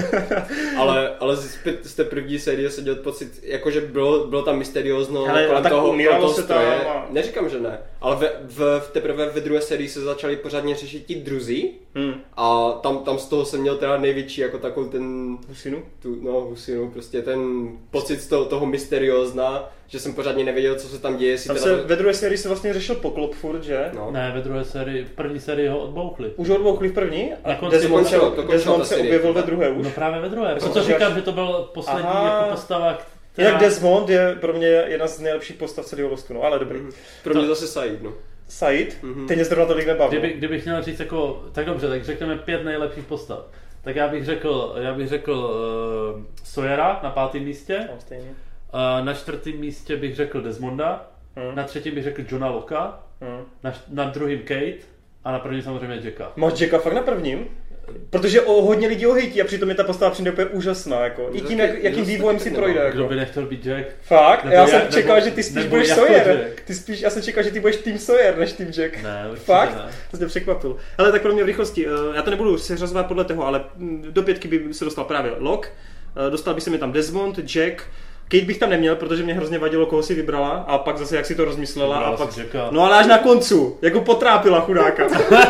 ale, ale z, z té první série jsem měl pocit, jakože bylo, bylo tam mysteriózno ale, kolem toho, kolem toho stroje. Tam a... Neříkám, že ne, ale ve, v, teprve ve druhé sérii se začali pořádně řešit ti druzí hmm. a tam, tam z toho jsem měl teda největší jako takovou ten... Husinu? Tu, no, husinu, prostě ten pocit z toho, toho mysteriózna, že jsem pořádně nevěděl, co se tam děje. Tam se, ve druhé sérii se vlastně řešil poklop furt, že? No. Ne, ve druhé sérii, v první sérii ho odbouchli. Už ho odbouchli v první? A Desmond se, Desmond se objevil ve druhé už? No právě ve druhé, proto říkám, že to byl poslední jako postava, která... Jinak Desmond je pro mě jedna z nejlepších postav celého Lostu, no ale dobrý. Mm-hmm. Pro mě to... zase Said, no. Said? Mm-hmm. Teď mě zrovna tolik nebavil. Kdyby, kdybych měl říct jako, tak dobře, tak řekneme pět nejlepších postav. Tak já bych řekl, já bych řekl uh, Sawyera na pátém místě. No, stejně. Uh, na čtvrtém místě bych řekl Desmonda, hmm. na třetím bych řekl Johna Locka, hmm. na, na druhým Kate a na prvním samozřejmě Jacka. Máš Jacka fakt na prvním? Protože o hodně lidí ho hejtí a přitom je ta postava přijde úplně úžasná, jako. I tím, jak, jakým vývojem si projde. Jako. Kdo by nechtěl být Jack? Fakt? Nebo já jsem jak, čekal, nebo, že ty spíš budeš Sawyer. Ty spíš, já jsem čekal, že ty budeš Team Sawyer než Team Jack. Ne, fakt? Ne. To mě překvapil. Ale tak pro mě v rychlosti, já to nebudu seřazovat podle toho, ale do pětky by se dostal právě Locke, dostal by se mi tam Desmond, Jack. Kate bych tam neměl, protože mě hrozně vadilo, koho si vybrala a pak zase jak si to rozmyslela a pak... No ale až na koncu, jako potrápila chudáka.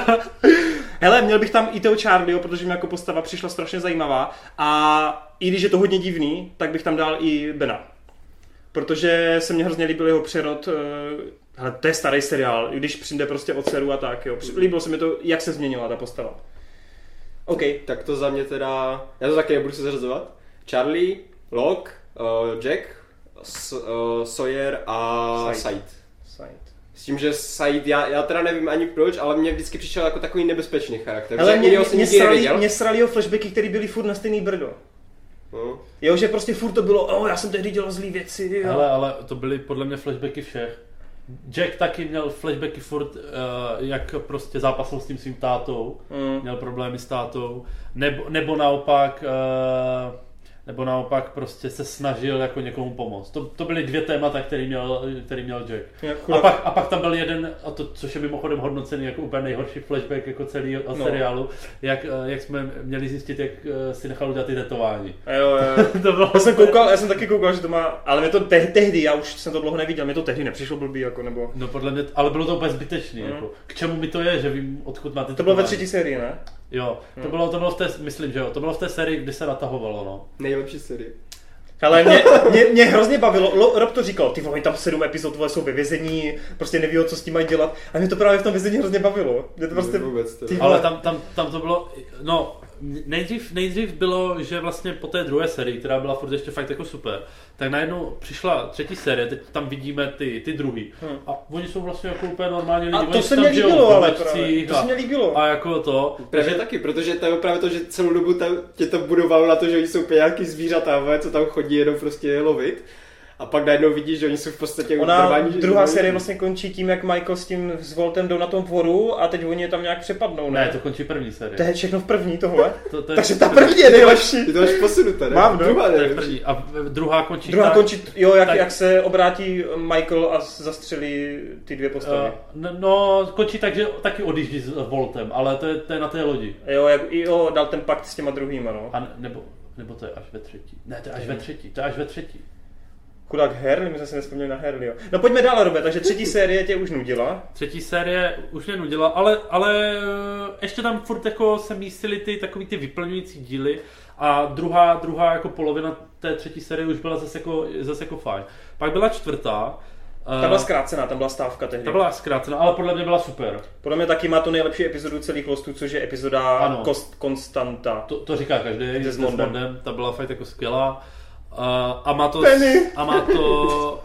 Hele, měl bych tam i toho Charlieho, protože mi jako postava přišla strašně zajímavá a i když je to hodně divný, tak bych tam dal i Bena. Protože se mně hrozně líbil jeho přerod, hele, to je starý seriál, i když přijde prostě od dceru a tak, jo. Líbilo se mi to, jak se změnila ta postava. OK, tak to za mě teda, já to taky nebudu se zařazovat. Charlie, Locke, Uh, Jack, S, uh, Sawyer a Said. Said. S tím, že Said, já, já teda nevím ani proč, ale mě vždycky přišel jako takový nebezpečný charakter. Ale mě, mě, srali, mě srali jeho flashbacky, které byly furt na stejný brdo. Hmm. Jo, že prostě furt to bylo, oh, já jsem tehdy dělal zlý věci. Jo. Ale, ale to byly podle mě flashbacky všech. Jack taky měl flashbacky furt, uh, jak prostě zápasil s tím svým tátou, hmm. měl problémy s tátou, nebo, nebo naopak... Uh, nebo naopak prostě se snažil jako někomu pomoct. To, to byly dvě témata, který měl, který měl Jack. A pak, a pak tam byl jeden, a to, což je mimochodem hodnocený jako úplně nejhorší flashback jako celý no. seriálu, jak, jak jsme měli zjistit, jak si nechal udělat ty tetování. Jo, jo. to bylo já, jsem koukal, já jsem taky koukal, že to má, ale mě to te- tehdy, já už jsem to dlouho neviděl, mě to tehdy nepřišlo blbý, jako nebo... No podle mě, ale bylo to úplně zbytečný, mm. jako. K čemu mi to je, že vím, odkud máte to bylo ve třetí sérii, ne? Jo, to, hmm. bylo, to bylo v té, myslím, že jo, to bylo v té sérii, kdy se natahovalo, no. Nejlepší série. Ale mě, mě, mě hrozně bavilo, Rob to říkal, ty vole, tam sedm epizod, vole, jsou ve vězení, prostě neví, co s tím mají dělat, a mě to právě v tom vězení hrozně bavilo. Mě to prostě, vůbec, ty ale tam, tam, tam to bylo, no, nejdřív, nejdřív bylo, že vlastně po té druhé sérii, která byla furt ještě fakt jako super, tak najednou přišla třetí série, teď tam vidíme ty, ty druhý. Hmm. A oni jsou vlastně jako úplně normální lidi. A to se mě líbilo, ale právě. To a, se mě líbilo. A jako to. Právě že... taky, protože to je právě to, že celou dobu tam, tě to budovalo na to, že oni jsou nějaký zvířata, co tam chodí jenom prostě lovit. A pak najednou vidíš, že oni jsou v podstatě Ona normální, druhá série vlastně končí tím, jak Michael s tím s Voltem jdou na tom dvoru a teď oni je tam nějak přepadnou, ne? Ne, to končí první série. To je všechno v první tohle? to, to je, Takže ta první je nejlepší. Ty to máš posunuté, ne? Mám, no. Druhá je první. A druhá končí Druhá tak, končí, jo, jak, tak, jak se obrátí Michael a zastřelí ty dvě postavy. Uh, no, končí tak, že taky odjíždí s Voltem, ale to je, to je na té lodi. Jo, jak, jo, dal ten pakt s těma druhýma, no. A ne, nebo, nebo to je až ve třetí. Ne, to je až ve třetí, to je až ve třetí. Chudák Harley, my jsme si nespomněli na Harley, jo. No pojďme dál, Robe, takže třetí série tě už nudila. Třetí série už mě nudila, ale, ale ještě tam furt jako se mísily ty takový ty vyplňující díly a druhá, druhá jako polovina té třetí série už byla zase jako, zase jako fajn. Pak byla čtvrtá. Ta byla zkrácená, tam byla stávka tehdy. Ta byla zkrácená, ale podle mě byla super. Podle mě taky má to nejlepší epizodu celých Lostů, což je epizoda Kost, Konstanta. To, to říká každý, s Desmondem. Ta byla fakt jako skvělá. Uh, a má to Penny. a má to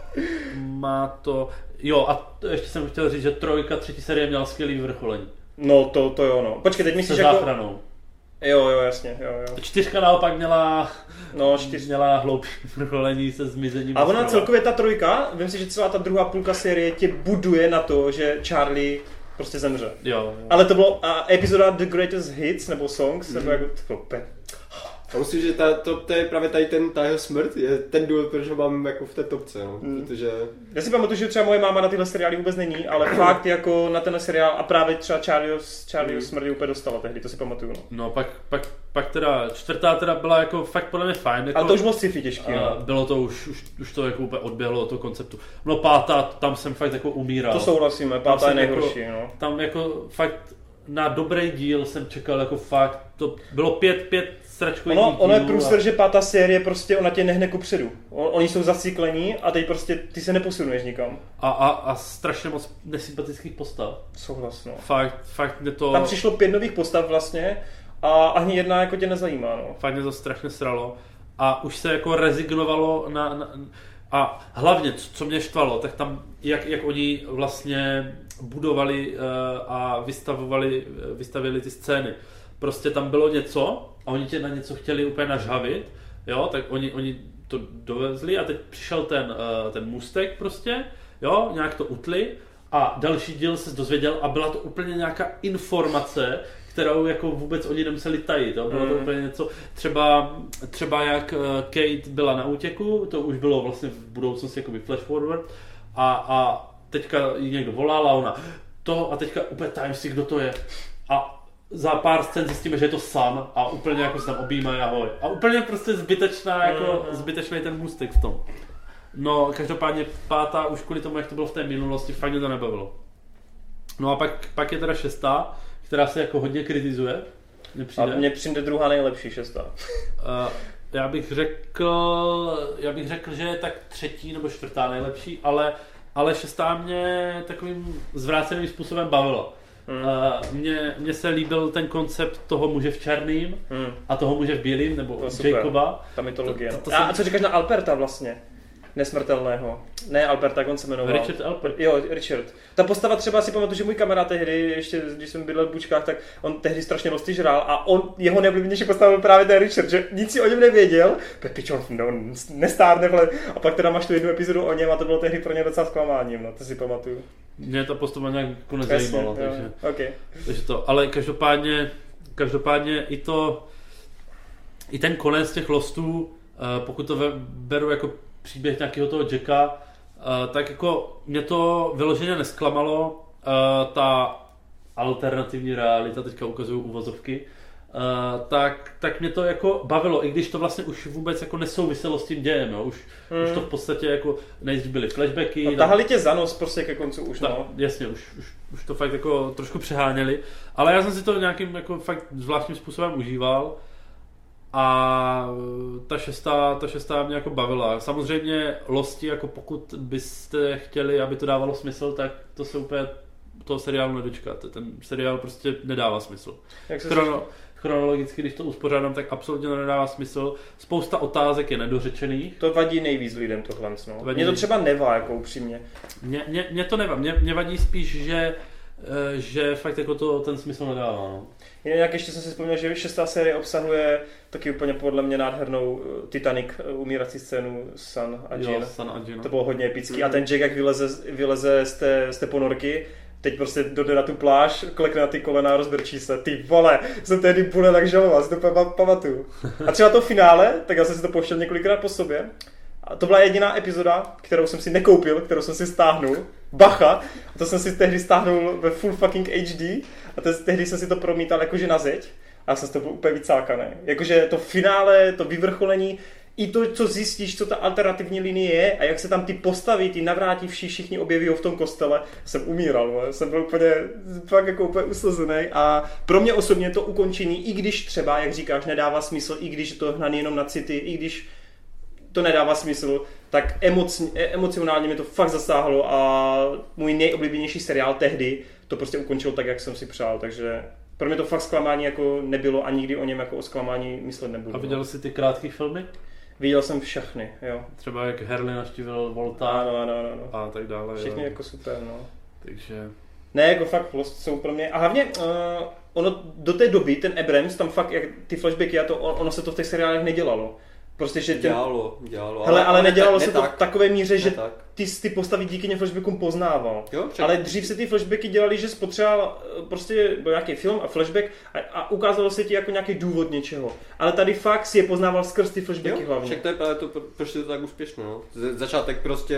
má to jo a to ještě jsem chtěl říct, že trojka třetí série měla skvělý vyvrcholení. No to, to jo no. Počkej, teď myslíš se jako... záchranou. Jo, jo, jasně, jo, jo. Čtyřka naopak měla no, čtyř... měla hloupý vyvrcholení se zmizením. A ona celkově ta trojka, vím si, že celá ta druhá půlka série tě buduje na to, že Charlie prostě zemře. Jo, jo. Ale to bylo a epizoda The Greatest Hits nebo Songs, mm. nebo jako to A myslím, že ta, to, to je právě tady ten, ta jeho smrt, je ten důvod, proč ho mám jako v té topce, no, mm. protože... Já si pamatuju, že třeba moje máma na tyhle seriály vůbec není, ale fakt jako na ten seriál a právě třeba Charlieho, Charlieho mm. smrti úplně dostala tehdy, to si pamatuju, no. No pak, pak, pak teda čtvrtá teda byla jako fakt podle mě fajn. Jako, ale to už bylo sci-fi těžký, no. Bylo to už, už, už to jako úplně odběhlo od toho konceptu. No pátá, tam jsem fakt jako umíral. To souhlasíme, pátá je nejhorší, jako, no. Tam jako fakt na dobrý díl jsem čekal jako fakt, to bylo pět, pět Ono, ono je průser, a... že pátá série prostě ona tě nehne kupředu. Oni jsou zacyklení a teď prostě ty se neposunuješ nikam. A, a, a strašně moc nesympatických postav. Souhlas, no. Fakt, fakt mě to... Tam přišlo pět nových postav vlastně a ani jedna jako tě nezajímá, no. Fakt mě to strašně sralo. A už se jako rezignovalo na... na a hlavně, co mě štvalo, tak tam, jak, jak oni vlastně budovali uh, a vystavovali, vystavili ty scény. Prostě tam bylo něco a oni tě na něco chtěli úplně nažhavit, jo, tak oni, oni to dovezli a teď přišel ten, uh, ten můstek prostě, jo, nějak to utli a další díl se dozvěděl a byla to úplně nějaká informace, kterou jako vůbec oni nemuseli tajit, jo, bylo to mm. úplně něco, třeba, třeba jak Kate byla na útěku, to už bylo vlastně v budoucnosti jakoby flash forward a, a teďka jí někdo volal a ona to a teďka úplně tajím si, kdo to je a za pár scén zjistíme, že je to Sam a úplně jako se tam objímají ahoj. A úplně prostě zbytečná, jako mm. zbytečný ten můstek v tom. No, každopádně pátá už kvůli tomu, jak to bylo v té minulosti, fakt mě to nebavilo. No a pak, pak je teda šestá, která se jako hodně kritizuje. A mně přijde druhá nejlepší šestá. Uh, já bych řekl, já bych řekl, že je tak třetí nebo čtvrtá nejlepší, ale, ale šestá mě takovým zvráceným způsobem bavila. Hmm. Uh, mně, mně se líbil ten koncept toho muže v černým hmm. a toho muže v bílým, nebo Jacoba. Ta mytologie. To, to, to jsem... A co říkáš na Alberta vlastně? Nesmrtelného. Ne Alberta, jak on se jmenoval. Richard Alpert. Jo, Richard. Ta postava třeba si pamatuju, že můj kamarád tehdy, ještě když jsem bydlel v Bučkách, tak on tehdy strašně Losty žrál a on, jeho nejoblíbenější postava byl právě ten Richard, že nic si o něm nevěděl. Pepičon, no, nestárne, vle. A pak teda máš tu jednu epizodu o něm a to bylo tehdy pro ně docela zklamáním, no, to si pamatuju. Mě ta postava nějak jako nezajímala, Jasně, takže, jo, okay. takže to, ale každopádně, každopádně i to, i ten konec těch Lostů, pokud to beru jako příběh nějakého toho Jacka, uh, tak jako mě to vyloženě nesklamalo, uh, ta alternativní realita, teďka ukazuju uvozovky, uh, tak, tak mě to jako bavilo, i když to vlastně už vůbec jako nesouviselo s tím dějem, jo? Už, hmm. už to v podstatě jako nejdřív byly flashbacky. No, tahali tě za nos prostě ke koncu už, ta, no. Jasně, už, už, už to fakt jako trošku přeháněli, ale já jsem si to nějakým jako fakt zvláštním způsobem užíval. A ta šestá, ta šestá mě jako bavila. Samozřejmě Losti, jako pokud byste chtěli, aby to dávalo smysl, tak to se úplně toho seriálu nedočkáte. Ten seriál prostě nedává smysl. Jak se Chrono, chronologicky, když to uspořádám, tak absolutně to nedává smysl. Spousta otázek je nedořečených. To vadí nejvíc lidem tohle. No. Mně to třeba nevá, jako upřímně. Mně, mě, mě to nevá, mě, mě vadí spíš, že, že fakt jako to ten smysl nedává. No. Jak ještě jsem si vzpomněl, že šestá série obsahuje taky úplně podle mě nádhernou Titanic umírací scénu Sun a Jean. Jo, Sun a Jean. To bylo hodně epický. Mm. A ten Jack, jak vyleze, vyleze z, té, z té ponorky, teď prostě dojde na tu pláž, klekne na ty kolena a rozbrčí se. Ty vole, jsem tehdy bude tak žalovat, si to pamatuju. A třeba to finále, tak já jsem si to pouštěl několikrát po sobě. A to byla jediná epizoda, kterou jsem si nekoupil, kterou jsem si stáhnul. Bacha, a to jsem si tehdy stáhnul ve full fucking H D a te- tehdy jsem si to promítal jakože na zeď a já jsem z toho byl úplně vycákaný. Jakože to finále, to vyvrcholení, i to, co zjistíš, co ta alternativní linie je a jak se tam ty postavy, ty navrátivší všichni objeví v tom kostele, jsem umíral, no. Jsem byl úplně, fakt jako úplně uslazený a pro mě osobně to ukončení, i když třeba, jak říkáš, nedává smysl, i když je to hnaný jenom na city, i když to nedává smysl, tak emoc, emocionálně mě to fakt zasáhlo a můj nejoblíbenější seriál tehdy to prostě ukončil tak, jak jsem si přál, takže pro mě to fakt zklamání jako nebylo a nikdy o něm jako o zklamání myslet nebudu. A viděl jsi ty krátké filmy? Viděl jsem všechny, jo. Třeba jak Harley navštívil Volta ano, ano, ano, ano. a tak dále. Všechny jo. jako super, no. Takže... Ne, jako fakt Lost jsou pro mě, a hlavně uh, ono do té doby, ten Abrams, tam fakt, jak ty flashbacky a to, ono se to v těch seriálech nedělalo. Prostě, že ten... Dělalo, dělalo. Hele, ale, ale nedělalo ne, se ne to tak. v takové míře, že tak. ty ty postavy díky těm flashbackům poznával. Jo, ale dřív se ty flashbacky dělali, že spotřeboval prostě byl nějaký film a flashback a, a ukázalo se ti jako nějaký důvod něčeho. Ale tady fakt si je poznával skrz ty flashbacky jo, hlavně. Však to je právě to, proč je to tak úspěšné. No. Začátek prostě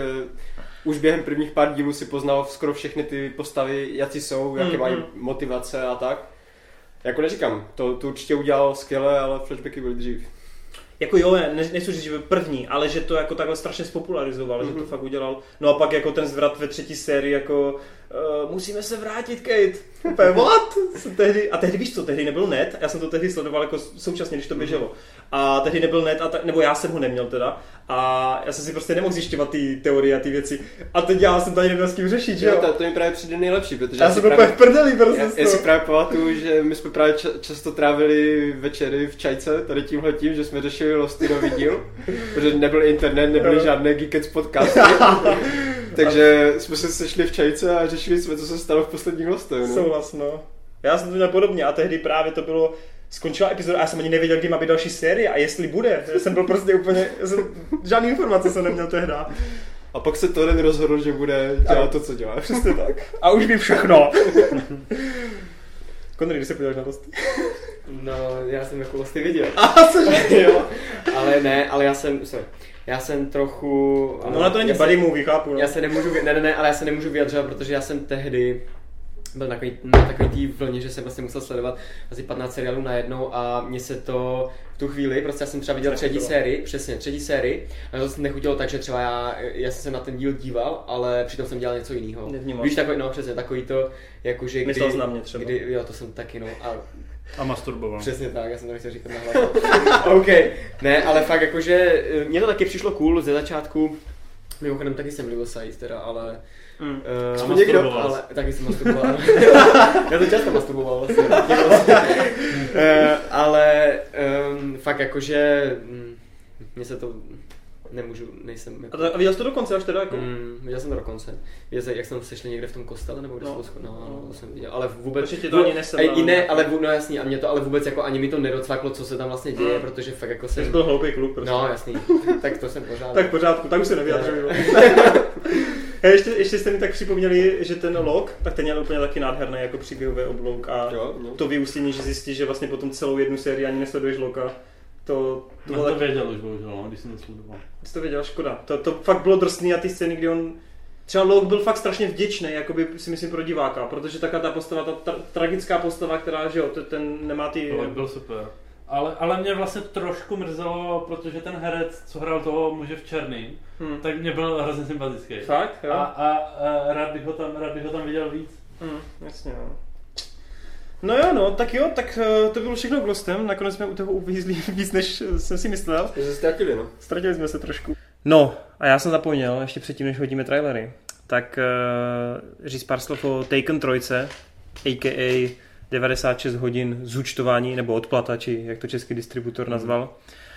už během prvních pár dílů si poznal skoro všechny ty postavy, jaký jsou, jaké mm, mají mm. motivace a tak. Jako neříkám, to, to určitě udělal skvěle, ale flashbacky byly dřív. Jako jo, ne, nechci říct, že byl první, ale že to jako takhle strašně spopularizoval, mm-hmm. že to fakt udělal. No a pak jako ten zvrat ve třetí sérii, jako uh, musíme se vrátit, Kate. Úplně, what? Tehdy, a tehdy víš co, tehdy nebyl net, já jsem to tehdy sledoval jako současně, když to běželo. A tehdy nebyl net, a ta, nebo já jsem ho neměl teda. A já jsem si prostě nemohl zjišťovat ty teorie a ty věci. A teď já jsem tady neměl s tím řešit, že jo? To, to mi právě přijde nejlepší, protože já, já jsem úplně v prdeli prostě. Já, já si právě pamatuju, že my jsme právě ča- často trávili večery v čajce, tady tímhletím, že jsme řešili Losty nový díl, protože nebyl internet, nebyly žádné Geekets podcasty. Takže jsme se sešli v čajce a řešili jsme, co se stalo v posledním Lostu. No? Souhlas, no. Já jsem to měl podobně a tehdy právě to bylo, skončila epizoda a já jsem ani nevěděl, kdy má být další série a jestli bude. Já jsem byl prostě úplně, jsem, žádný informace jsem neměl tehda. A pak se Toren rozhodl, že bude dělat to, co dělá. Přesně tak. A už vím všechno. Konry, když se podíváš na Losty? No, já jsem jako Losty viděl. A cože? Jo, ale ne, ale já jsem, sorry. Já jsem trochu... No, ale to není buddy movie, chápu. No. Já se nemůžu, ne, ne, ne, ale já se nemůžu vyjadřovat, protože já jsem tehdy byl na takový, na takový tý vlně, že jsem vlastně musel sledovat asi patnáct seriálů najednou a mně se to v tu chvíli, prostě já jsem třeba viděl třetí sérii, přesně, třetí sérii a to se nechutilo tak, že třeba já, já jsem se na ten díl díval, ale přitom jsem dělal něco jiného. Víš, takový, no přesně, takový to, jakože kdy... Myslel jsi na mě třeba. Kdy, jo, to jsem taky, no. A, a masturboval. Přesně tak, já jsem to nechtěl říkat na hlavu. OK, ne, ale fakt jakože, mně to taky přišlo cool ze začátku, mimochodem taky jsem Little Size teda, ale... Mm. Uh, někdo, ale taky jsem masturboval. Já to často masturboval vlastně. uh, ale um, fakt jakože um, mně se to nemůžu, nejsem jako... A, to, a viděl jsi to dokonce až teda jako? Mm, viděl jsem to dokonce. Viděl jsi, jak jsme sešli někde v tom kostele, nebo kde no. jsme no, no, to jsem viděl, ale vůbec... Protože to ani nesedlo. I ne, ale no jasný, a mě to ale vůbec jako ani mi to nedocvaklo, co se tam vlastně děje, mm. protože fakt jako jsem... Jsi byl hloupý kluk prostě. No jasný, tak to jsem pořád. Tak v pořádku, tak už se nevyjadřuju. ještě, ještě jste mi tak připomněli, že ten log, tak ten měl úplně taky nádherný jako příběhový oblouk a jo, no. To vyústění, že zjistíš, že vlastně potom celou jednu sérii ani nesleduješ Loka. To, to, no, to věděl už bohužel, když jsem to sledoval. Jsi to věděl, škoda. To, to fakt bylo drsný a ty scény, kdy on... Třeba Locke byl fakt strašně vděčný, jakoby si myslím pro diváka, protože taká ta postava, ta tra- tragická postava, která, že jo, ten nemá ty... Locke byl super. Ale, ale mě vlastně trošku mrzelo, protože ten herec, co hrál toho muže v černým, hmm. tak mě byl hrozně sympatický. Fakt, jo? A, a, a rád, bych ho tam, rád bych ho tam viděl víc. Hmm, jasně, jo. No jo, no, tak jo, tak to bylo všechno k Lostem, nakonec jsme u toho uvízli víc, než jsem si myslel. Že se ztratili, no. Ztratili jsme se trošku. No, a já jsem zapomněl, ještě předtím, než hodíme trailery, tak uh, říct pár slov o Taken trojce, a k a. devadesát šest hodin zúčtování nebo odplata, či jak to český distributor nazval.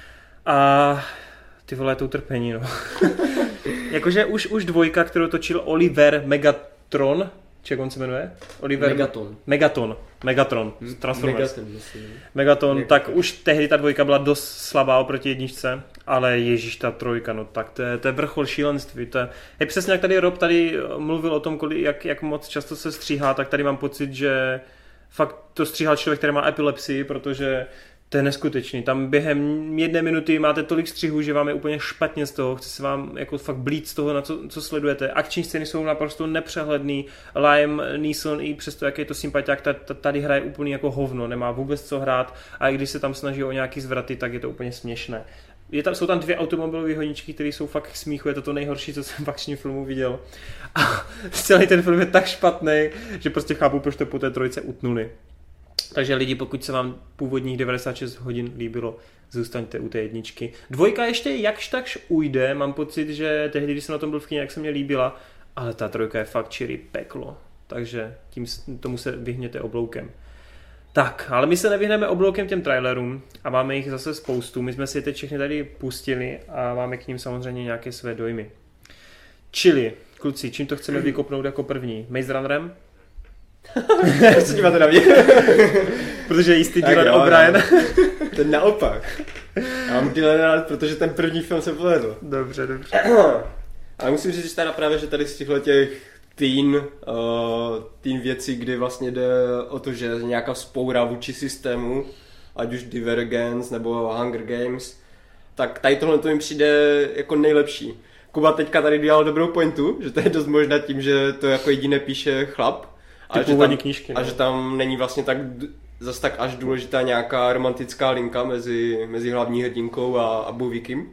A ty vole, je to utrpení, no. Jakože už, už dvojka, kterou točil Oliver Megatron, či jak on se jmenuje? Oliver Megaton. Megaton. Megatron. Transformers. Megaton, Megaton, tak už tehdy ta dvojka byla dost slabá oproti jedničce, ale ježíš, ta trojka, no tak to je, to je vrchol šílenství. To je, je přesně jak tady Rob tady mluvil o tom, kolik, jak, jak moc často se stříhá, tak tady mám pocit, že fakt to stříhal člověk, který má epilepsii, protože to je neskutečný. Tam během jedné minuty máte tolik střihů, že vám je úplně špatně z toho. Chce se vám jako fakt blít z toho, na co, co sledujete. Akční scény jsou naprosto nepřehledný. Liam Neeson, i přesto, jak je to sympatiák, tady hraje úplně jako hovno. Nemá vůbec co hrát a i když se tam snaží o nějaký zvraty, tak je to úplně směšné. Je tam, jsou tam dvě automobilové honičky, které jsou fakt k smíchu, je to to nejhorší, co jsem v akčním filmu viděl. A celý ten film je tak špatný, že prostě chápu, proč to po té trojce utnuli. Takže lidi, pokud se vám původních devadesát šest hodin líbilo, zůstaňte u té jedničky. Dvojka ještě jakž takž ujde, mám pocit, že tehdy, když jsem na tom byl v kyně, jak se mě líbila, ale ta trojka je fakt čirý peklo. Takže tím tomu se vyhněte obloukem. Tak, ale my se nevyhneme obloukem těm trailerům a máme jich zase spoustu. My jsme si je teď všechny tady pustili a máme k ním samozřejmě nějaké své dojmy. Čili, kluci, čím to chceme vykopnout jako první? Maze Runnerem? Co díváte na mě? Protože jistý Dylan O'Brien. Ten naopak. Já mám Dylan rád, protože ten první film se povedl. Dobře, dobře. Ale musím říct teda právě, že tady z těchto těch teen, uh, teen věcí, kdy vlastně jde o to, že nějaká vzpoura vůči systému, ať už Divergence nebo Hunger Games, tak tady tohle to mi přijde jako nejlepší. Kuba teďka tady dělal dobrou pointu, že to je dost možná tím, že to jako jediné píše chlap. A že, tam, knížky, a že tam není vlastně tak zas tak až důležitá nějaká romantická linka mezi, mezi hlavní hrdinkou a, a Bovíkem.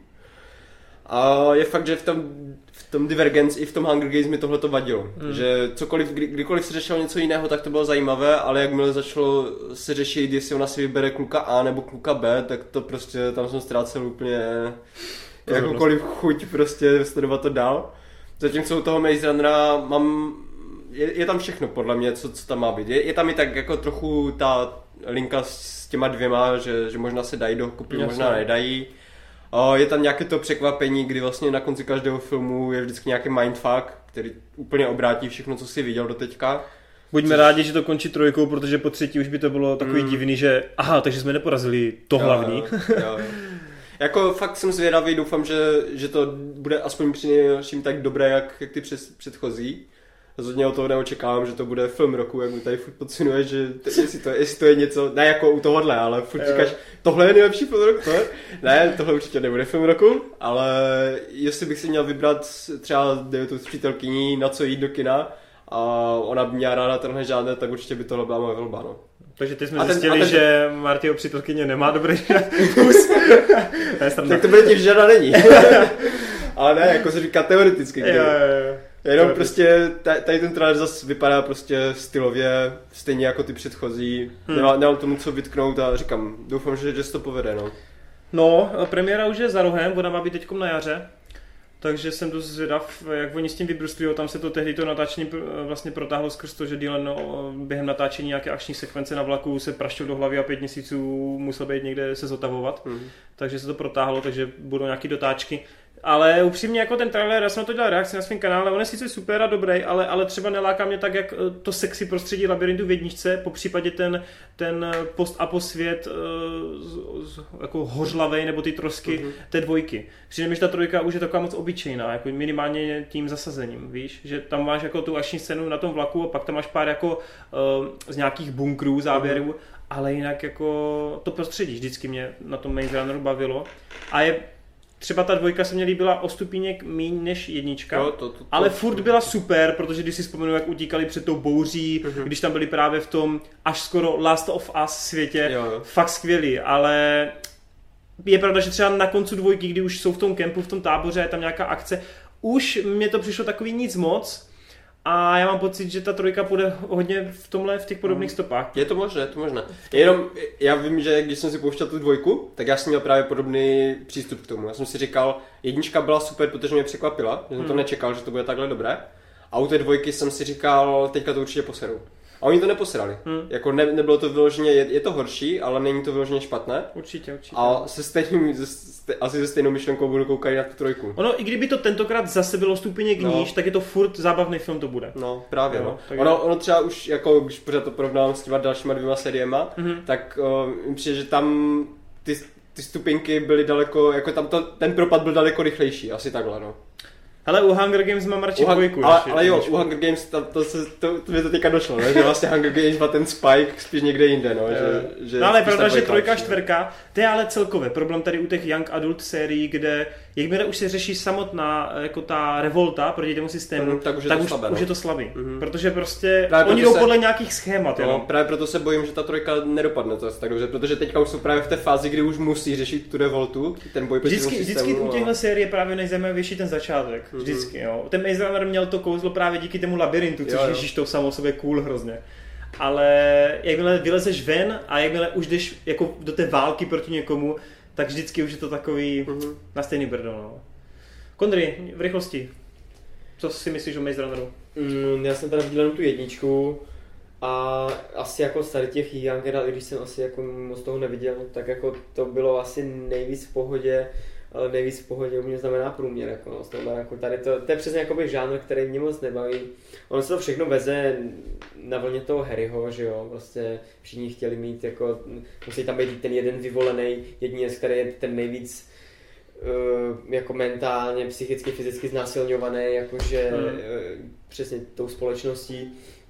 A je fakt, že v tom, v tom Divergence i v tom Hunger Games mi tohle to vadilo. Hmm. Že cokoliv, kdy, kdykoliv se řešilo něco jiného, tak to bylo zajímavé, ale jakmile začalo se řešit, jestli ona si vybere kluka A nebo kluka B, tak to prostě tam jsem ztrácel úplně jakoukoliv chuť prostě sledovat to dál. Zatímco u toho Maze Runnera mám Je, je tam všechno podle mě, co, co tam má být. Je, je tam i tak jako trochu ta linka s těma dvěma, že, že možná se dají dokupy, možná nedají. O, je tam nějaké to překvapení, kdy vlastně na konci každého filmu je vždycky nějaký mindfuck, který úplně obrátí všechno, co jsi viděl do teďka. Buďme rádi, že to končí trojkou, protože po třetí už by to bylo takový mm. divný, že aha, takže jsme neporazili to jo, hlavní. Jo, jo. Jako fakt jsem zvědavý, doufám, že, že to bude aspoň přinejmenším tak dobré, jak, jak ty před, předchozí. Rozhodně od toho neočekávám, že to bude film roku, jak mi tady furt podsunuje, že t- jestli, to, jestli to je něco, ne jako u tohohle, ale furt říkáš, tohle je nejlepší film roku, tohle? Ne, tohle určitě nebude film roku, ale jestli bych si měl vybrat třeba devětou s přítelkyní, na co jít do kina a ona by měla ráda tenhle žádné, tak určitě by tohle byla moje volba, no. Takže ty jsme ten, zjistili, ten... že Martyho přítelkyně nemá dobrý vkus. Tak to bude tím, že žádná není. Ale ne, jako se říká teoreticky. Jo, jo, jo. Jenom prostě tady ten trailer zase vypadá prostě stylově, stejně jako ty předchozí. Hmm. Nemám, nemám tomu co vytknout a říkám, doufám, že, že se to povede, no. No, premiéra už je za rohem, ona má být teďkom na jaře. Takže jsem dost zvědav, jak oni s tím vybrustrují, tam se to tehdy to natáčení vlastně protáhlo skrz to, že Dylan no, během natáčení nějaké akční sekvence na vlaku se praštil do hlavy a pět měsíců musel být někde se zotavovat. Hmm. Takže se to protáhlo, takže budou nějaké dotáčky. Ale upřímně jako ten trailer, já jsem na to dělal reakci na svém kanále, on je sice super a dobrý, ale, ale třeba neláká mě tak, jak to sexy prostředí Labyrintu v jedničce, po případě ten, ten post-apo svět jako hořlavej, nebo ty trosky uh-huh. té dvojky. Přijde mi, že ta trojka už je taková moc obyčejná, jako minimálně tím zasazením, víš, že tam máš jako tu akční scénu na tom vlaku a pak tam máš pár jako uh, z nějakých bunkrů, záběrů, uh-huh. ale jinak jako to prostředí vždycky mě na tom Maze Runneru bavilo a je třeba ta dvojka se mě líbila o stupíněk míň než jednička, to, to, to, to, ale furt byla super, protože když si vzpomenu, jak utíkali před tou bouří, uh-huh. když tam byli právě v tom až skoro Last of Us světě, jo, jo. fakt skvělý, ale je pravda, že třeba na koncu dvojky, kdy už jsou v tom kempu, v tom táboře, je tam nějaká akce, už mě to přišlo takový nic moc. A já mám pocit, že ta trojka půjde hodně v tomhle, v těch podobných stopách. Je to možné, je to možné. Jenom já vím, že když jsem si pouštěl tu dvojku, tak já jsem měl právě podobný přístup k tomu. Já jsem si říkal, jednička byla super, protože mě překvapila, že jsem hmm. to nečekal, že to bude takhle dobré. A u té dvojky jsem si říkal, teďka to určitě poseru. A oni to neposrali. Hmm. Jako ne, nebylo to vyloženě, je, je to horší, ale není to vyloženě špatné. Určitě, určitě. A se stejným, se, asi se stejnou myšlenkou budu koukat na tu trojku. Ono, i kdyby to tentokrát zase bylo stupěně níž, no. tak je to furt zábavný film, to bude. No, právě, no. no. Ono, ono třeba už, jako, když pořád to porovnám s těma dalšíma dvěma sériema, mm-hmm. tak uh, mi přijde, že tam ty, ty stupinky byly daleko, jako tam to, ten propad byl daleko rychlejší, asi takhle, no. Ale u Hunger Games mám radši dvojku. Ale, ale jo, u Hunger Games to, to, to, to, to mi to teďka došlo, ne? Že vlastně Hunger Games má ten spike spíš někde jinde, no. Že, že no ale pravda, že trojka, čtverka, to je ale celkově problém tady u těch Young Adult sérií, kde jakmile už se řeší samotná jako ta revolta proti tomu systému, mm, tak už je tak to už, slabé, už no. je to slabý. Mm-hmm. Protože prostě právě oni jdou se... podle nějakých schémat. No, právě proto se bojím, že ta trojka nedopadne to tak dobře, protože teďka už jsou právě v té fázi, kdy už musí řešit tu revoltu, ten boj proti vždycky, systému. Vždycky u těchto série je právě nejzajímavější ten začátek. Mm-hmm. Vždycky, jo. Ten Maze Runner měl to kouzlo právě díky tomu labirintu, což ježíš to samo sobě cool hrozně. Ale jakmile vylezeš ven a jakmile už jdeš jako do té války proti někomu, tak vždycky už je to takový mm-hmm. na stejný brdo, no. Kondry, v rychlosti. Co si myslíš o Maze Runneru? Mm, já jsem teda viděl tu jedničku a asi jako z tady těch Young Adult, i když jsem asi jako moc toho neviděl, tak jako to bylo asi nejvíc v pohodě, ale nejvíc v pohodě u mě znamená průměr, jako, no, znamená, jako tady to, to je přesně jakoby žánr, který mě moc nebaví. Ono se to všechno veze na vlně toho Harryho, že jo, prostě všichni chtěli mít jako, musí tam být ten jeden vyvolený jedinec, který je ten nejvíc uh, jako mentálně, psychicky, fyzicky znásilňovaný, jakože hmm. uh, přesně tou společností.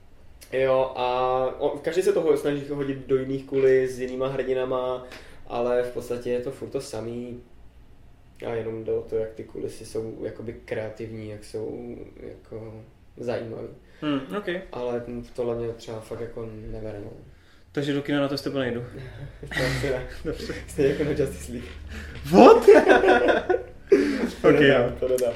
Jo, a on, každý se toho snaží hodit do jiných kulis s jinýma hrdinama, ale v podstatě je to furt to samý. A jenom jde o to, jak ty kulisy jsou jakoby kreativní, jak jsou jako zajímavý. Hmm, okay. Ale tohle mě třeba fakt jako nebere, no. Takže do kina na to s tebou nejdu. Dobře. Stejně jako na Justice League. What? to ok, nedám, jo. to nedám.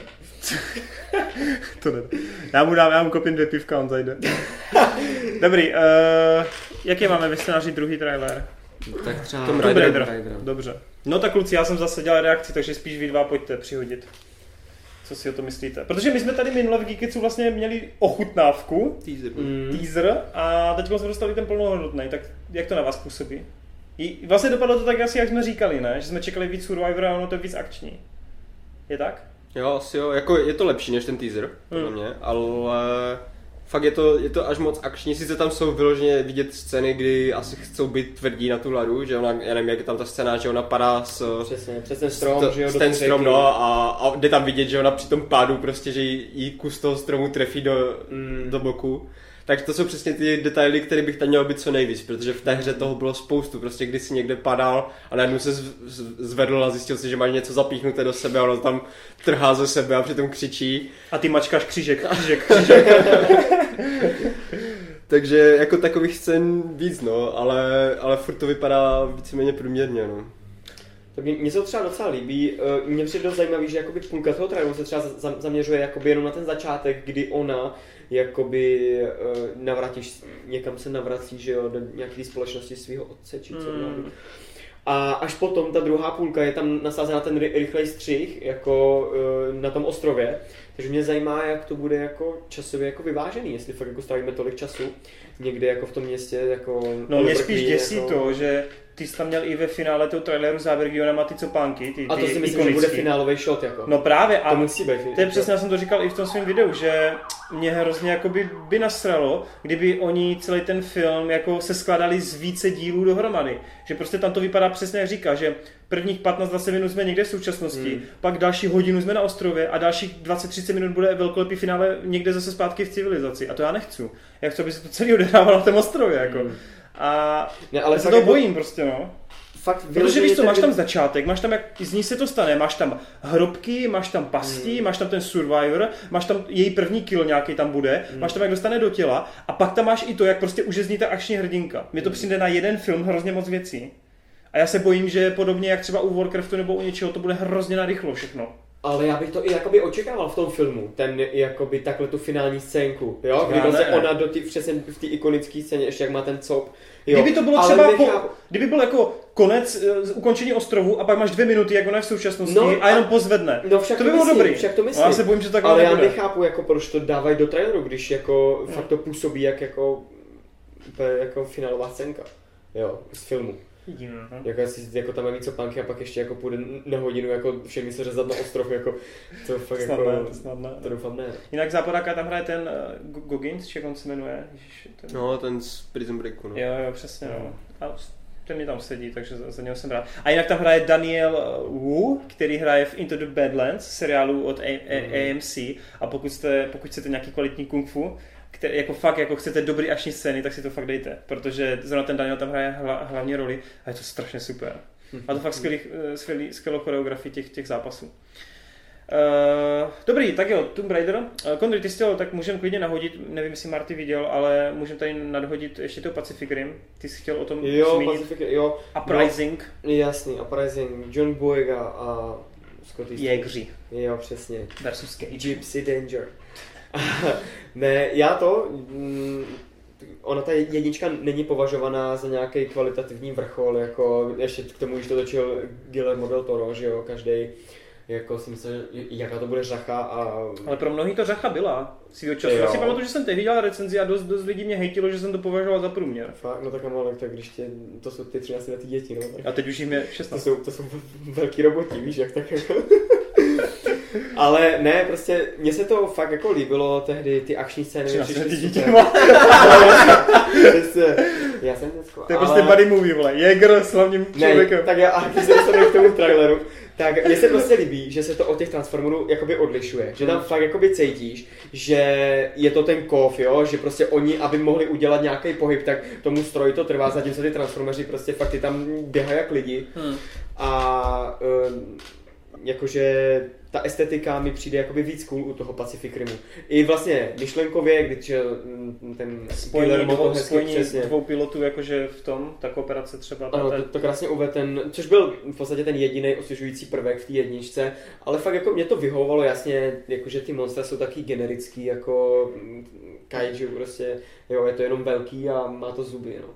to nedám. Já mu dám, já mu kopím dvě pivka, on zajde. Dobrý, uh, jaký máme ve scénáři druhý trailer? Tak třeba Tomb Raider. Dobře. No tak kluci, já jsem zase dělal reakci, takže spíš vy dva pojďte přihodit. Co si o to myslíte? Protože my jsme tady minule v Geeketsu vlastně měli ochutnávku, teaser, mm. teaser a teď jsme dostali ten plnohodnotný, tak jak to na vás působí? I vlastně dopadlo to tak asi, jak jsme říkali, ne? Že jsme čekali víc Survivor a ono to je víc akční. Je tak? Jo, asi jo, jako je to lepší než ten teaser, podle mm. mě, ale fakt je to, je to až moc akční, sice tam jsou vyloženě vidět scény, kdy asi chcou být tvrdí na tu ladu, že ona, já nevím, jak je tam ta scéna, že ona padá s, přesně, přes ten strom, s, že jo, do ten strom, no, a, a jde tam vidět, že ona při tom pádu prostě, že jí, jí kus toho stromu trefí do, mm. do boku. Tak to jsou přesně ty detaily, které bych tam měl být co nejvíc, protože v té hře toho bylo spoustu, prostě když si někde padal a najednou se zvedl a zjistil si, že máš něco zapíchnuté do sebe a ono tam trhá ze sebe a přitom křičí. A ty mačkáš křížek, křížek, křížek. Takže jako takových scén víc, no, ale, ale furt to vypadá víceméně průměrně, no. Tak mně se to třeba docela líbí, mně přijde dost zajímavý, že jakoby půlka toho traileru se třeba zaměřuje jakoby jenom na ten začátek, kdy ona jakoby navratíš, někam se navrací, že jo, do nějaké společnosti svého otce, či co mm. A až potom ta druhá půlka je tam nasázená ten rychlej střih, jako na tom ostrově. Takže mě zajímá, jak to bude jako časově jako vyvážený, jestli fakt jako strávíme tolik času někde jako v tom městě. Jako no mě spíš děsí jako... to, že ty jsi tam měl i ve finále toho traileru závěr, kdy ona má ty copánky, ty, ty a to si myslím, že bude finálový shot jako. No právě a to musí být. To je přesně, já jsem to říkal i v tom svém videu, že mě hrozně jakoby by nasralo, kdyby oni celý ten film jako se skládali z více dílů dohromady. Že prostě tam to vypadá přesně jak říká, že prvních patnáct dvacet minut jsme někde v současnosti, hmm. pak další hodinu jsme na ostrově a dalších dvacet třicet minut bude velkolepý finále někde zase zpátky v civilizaci. A to já nechci. Já chci, aby se to celý odehrávalo na tom ostrově. Jako. Hmm. A ne, ale se toho jako... bojím prostě, no. Fakt protože víš co, máš tam začátek, máš tam, jak z ní se to stane, máš tam hrobky, máš tam pasti, hmm. máš tam ten Survivor, máš tam její první kill nějaký tam bude, hmm. máš tam jak dostane do těla a pak tam máš i to, jak prostě užezní ta akční hrdinka. Mně to přijde na jeden film hrozně moc věcí. A já se bojím, že podobně jak třeba u Warcraftu nebo u něčeho, to bude hrozně narychlo všechno. Ale já bych to i jakoby očekával v tom filmu, ten jakoby takhle tu finální scénku, jo, kdy se ona do ty, přesně v té ikonické scéně, ještě jak má ten cop. Jo. Kdyby to bylo třeba, po, kdyby byl jako konec uh, ukončení ostrovu a pak máš dvě minuty, jak ona je v současnosti no, a jenom pozvedne, no však to by bylo myslím, dobrý. Však to myslím. Já se bojím, že tak ale nebude. Já nechápu, jako proč to dávají do traileru, když jako no. fakt to působí jak jako úplně jako finálová scénka, jo, z filmu. Vidím, no. Jako, jako tam je víc panky a pak ještě jako půjde na hodinu jako všechny se řezat na ostrov, jako to fakt snadné, jako, to snadné. To doufám ne. Jinak Záporáka tam hraje ten uh, Goggins, jak on se jmenuje? Ježiš, ten... No, ten z Prison Breaku, no. Jo, jo, přesně, no. A ten mě tam sedí, takže za, za něho jsem rád. A jinak tam hraje Daniel Wu, který hraje v Into the Badlands, seriálu od A- A- A M C. A pokud, jste, pokud chcete nějaký kvalitní kung fu, který, jako fakt, jako chcete dobrý akční scény, tak si to fakt dejte, protože zrovna ten Daniel tam hraje hla, hlavní roli a je to strašně super. A to fakt skvělý, skvělý, skvělou choreografii těch, těch zápasů. Uh, dobrý, tak jo, Tomb Raider. Uh, Kondry, ty jsi chtěl, tak můžeme klidně nahodit, nevím, jestli Marty viděl, ale můžeme tady nadhodit ještě to Pacific Rim. Ty jsi chtěl o tom jo, zmínit. Pacific, jo, Uprising. No, jasný, Uprising, John Boyega a Scott Eastwood. Jägři. Jo, přesně. Versus Cage. Gypsy Danger. Ne, já to... Mm, ona ta jednička není považovaná za nějaký kvalitativní vrchol, jako ještě k tomu, když to točil Guillermo del Toro, že jo, každý jako si myslel, jaká to bude řacha a... Ale pro mnohý to řacha byla svýho času. Já si pamatuju, že jsem tehdy dělal recenzi a dost, dost lidí mě hejtilo, že jsem to považoval za průměr. Fakt, no tak ale tak když tě, to jsou ty třináctiletý děti, no tak... A teď už jim je šestnáct. To jsou, to jsou velký roboti, víš, jak tak jako... Ale ne, prostě mně se to fakt jako líbilo tehdy, ty akční scény. třináctiletý děti Já jsem děcko, to je prostě buddy movie, vole. Jäger s hlavním člověkem. Ne, tak já, a když se dostanu k tomu traileru, tak mně se prostě líbí, že se to od těch Transformerů jakoby odlišuje. Že tam fakt jakoby cítíš, že je to ten kov, jo, že prostě oni, aby mohli udělat nějaký pohyb, tak tomu stroji to trvá, zatímco ty Transformeři prostě fakt ty tam běhají jak lidi. Hmm. A um, jakože ta estetika mi přijde jakoby víc cool u toho Pacific Rimu. I vlastně myšlenkově, když ten spojení dvou, spojení dvou pilotů jakože v tom, ta kooperace třeba. Ano, to, to krásně uvedl ten, což byl v podstatě ten jediný osvěžující prvek v té jedničce, ale fakt jako mě to vyhovovalo jasně, jakože ty monstra jsou taky generický, jako kaiju prostě, jo, je to jenom velký a má to zuby, no.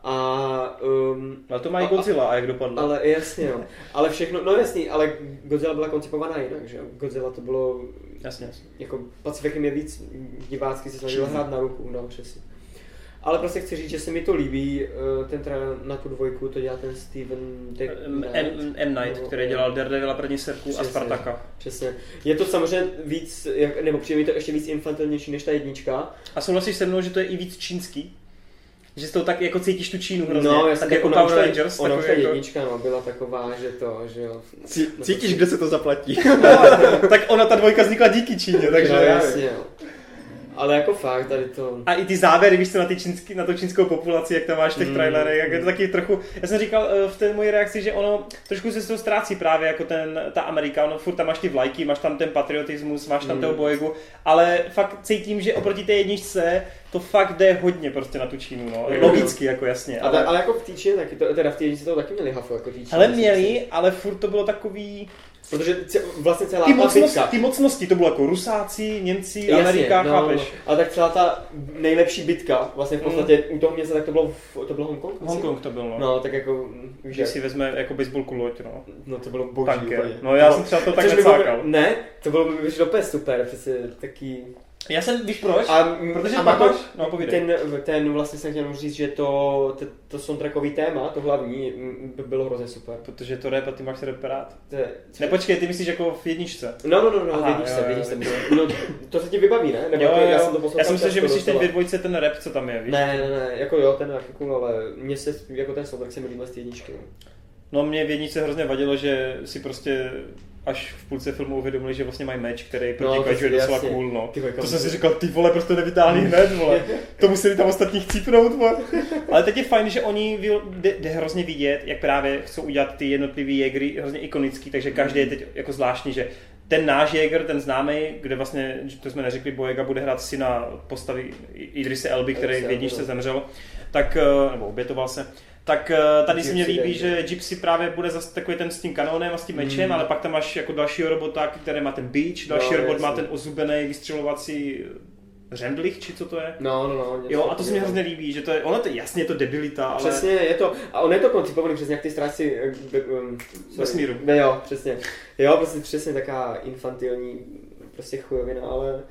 A, um, ale to má i Godzilla, a, a jak dopadlo. Ale jasně, no. Ale všechno, no jasný, ale Godzilla byla koncipovaná jinak, že jo. Godzilla to bylo, jasně, jasně. Jako Pacific je víc divácky se snažil hrát na ruku, no přesně. Ale prostě chci říct, že se mi to líbí, ten trailer na tu dvojku, to dělá ten Steven M. M. Night, který dělal Daredevila, první serku a Spartaka. Přesně. Je to samozřejmě víc, nebo přijde mi to ještě víc infantilnější než ta jednička. A souhlasíš se mnou, že to je i víc čínský? Že to tak jako cítíš tu Čínu hrozně, no, jasně, tak jako Power ta, Rangers. Ona už ta jako... jednička no, byla taková, že to, že jo. Cítíš, kde se to zaplatí. No, tak ona, ta dvojka vznikla díky Číně, takže... No, jasně, jo. Ale jako fakt, tady to... A i ty závěry, víš co, na, ty čínský, na tu čínskou populaci, jak tam máš v těch mm. trailerech, jak je to taky trochu... Já jsem říkal v té mojí reakci, že ono trošku se z toho ztrácí právě jako ten, ta Amerika, ono furt tam máš ty vlajky, máš tam ten patriotismus, máš tam mm. toho Boyegu, ale fakt cítím, že oproti té jedničce to fakt jde hodně prostě na tu Čínu, no. Mm. Logicky, jako jasně. Ale, ale jako v té Číně taky, to, teda v té jedničce to taky měli hafu, jako té Číně. Ale měli, ale furt to bylo takový... Protože ce, vlastně celá ty ta mocnosti, bitka... Ty mocnosti, to bylo jako Rusáci, Němci, jasně, Amerika, no, chápeš? No, ale tak celá ta nejlepší bitka, vlastně v podstatě mm. u toho města, tak to bylo, to bylo Hongkong? Hongkong to byl, no. No, tak jako... Když si vezme jako baseballku loď, no. No to bylo boží úplně. No já jsem třeba to tak necákal. Ne, to bylo vyšlo úplně super, přece taky... Já jsem, víš proč? A, protože a máš, no, ten, ten vlastně jsem chtěl říct, že to, to, to soundtrackový téma, to hlavní, by bylo hrozně super. Protože to rap a ty máš rap rád. To je, Nepočkej, ty myslíš jako v jedničce? No, no, no, no v jedničce, v jedničce. No, to se ti vybaví, ne? Nebo jo, jo, já jsem to já jsem myslel, že myslíš teď ve dvojce ten rap, co tam je, víš? Ne, ne, ne, jako jo, ten taky cool, ale mně se, jako ten soundtrack se mi líbil z té jedničky. No mě v jedničce hrozně vadilo, že si prostě až v půlce filmu uvědomili, že vlastně mají meč, který proti Kaiju je docela cool, no. To jsem si říkal, ty vole, prostě nevytáhli hned, vole. To museli tam ostatní chcípnout, vole. Ale teď je fajn, že oni jde, jde hrozně vidět, jak právě chcou udělat ty jednotlivý Jägery hrozně ikonický, takže každý je teď jako zvláštní, že ten náš Jäger, ten známý, kde vlastně, to jsme neřekli, Boyega bude hrát syna postavy Idrise Elby, který v jedničce zemřel, tak, nebo obětoval se. Tak tady se mi líbí, že Gypsy právě bude zase takový ten s tím kanónem a s tím mečem, mm. ale pak tam máš jako dalšího robota, který má ten beach, další no, robot jasný. Má ten ozubený vystřelovací řemdlich, či co to je? No, no, no. Jo, a to se mi hrozně líbí, že to je, ono to je jasně, je to debilita, ale... Přesně, je to, a on je to koncipovaný přesně jak ty strážci... Um, vesmíru. Ne, jo, přesně. Jo, prostě přesně taková infantilní prostě chujovina, ale...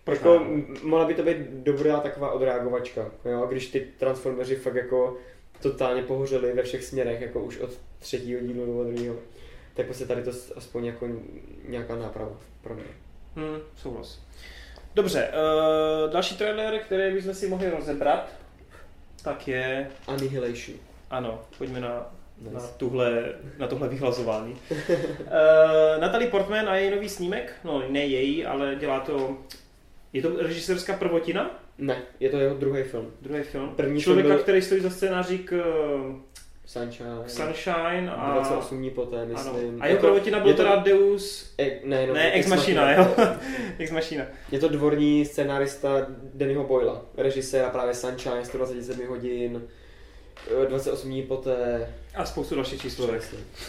Proč jako, mohla by to být dobrá taková odreagovačka, jo? Když ty Transformeři fakt jako totálně pohořeli ve všech směrech, jako už od třetího dílu nebo druhého. Tak prostě tady to aspoň jako nějaká náprava pro mě. Hmm, souhlas. Dobře, uh, další trailer, který bychom si mohli rozebrat, tak je... Annihilation. Ano, pojďme na, nice. na, tuhle, na tohle vyhlazování. uh, Natalie Portman a její nový snímek, no ne její, ale dělá to... Je to režisérská prvotina? Ne, je to jeho druhý film. Druhý film. První Člověka, film byl... který stojí za scénáří k... Sunshine. Sunshine a... dvacet osm dní poté, myslím. Ano. A jeho prvotina byl teda Deus... E, ne, no, ne, Ex Machina, jo. Ex Machina. Je to dvorní scénárista Dannyho Boyla, režiséra právě Sunshine, sto dvacet sedm hodin, dvacet osm dní poté... A spoustu dalších číslovek.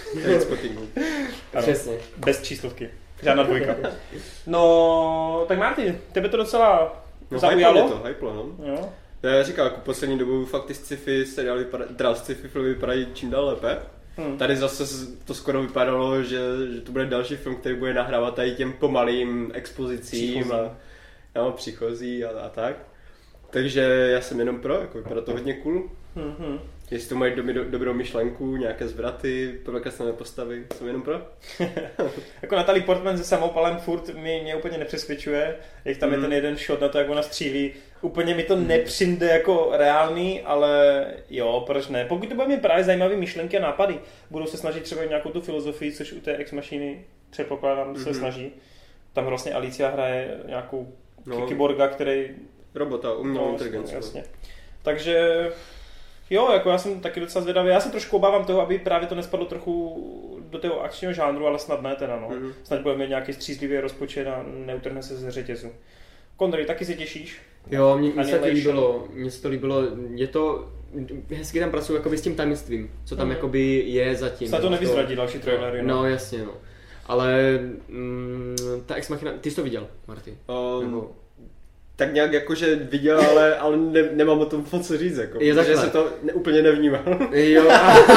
Přesně. Bez číslovky. Žádná dvojka. No, tak Martin, tebe to docela no, zaujalo? No, to, hyplo, no. Jo. Já říkal, jako poslední dobu fakt ty sci-fi seriály, teda sci-fi filmy vypadají čím dál lépe. Hmm. Tady zase to skoro vypadalo, že, že to bude další film, který bude nahrávat tady těm pomalým expozicím příchozí. a no, příchozí a, a tak. Takže já jsem jenom pro, jako vypadá to hodně cool. Hmm. Jestli to mají do, do, dobrou myšlenku, nějaké zvraty, prokreslené postavy, jsem jenom pro. Jako Natalie Portman se samoupalem furt mě, mě úplně nepřesvědčuje, jak tam mm. je ten jeden shot na to, jak ona střílí. Úplně mi to mm. nepřijde jako reálný, ale jo, proč ne. Pokud to bude mít právě zajímavé myšlenky a nápady, budou se snažit třeba nějakou tu filozofii, což u té Ex Machiny předpokládám, mm-hmm. se snaží. Tam vlastně Alicia hraje nějakou no, kyborga, který... Robota, umělou no, inteligenci. Jasně. Takže... Jo, jako já jsem taky docela zvědavý. Já se trošku obávám toho, aby právě to nespadlo trochu do toho akčního žánru, ale snad ne teda, no. Mm-hmm. Snad bude mít nějaký střízlivý rozpočet a neutrhne se ze řetězu. Kondry, taky se těšíš? Jo, mně se to líbilo, mně se to líbilo, je to, hezky tam pracují jakoby s tím tajemstvím, co tam mm-hmm. jakoby je zatím. Snad to nevyzradí další trailery, no. No, jasně, no. Ale mm, ta Ex Machina, ty jsi to viděl, Marty? Um... Nebo... Tak nějak jakože viděl, ale, ale ne, nemám o tom moc co říct, jako, je protože se to ne, úplně nevnímal. Jo.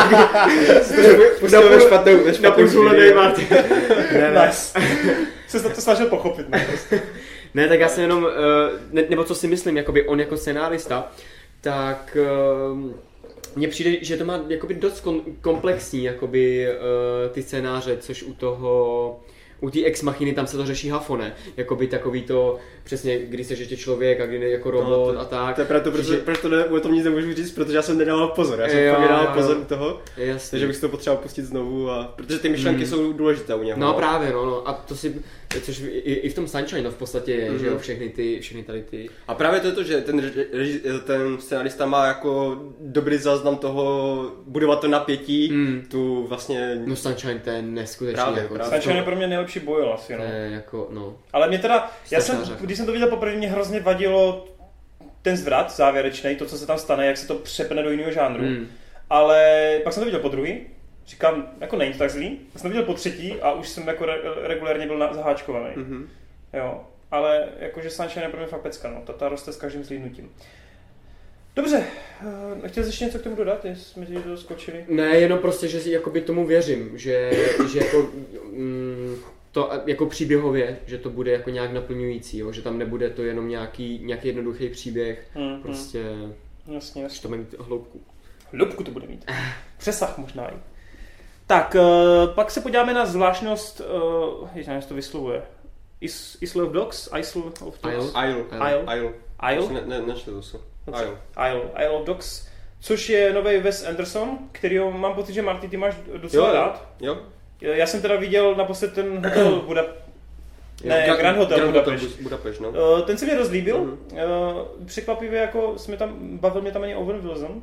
Pustil ve špatnou, ve špatnou chvíli. Ne, ne. Jsem se to snažil pochopit. Ne, ne tak já jsem jenom, ne, nebo co si myslím, jakoby on jako scenárista, tak mně přijde, že to má jakoby dost komplexní jakoby, ty scénáře, což u toho... U té Ex Machiny tam se to řeší hafone, jakoby takový to, přesně, když seš ještě člověk a kdy jako robot no, to, a tak. To je proto, protože, proto ne, o tom nic nemůžu říct, protože já jsem nedával pozor, já jsem jo, fakt nedával pozor u toho, jasný. Takže bych si to potřeboval pustit znovu, a, protože ty myšlenky mm. jsou důležité u něho. No právě, no, no, a to si, což i, i v tom Sunshine no, v podstatě je, mm. že jo, všechny ty, všechny tady ty. A právě to je to, že ten, ten scenarista má jako dobrý záznam toho, budovat to napětí, mm. tu vlastně... No Sunshine to je neskutečný. Právě, jako, právě. Sunshine je pro mě nejlepší bojl asi, no. Je jako, no. Ale mě teda, já jsem, když jsem to viděl poprvé, mě hrozně vadilo ten zvrat závěrečný, to, co se tam stane, jak se to přepne do jiného žánru. Mm. Ale pak jsem to viděl po druhý, říkám, jako není to tak zlý, pak jsem to viděl po třetí a už jsem jako re- regulérně byl na- zaháčkovaný. Mm-hmm. Jo, ale jakože Sunshine je pro mě fakt pecka, no, ta, ta roste s každým zlídnutím. Dobře, uh, chtěl jsi ještě něco k tomu dodat, jestli jsme ti to skočili? Ne, jenom prostě, že si jakoby tomu věřím, že, že jako... Mm, to jako příběhově, že to bude jako nějak naplňující, jo? Že tam nebude to jenom nějaký, nějaký jednoduchý příběh, hmm, prostě, hmm. Jasně, jasně. Že to bude mít hloubku. Hloubku to bude mít. Přesah možná i. Tak, uh, pak se podíváme na zvláštnost, uh, jež nevím, to vyslovuje. Is, Isle of Dogs? Isle of Dogs? Isle. Isle. Isle. Isle? Ne, ne, nečte to jsou. Isle. Isle. Isle of Dogs. Což je nový Wes Anderson, kterýho mám pocit, že Marty, ty máš docela jo, rád. Jo. Já jsem teda viděl naposled ten hotel Buda... Ne, Grand, Grand Hotel Grand Budapešť. Budapešť, no. Ten se mi dost líbil. Mm-hmm. Překvapivě jako jsme tam, bavil mě tam ani Owen Wilson.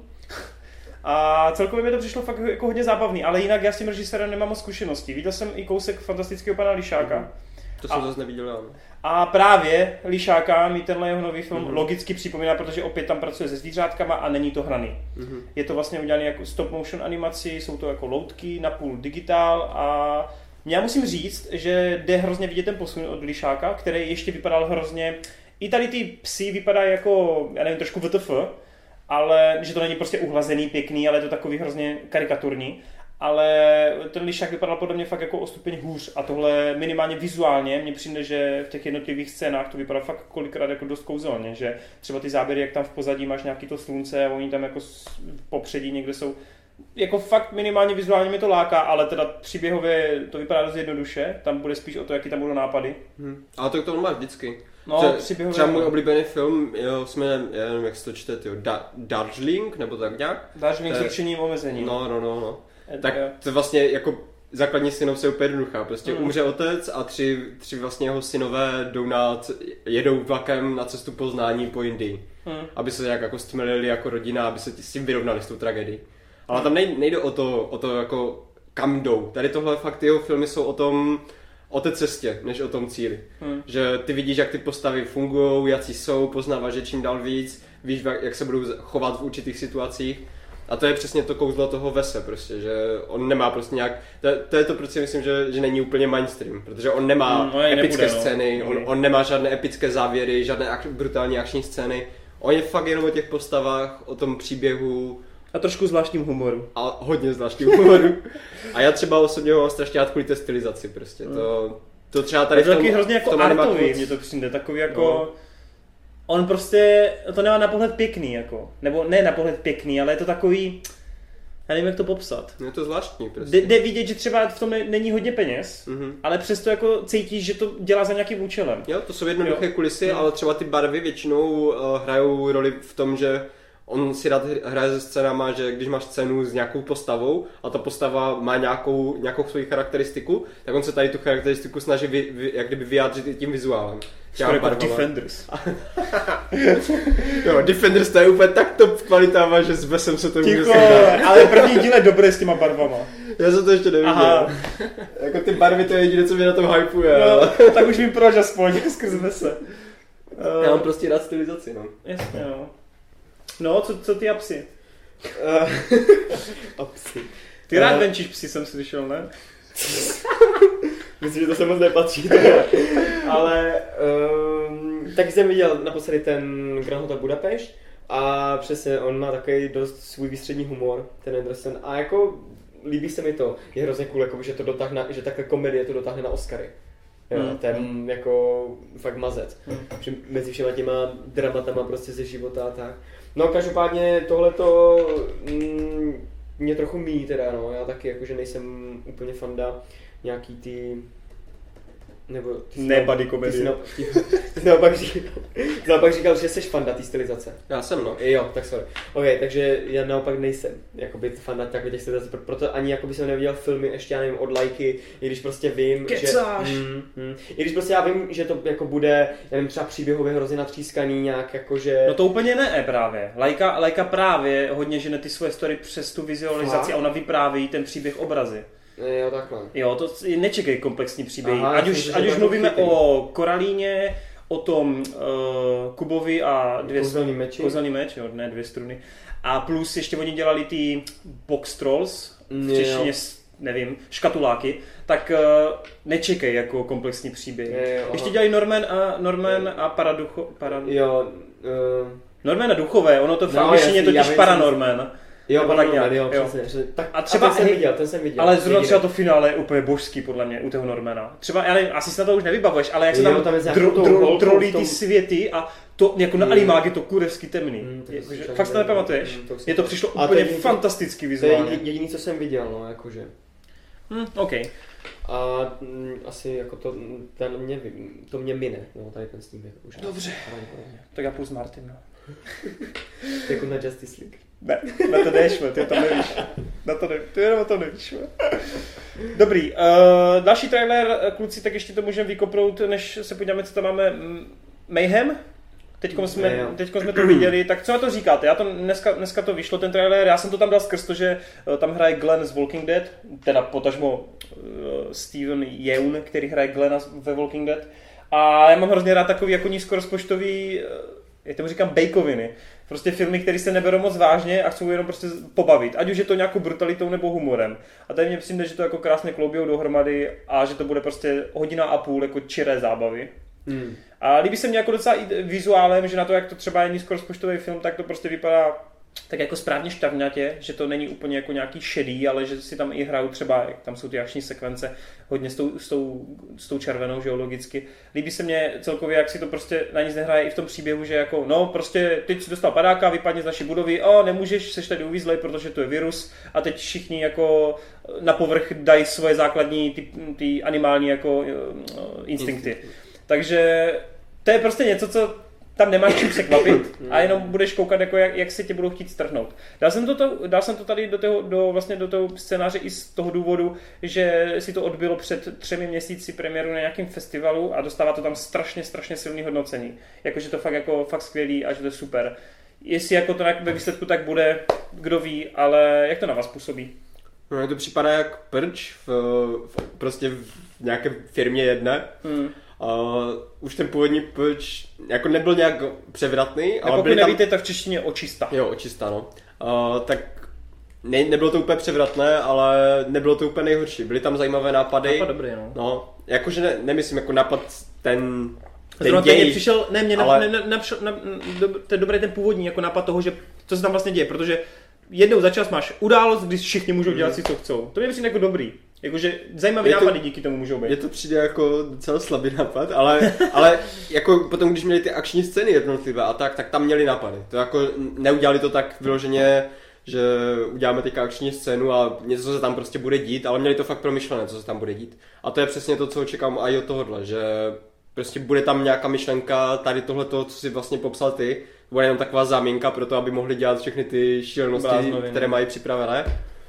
A celkově mi to přišlo fakt jako hodně zábavný, ale jinak já s tím režisérem nemám moc zkušeností. Viděl jsem i kousek Fantastického pana Lišáka. Mm-hmm. To jsem a, zase neviděl, já. A právě Lišáka mi tenhle jeho nový film mm-hmm. logicky připomíná, protože opět tam pracuje se zvířátkama a není to hraný. Mm-hmm. Je to vlastně udělané jako stop motion animaci, jsou to jako loutky, napůl digitál a já musím říct, že jde hrozně vidět ten posun od Lišáka, který ještě vypadal hrozně, i tady ty psy vypadají jako, já nevím, trošku W T F, ale že to není prostě uhlazený, pěkný, ale je to takový hrozně karikaturní. ale ten lišák vypadal podle mě fakt jako o stupeň hůř a tohle minimálně vizuálně mně přijde, že v těch jednotlivých scénách to vypadá fakt kolikrát jako dost kouzelně, že třeba ty záběry, jak tam v pozadí máš nějaký to slunce a oni tam jako v popředí někde jsou, jako fakt minimálně vizuálně mě to láká, ale teda příběhově to vypadá dost jednoduše, tam bude spíš o to, jaký tam budou nápady. Hmm. Ale to to máš vždycky. No, třeba, třeba můj oblíbený film, jo, jsme, já nevím, jak se to čte, tyjo, da- Darjeeling, nebo tak nějak? Darjeeling s určením omezení. No, no, no, no. Tak to vlastně jako základní synopse je úplně jednoduchá. Prostě mm. umře otec a tři, tři vlastně jeho synové jdou na, jedou vlakem na cestu poznání po Indii. Mm. Aby se nějak jako stmelili jako rodina, aby se s tím vyrovnali s tou tragédií. Ale tam nejde, nejde o to, o to jako kam jdou. Tady tohle fakt jeho filmy jsou o tom, o té cestě, než o tom cíli. Hmm. Že ty vidíš, jak ty postavy fungují, jaký jsou, poznáváš je čím dál víc, víš, jak se budou chovat v určitých situacích. A to je přesně to kouzlo toho Wese prostě, že on nemá prostě nějak, to, to je to, proč si myslím, že, že není úplně mainstream, protože on nemá hmm, no, epické nebude, scény, no. on, on nemá žádné epické závěry, žádné ak- brutální akční scény, on je fakt jenom o těch postavách, o tom příběhu, a trošku zvláštním humoru. A hodně zvláštním humoru. A já třeba osobně ho mám strašně rád kvůli té stylizaci prostě. To, to třeba tady v tom, takový hrozně jako artový, mně to přijde, takový jako... No. On prostě, to nemá na pohled pěkný jako, nebo ne na pohled pěkný, ale je to takový, já nevím jak to popsat. Je to zvláštní prostě. Jde vidět, že třeba v tom není hodně peněz, mm-hmm. ale přesto jako cítíš, že to dělá za nějakým účelem. Jo, to jsou jednoduché kulisy, mm. ale třeba ty barvy většinou uh, hrajou roli v tom, že on si rád hraje se scénama, že když máš scénu s nějakou postavou a ta postava má nějakou, nějakou svoji charakteristiku, tak on se tady tu charakteristiku snaží vy, vy, jak kdyby vyjádřit i tím vizuálem. Skoro jako Defenders. Jo, Defenders to je úplně tak top kvalita, že s Vesem se to může sledovat. Ale první díl je dobré s těma barvama. Já jsem to ještě neviděl. Jako ty barvy to je jediné, co mě na tom hypuje. No, tak už vím proč aspoň, skrz Vese. Já mám prostě rád stylizaci, no. Jasně, no. No, co, co ty a psi? A psi. Ty rád venčíš psi, jsem slyšel, ne? Myslím, že to se moc nepatří. Ale um, tak jsem viděl naposledy ten Grand Hotel Budapešť a přesně on má takový dost svůj výstřední humor, ten Anderson. A jako líbí se mi to, je hrozně cool, jako, že to dotáhne, že takhle komedie to dotáhne na Oscary. Jo, mm. ten jako fakt mazec. Mm. Mezi všema těma dramatama prostě ze života a tak. No každopádně tohleto mm, mě trochu míjí teda, no, já taky jakože nejsem úplně fanda nějaký ty, nebo... Ne body komedie. Ty jsi naopak říkal, naopak říkal, že jsi fanda té stylizace. Já jsem, no. Jo, tak sorry. Ok, takže já naopak nejsem, jakoby fanda takových těch stylizací, proto ani jakoby jsem neviděl filmy ještě, já nevím, od Lajky, i když prostě vím, Kecáš. že... Mm, mm, I když prostě já vím, že to jako bude, já nevím, třeba příběhově hrozně natřískaný nějak, jakože... No to úplně ne právě. Lajka, Lajka právě hodně žene ty svoje story přes tu vizualizaci a ona vypráví ten příběh obrazy. Jo, takhle. Jo, to nečekej komplexní příběhy. Aha, ať už, ať už mluvíme chytý. O Koralíně, o tom uh, Kubovi a dvě kouzelný meči. Kouzelný meč, jo, ne dvě struny. A plus ještě oni dělali ty box trolls, v češtině, nevím, škatuláky, tak uh, nečekej jako komplexní příběh. Je, ještě dělali Norman a Norman je. a Paraducho... Para... Jo, uh... Norman a duchové, ono to v angličtině no, totiž Paranorman. Jo, Paranorman, jo, jo, přesně. Tak, a třeba a ten jsem viděl, ten jsem viděl. Ale zrovna třeba to finále je úplně božský podle mě u toho Normana. Třeba, já nevím, asi si na to už nevybavuješ, ale jak se tam, tam dro, dro, trolí ty světy a to jako na animák je to kurevsky temný. Mm, je, fakt si to nepamatuješ? Mm, to Mně to přišlo úplně to fantasticky vizuálně. To je jediný, co jsem viděl, no, jakože. Hmm, OK. A m, asi jako to, ten mě, to mě mine, no, tady ten snímek už. Dobře, tak já půjdu s Martin, no. Jako na Justice League. Ne, na to nešme, ty to nevíš. Na to nevíš, ty jenom o to nevíš. Dobrý, uh, další trailer, kluci, tak ještě to můžeme vykopnout, než se podíváme, co tam máme. Mayhem? Teďko jsme, teďko jsme to viděli, tak co na to říkáte? Já to dneska, dneska to vyšlo, ten trailer, já jsem to tam dal skrz to, že tam hraje Glenn z Walking Dead, teda potažmo uh, Steven Yeun, který hraje Glenna ve Walking Dead. A já mám hrozně rád takový jako nízkorozpočtový, jak tomu říkám, bejkoviny. Prostě filmy, které se neberou moc vážně a chcou jenom prostě pobavit. Ať už je to nějakou brutalitou nebo humorem. A tady mně přijde, že to jako krásně kloubijou dohromady a že to bude prostě hodina a půl jako čiré zábavy. Hmm. A líbí se mě jako docela i vizuálem, že na to, jak to třeba je nízkorozpočtový film, tak to prostě vypadá tak jako správně šťavnatě, že to není úplně jako nějaký šedý, ale že si tam i hrajou třeba, jak tam jsou ty akční sekvence, hodně s tou, s tou, s tou červenou, že jo, logicky. Líbí se mně celkově, jak si to prostě na nic nehraje i v tom příběhu, že jako, no prostě teď si dostal padáka, vypadně z naší budovy, o nemůžeš, seš tady uvízlej, protože to je virus a teď všichni jako na povrch dají svoje základní ty, ty animální jako uh, instinkty. Instinkt. Takže to je prostě něco, co tam nemáš čím se kvapit a jenom budeš koukat, jako jak, jak se tě budou chtít strhnout. Dal jsem to, to, dal jsem to tady do toho, do, vlastně do toho scénáře i z toho důvodu, že si to odbylo před třemi měsíci premiéru na nějakém festivalu a dostává to tam strašně, strašně silný hodnocení. Jakože to fakt, jako, fakt skvělý a že to je super. Jestli jako to ve výsledku tak bude, kdo ví, ale jak to na vás působí? No, to připadá jak Purge v, v, prostě v nějaké firmě jedné. Hmm. Uh, už ten původní Purge jako nebyl nějak převratný. Ale pokud nevíte, tam... tak v češtině očista. Jo, očista, no. Uh, tak ne, nebylo to úplně převratné, ale nebylo to úplně nejhorší. Byly tam zajímavé nápady. Nápad dobrý, no. No, jakože ne, nemyslím jako nápad ten... Ten děj, přišel, ne, mě ale... na, na, na, na, na, do, to je dobrý ten původní jako nápad toho, že co se tam vlastně děje, protože jednou za čas máš událost, kdy všichni můžou dělat mm. si, co chcou. To mě přijde jako dobrý. Jakože zajímavý je nápady to, díky tomu můžou být. Je to přijde jako docela slabý nápad, ale, ale jako potom, když měli ty akční scény jednotlivé a tak, tak tam měli nápady. To jako neudělali to tak vyloženě, že uděláme teďka akční scénu a něco se tam prostě bude dít, ale měli to fakt promyšlené, co se tam bude dít. A to je přesně to, co očekám i od tohohle, že prostě bude tam nějaká myšlenka, tady tohleto, co si vlastně popsal ty, bude jenom taková záminka pro to, aby mohli dělat všechny ty šílenosti, Bláznoviny. Které mají připravené.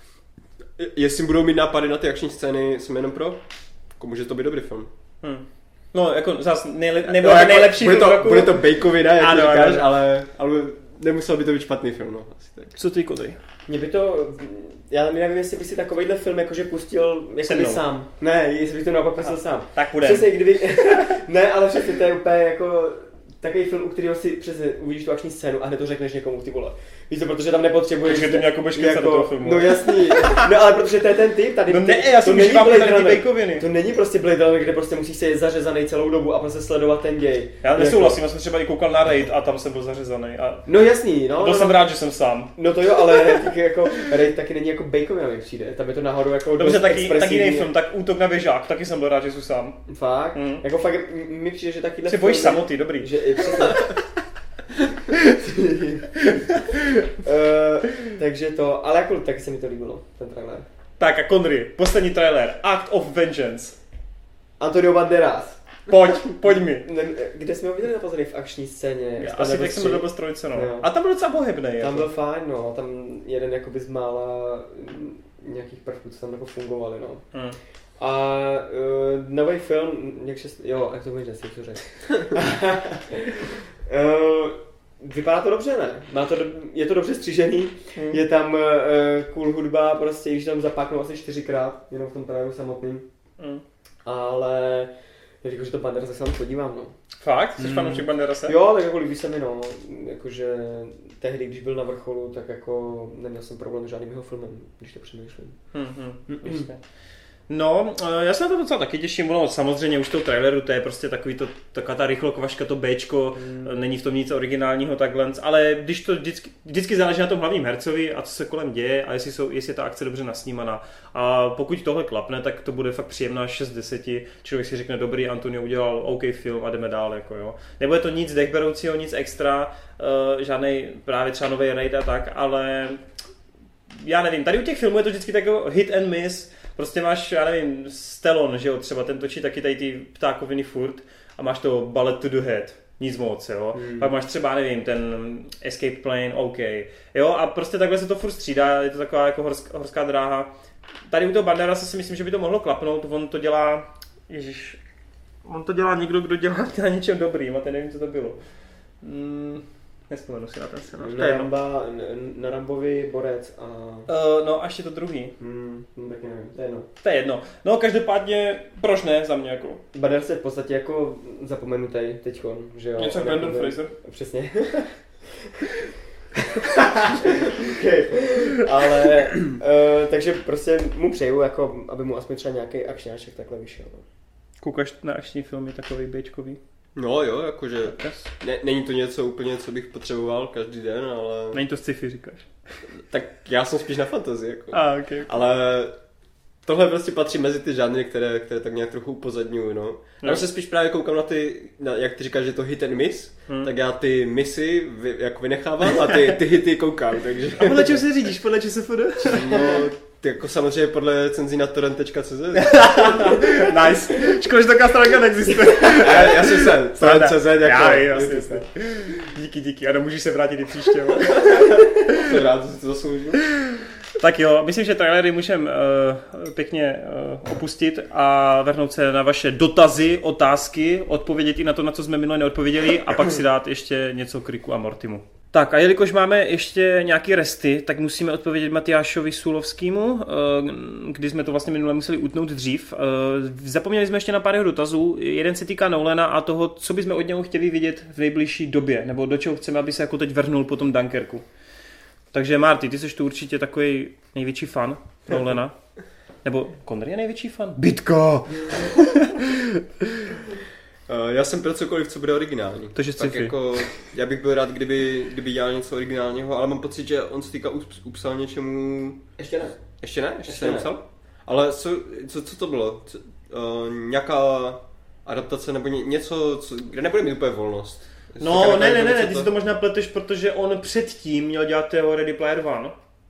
Jestli budou mít nápady na ty akční scény, jsem jenom pro, jako může to být dobrý film. Hmm. No, jako zase nejle, nebude no, jako, nejlepší bude film to, roku. Bude to bejkovina, jak ano, říkáš, ano. ale, ale nemusel by to být špatný film, no. Asi tak. Co ty, Kodry? Mě by to, já nevím, jestli by si takovejhle film jakože pustil jakoby sám. Ne, jestli by to naopak pustil sám. Tak bude. Přesně, kdyby, ne, ale přesně to je úplně jako takový film, u kterého si přesně uvidíš tu akční scénu a hned to řekneš někomu, ty vole. Víš to, protože tam nepotřebuješ. Takže ty mě jako budeš kecat do toho filmu. No jasný, no ale protože to je ten typ, tady no ne, já si myslím, že tady ty bejkoviny. To není prostě Blade Runner, kde prostě musíš se zařezaný celou dobu a prostě sledovat ten děj. Já nesouhlasím, já jsem třeba i koukal na Raid a tam jsem byl zařezaný. A... No jasný, no. Byl no, jsem rád, že jsem sám. No to jo, ale taky jako Raid taky není jako bejkovina, mi přijde. Tam je to nahoru jako dobře, taky, taky jiný film, tak Útok na věžák, taky jsem byl rád, že jsem sám. Fakt? Mm. Jako fakt mi přijde, že taky se bojíš samoty, dobrý. Že uh, takže to, ale jako taky se mi to líbilo, ten trailer. Tak a Connery, poslední trailer, Act of Vengeance. Antonio Banderas. Pojď, pojď mi. Ne, kde jsme ho viděli naposledy v akční scéně? Já, asi tak jsem byl do strojce, no. Jo. A tam byl docela pohybnej. Tam jako. byl fajn, no, tam jeden jakoby z mála nějakých prvků, co tam jako fungovaly, no. Hmm. A uh, nový film, jak šest, jo, jak to můžeš, jak to řekl. uh, Vypadá to dobře, ne? Má to, je to dobře střížený, hmm. Je tam uh, cool hudba, prostě již tam zapáknou asi čtyřikrát, jenom v tom traileru samotným. Hmm. Ale já říkám, že to Banderas, tak se tam podívám, no. Fakt? Jsi hmm. fanoušek Banderase? Jo, tak jako líbí se mi, no. Jakože tehdy, když byl na vrcholu, tak jako neměl jsem problém s žádným jeho filmem, když to přemýšlím. Hmm, hmm. Hmm. No, já se na to docela taky těším, no, samozřejmě už toho traileru, to je prostě takový to, taková ta rychlokvaška, to Bčko, mm. není v tom nic originálního takhle, ale když to vždycky, vždycky záleží na tom hlavním hercovi a co se kolem děje a jestli, jsou, jestli je ta akce dobře nasnímaná. A pokud tohle klapne, tak to bude fakt příjemná šest z deseti, člověk si řekne, dobrý, Antonio udělal OK film a jdeme dál, jako jo. Nebude to nic dechberoucího, nic extra, uh, žádnej právě třeba nový Raid a tak, ale já nevím, tady u těch filmů je to vždycky takový hit and miss. Prostě máš, já nevím, Stallone, že jo, třeba ten točí taky tady ty ptákoviny furt a máš to Bullet to the Head, nic moc, jo. Hmm. Pak máš třeba, nevím, ten Escape Plane, OK, jo, a prostě takhle se to furt střídá, je to taková jako horská, horská dráha. Tady u toho Banderasa si myslím, že by to mohlo klapnout, on to dělá, ježiš, on to dělá někdo, kdo dělá na něčem dobrým a teď nevím, co to bylo. Hmm. Nespomenu si na ten scénář. Na, Ramba, na Rambovi Borec a... Uh, no a ještě to druhý. Hmm, no, taky nevím, to je jedno. To je jedno. No každopádně, proč ne za mě jako? Banderas je v podstatě jako zapomenutej teďkon, že jo. Něco jak Brandon Fraser. Přesně. Okay. Ale, uh, takže prostě mu přeju, jako, aby mu aspoň třeba nějaký akčňáček takhle vyšel. Koukáš na akční filmy takový bečkový? No jo, jakože ne, není to něco úplně, co bych potřeboval každý den, ale... Není to sci-fi, říkáš? Tak já jsem spíš na fantazii, jako. Ah, okay, okay. Ale tohle prostě patří mezi ty žánry, které, které tak nějak trochu upozadňuju, no. Já no. se spíš právě koukám na ty, na, jak ty říkáš, že to hit and miss, hmm. tak já ty missy vy, jako vynechávám a ty, ty hity koukám, takže... A podle čeho se řídíš? Podle čeho se fode? No, jako samozřejmě podle cenzí na torrent tečka cé zet. Nice. Škoda, že taková stránka neexistuje. já, já jsem se, torrent tečka cé zet jako... Já, jasně, jasně. Díky, díky. A nemůžeš se vrátit i příště. Jsem rád, že si to zasloužil. Tak jo, myslím, že trailery můžeme uh, pěkně uh, opustit a vrhnout se na vaše dotazy, otázky, odpovědět i na to, na co jsme minule neodpověděli a pak si dát ještě něco k Ricku a Mortimu. Tak a jelikož máme ještě nějaký resty, tak musíme odpovědět Matyášovi Sulovskému, uh, kdy jsme to vlastně minule museli utnout dřív. Uh, zapomněli jsme ještě na pár jeho dotazů. Jeden se týká Nolana a toho, co bychom od něho chtěli vidět v nejbližší době, nebo do čeho chceme, aby se jako teď vrhnul po tom Dunkerku. Takže Marty, ty jsi tu určitě takový největší fan Nolana. Nebo Connery je největší fan? Bitko! Já jsem pro cokoliv, co bude originální. Takže sci-fi. Jako, já bych byl rád, kdyby, kdyby dělal něco originálního, ale mám pocit, že on si týka upsal něčemu... Ještě ne. Ještě ne? Ještě, Ještě se neupsal? Ale co, co, co to bylo? Co, uh, nějaká adaptace nebo ně, něco, co, kde nebude mít úplně volnost? No, ne, ne, ne, ne, ty si to možná pleteš, protože on předtím měl dělat toho Ready Player One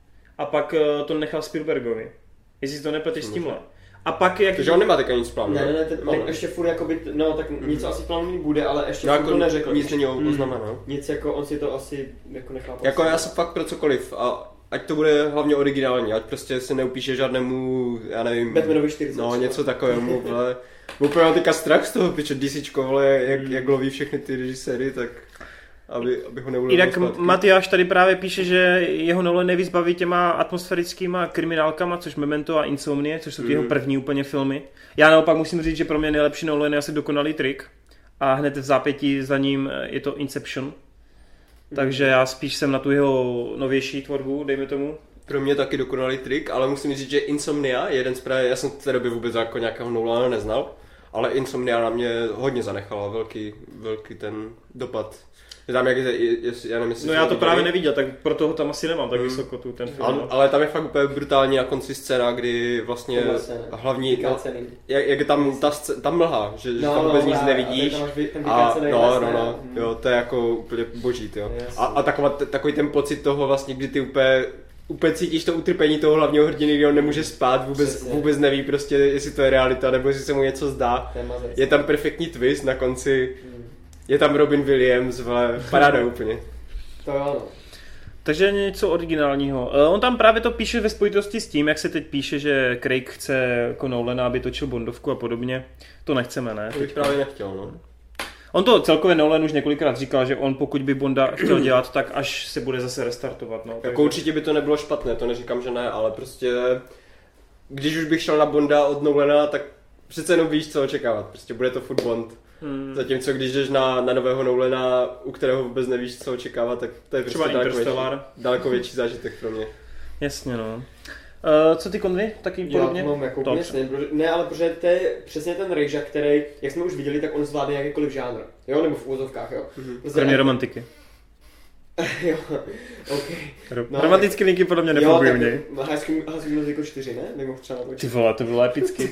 a pak uh, to nechal Spielbergovi. Jestli si to nepleteš s tímhle. A pak jak... Takže on nemá teďka nic plánu. Ne, ne, ne, teď, no, ještě furt jakoby, no tak mm. něco asi plánu bude, ale ještě no, furt jako to neřekl. Nic není oznamená, no. Nic jako, on si to asi jako nechá poslat. Jako já jsem fakt pro cokoliv a ať to bude hlavně originální, ať prostě se neupíše žádnému, já nevím... Batmanovi čtyřicet. No, něco takovému, ale... Úplně mám teďka strach z toho, piče DCčko, vole, jak, mm. jak loví všechny ty režiséry, tak... Aby, aby ho neulevil Jinak Matyáš tady právě píše, že jeho Nolan nejvíc baví těma atmosférickýma kriminálkama, což Memento a Insomnie, což jsou ty mm. jeho první úplně filmy. Já naopak musím říct, že pro mě nejlepší Nolan je asi Dokonalý trik a hned v zápětí za ním je to Inception. Mm. Takže já spíš jsem na tu jeho novější tvorbu, dejme tomu. Pro mě taky Dokonalý trik, ale musím říct, že Insomnia je jeden z právě, já jsem v té době vůbec jako nějakého Nolana neznal, ale Insomnia na mě hodně zanechala velký, velký ten dopad. Tam jak je, je, já nevím, no já to právě neviděl, tak proto ho tam asi nemám tak hmm. vysoko tu ten film. Ale, ale tam je fakt úplně brutální na konci scéna, kdy vlastně hlavní, no, jak, jak je tam ta, ta mlha, že, no, že tam vůbec no, nic nevidíš a, a no, no, no, jo, to je jako úplně boží, jo. A, a taková, takový ten pocit toho vlastně, kdy ty úplně úplně cítíš to utrpení toho hlavního hrdiny, kdy on nemůže spát, vůbec, vůbec neví prostě, jestli to je realita, nebo jestli se mu něco zdá. Je tam perfektní twist na konci. Je tam Robin Williams, vle, paráda úplně. To jo, no. Takže něco originálního. On tam právě to píše ve spojitosti s tím, jak se teď píše, že Craig chce jako Nolana, aby točil Bondovku a podobně. To nechceme, ne? To bych právě nechtěl, no. On to celkově Nolan už několikrát říkal, že on pokud by Bonda chtěl dělat, tak až se bude zase restartovat. No. Jako takže... určitě by to nebylo špatné, to neříkám, že ne, ale prostě když už bych šel na Bonda od Nolana, tak přece jenom víš, co očekávat. Prostě bude to furt Bond. Hmm. Zatímco když jdeš na, na nového Nolana, u kterého vůbec nevíš, co očekávat, tak to je prostě daleko větší, daleko větší zážitek pro mě. Jasně, no. Uh, co ty Connery? Taky podobně? Já mám jako úplně stejný, ne, ale protože to je přesně ten rejža, který, jak jsme už viděli, tak on zvládne jakýkoliv žánr, jo, nebo v úvozovkách, jo. Mm-hmm. Prostě kromě romantiky. Jo, ok. No, romantický linky podle mě nefungují v něj. High School Musical čtyři, ne? Nebo třeba to ty vole, to bylo epicky.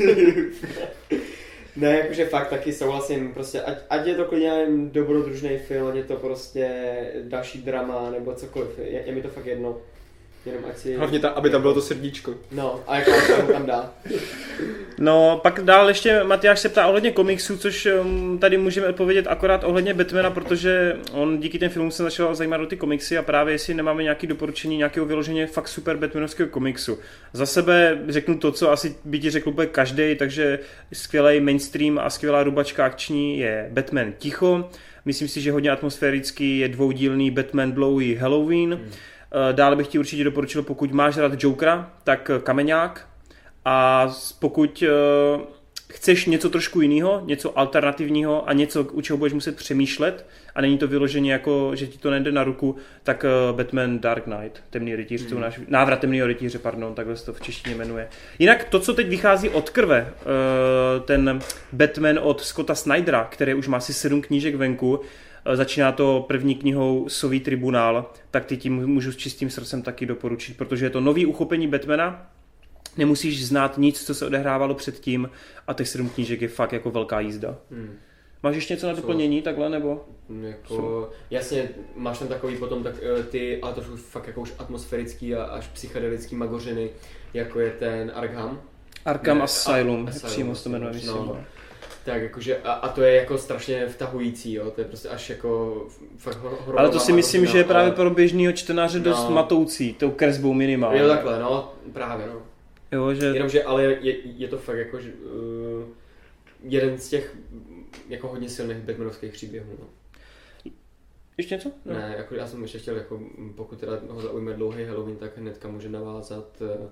Ne, jakože fakt taky souhlasím, prostě ať, ať je to klidně dobrodružný film, ať je to prostě další drama nebo cokoliv, je, je mi to fakt jedno. Jenom ať si... Hlavně ta, aby tam bylo to srdíčko. No, a jak tam, tam dá. No, pak dál ještě Matyáš se ptá ohledně komiksů, což um, tady můžeme odpovědět akorát ohledně Batmana, protože on díky těm filmům se začal zajímat o ty komiksy a právě jestli nemáme nějaké doporučení nějakého vyloženě fakt super batmanovského komiksu. Za sebe řeknu to, co asi by ti řekl úplně každý, takže skvělý mainstream a skvělá rubačka akční je Batman Ticho. Myslím si, že hodně atmosférický je dvoudílný Batman Dlouhý Halloween. Hmm. Dále bych ti určitě doporučil, pokud máš rád Jokera, tak Kameňák. A pokud chceš něco trošku jiného, něco alternativního a něco, u čeho budeš muset přemýšlet a není to vyloženě jako, že ti to nejde na ruku, tak Batman Dark Knight, temný rytíř, hmm. náš, návrat temného rytíře, pardon, takhle se to v češtině jmenuje. Jinak to, co teď vychází od krve, ten Batman od Scotta Snydera, který už má asi sedm knížek venku, začíná to první knihou Sový tribunál, tak ty tím můžu s čistým srdcem taky doporučit, protože je to nový uchopení Batmana, nemusíš znát nic, co se odehrávalo předtím a těch sedm knížek je fakt jako velká jízda. Hmm. Máš ještě něco na doplnění takhle, nebo? Jako, jasně, máš tam takový potom tak ty, ale to jsou fakt jako už atmosférický a až psychedelický magořiny, jako je ten Arkham. Arkham ne, Asylum, Asylum, přímo se to jmenuje, myslím. No. Tak jakože, a, a to je jako strašně vtahující, jo, to je prostě až jako fakt hororová. Ale to si myslím, že je právě pro běžného čtenáře dost no. matoucí, tou kresbou minimálně. Jo, takhle, no, právě, no. Jo, že... Jenomže, ale je, je to fakt jako, že, uh, jeden z těch jako hodně silných Batmanovských příběhů, no. Ještě něco? No. Ne, jako já jsem ještě chtěl, jako, pokud teda ho zaujme dlouhý Halloween, tak hnedka může navázat...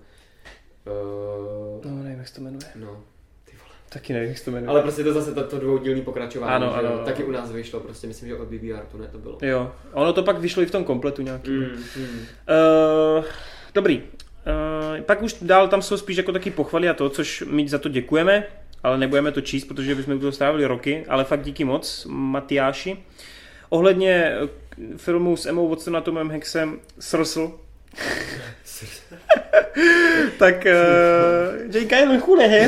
Uh, no, nevím, jak se to jmenuje. No. Taky nevím, jak se to jmenuje. Ale prostě to zase to, to dvoudělný pokračování, ano, ano, ano. Taky u nás vyšlo, prostě myslím, že od B B R to ne, to bylo. Jo, ono to pak vyšlo i v tom kompletu nějaký. Mm, mm. Uh, dobrý. Uh, pak už dál tam jsou spíš jako taky pochvaly a to, což my za to děkujeme, ale nebudeme to číst, protože bychom to strávili roky, ale fakt díky moc, Matyáši. Ohledně filmu s Emmou Watson a Tomem Hanksem Srsl. tak uh, Jake Gyllenhaal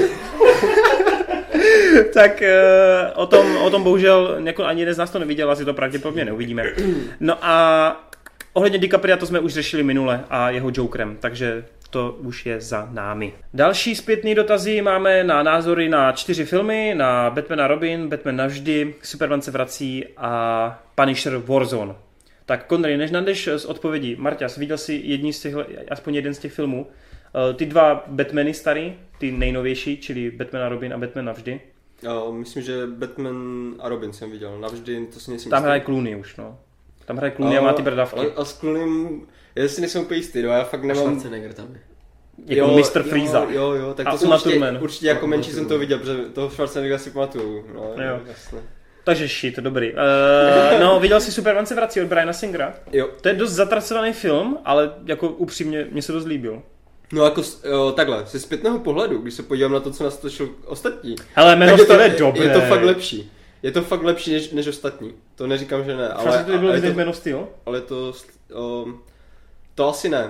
tak uh, o, tom, o tom bohužel jako ani jeden z nás to neviděl, asi to pravděpodobně neuvidíme. No a ohledně DiCapria to jsme už řešili minule a jeho Jokerem, takže to už je za námi. Další zpětný dotazy máme na názory na čtyři filmy, na Batmana Robin, Batman navždy, Superman se vrací a Punisher Warzone. Tak Konry, než nadeš z odpovědí, Marťas, viděl jsi jední z těch, aspoň jeden z těch filmů, ty dva Batmany starý, ty nejnovější, čili Batman a Robin a Batman navždy? Jo, myslím, že Batman a Robin jsem viděl, navždy to si nejsem Tam hraje Clooney už, no. Tam hraje Clooney a, a má ty bradavky. A, a s Clooneym, já si nejsem úplně jistý, no, já fakt nemám... Schwarzenegger tam je. Jako jo, mister Freeza. Jo, jo, jo, tak to jsem určitě, určitě jako menší jsem to viděl, protože toho Schwarzeneggera si pamatuju, no, jo. Jasně. Takže shit, dobrý. Uh, no, viděl jsi Superman se vrací od Briana Singera? Jo. To je dost zatracovaný film, ale jako upřímně, mně se dost líbil. No jako jo, takhle, ze zpětného pohledu, když se podívám na to, co nás točil ostatní. Hele, Man of Steel je dobré. Je to fakt lepší. Je to fakt lepší než, než ostatní. To neříkám, že ne. Ale, ale to bylo ale to, Man of Steel? Ale to, um, to asi ne.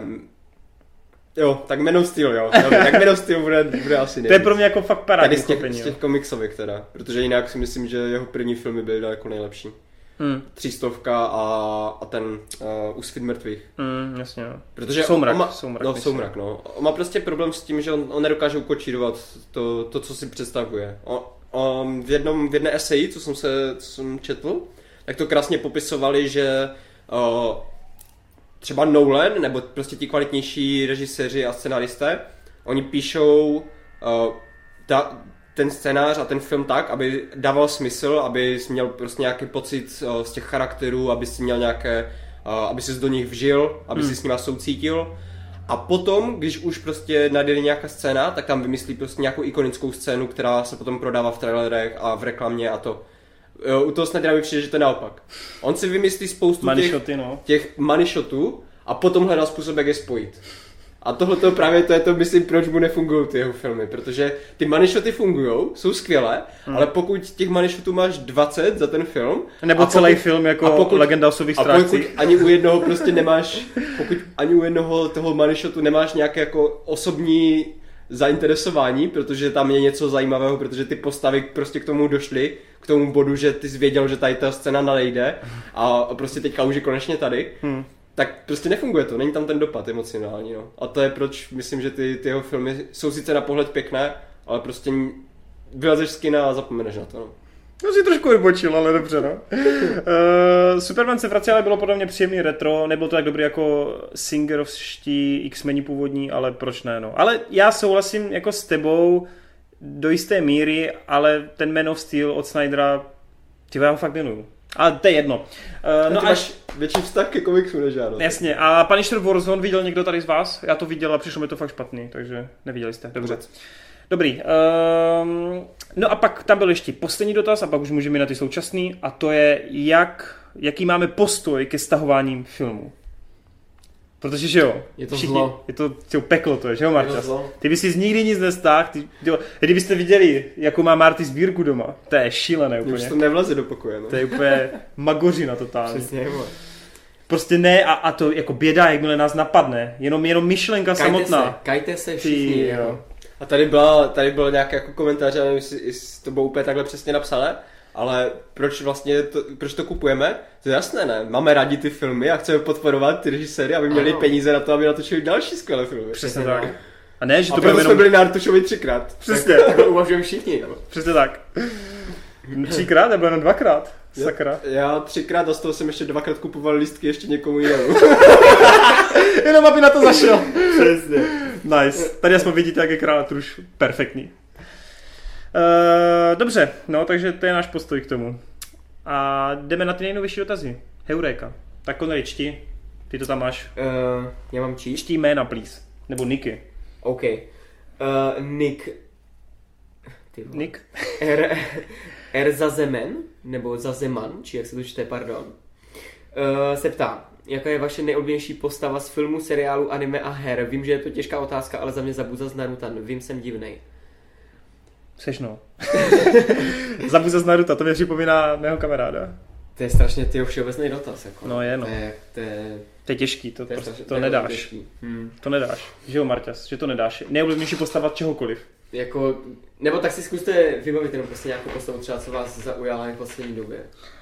Jo, tak Man of Steel, jo. Dobře, tak Man of Steel bude, bude asi nejvíc. To je pro mě jako fakt parádní z těch, z těch komiksových teda, protože jinak si myslím, že jeho první filmy byly jako nejlepší. Hmm. Třístovka a, a ten uh, Úsvit mrtvých. Hmm, jasně, jo. Protože soumrak, má, soumrak. No, soumrak, no. On má prostě problém s tím, že on, on nedokáže ukočírovat to, to, co si představuje. On, on v, jednom, v jedné eseji, co jsem, se, co jsem četl, tak to krásně popisovali, že uh, třeba Nolan, nebo prostě ti kvalitnější režiséři a scenaristé, oni píšou uh, ta, ten scénář a ten film tak, aby dával smysl, aby jsi měl prostě nějaký pocit uh, z těch charakterů, aby jsi měl nějaké, uh, aby jsi do nich vžil, aby hmm. jsi s nima soucítil. A potom, když už prostě najde nějaká scéna, tak tam vymyslí prostě nějakou ikonickou scénu, která se potom prodává v trailerech a v reklamě a to. U toho snad mi přijde, že to je naopak. On si vymyslí spoustu money těch, shoty, no. těch money shotů a potom hledá způsob, jak je spojit. A tohle to právě to je to, myslím, proč mu nefungují ty jeho filmy, protože ty money shoty fungujou, jsou skvělé, hmm. ale pokud těch money shotů máš dvacet za ten film, nebo pokud, celý film jako pokud, Legenda o Sových strážcích. A pokud ani u jednoho prostě nemáš, pokud ani u jednoho toho money shotu nemáš nějaké jako osobní zainteresování, protože tam je něco zajímavého, protože ty postavy prostě k tomu došly, k tomu bodu, že ty jsi věděl, že tady ta scéna nadejde a prostě teďka už je konečně tady, hmm. tak prostě nefunguje to, není tam ten dopad emocionální, no. A to je proč myslím, že ty, ty jeho filmy jsou sice na pohled pěkné, ale prostě vylezeš z kina a zapomeneš na to, no. No si trošku vybočil, ale dobře, no. uh, Superman se vrací, ale bylo podle mě příjemný retro, nebylo to tak dobrý jako Singerovští X-meni původní, ale proč ne, no. Ale já souhlasím jako s tebou do jisté míry, ale ten Man of Steel od Snydera, ty já ho fakt miluju. Ale to je jedno. Uh, no ty až... máš větší vztah ke komiksu než já. No. Jasně. A Punisher Warzone viděl někdo tady z vás? Já to viděl a přišlo mi to fakt špatný, takže neviděli jste. Dobře. Dobrý. Um, no a pak tam byl ještě poslední dotaz a pak už můžeme na ty současný a to je, jak, jaký máme postoj ke stahováním filmů. Protože, že jo, je to všichni, zlo. Je to těho peklo to, že jo, Marťas? Ty bys si nikdy nic nestáhl, ty, jo, kdybyste viděli, jakou má Marty sbírku doma, to je šílené úplně. Už to nevleze do pokoje, no. To je úplně magořina totálně. Přesně, prostě ne a, a to jako běda, jakmile nás napadne, jenom, jenom myšlenka kajte samotná. Se, kajte se všichni, ty, jo. A tady byla, tady byl nějaký jako komentář, nevím, jestli, jestli to bylo úplně takhle přesně napsané, ale proč vlastně to, proč to kupujeme? To je jasné, ne? Máme rádi ty filmy a chceme podporovat ty režiséry, aby měli ano. peníze na to, aby natočili další skvělé filmy. Přesně tak. A ne, že a to proto jsme jenom... byli na Artušovi třikrát. Přesně. Tak to uvažujeme všichni. No. Přesně tak. Třikrát nebo jenom dvakrát? Sakra. Já, já třikrát a z toho jsem ještě dvakrát kupoval lístky ještě někomu jinému. Jenom aby na to zašel. Přesně. Nice. Tady aspoň vidíte, jak je král už perfektní. Uh, dobře, no takže to je náš postoj k tomu. A jdeme na ty nejnovější dotazy. Heuréka. Tak Konrad, čti. Ty to tam máš. Uh, já mám číst? Čtí jména, please. Nebo niky. OK. Uh, Nick. Nick? R, R Zazemen, nebo Zazeman, či jak se to čte, pardon. Uh, se ptá, jaká je vaše nejoblíbenější postava z filmu, seriálu, anime a her? Vím, že je to těžká otázka, ale za mě Zabuza z Naruto. Vím, jsem divnej. Seš no. Zabuza z Naruto, to mě připomíná mého kamaráda. To je strašně tyho všeobecný dotaz. Jako. No je no. To je, to je, to je těžký, to, to, je prostě, strašně, to nedáš. Hmm. To nedáš, že jo Marťas, že to nedáš. Nejoblíbenější postava čehokoliv. Jako, nebo tak si zkuste vybavit jenom prostě nějakou postavu třeba, co vás zaujala v poslední době.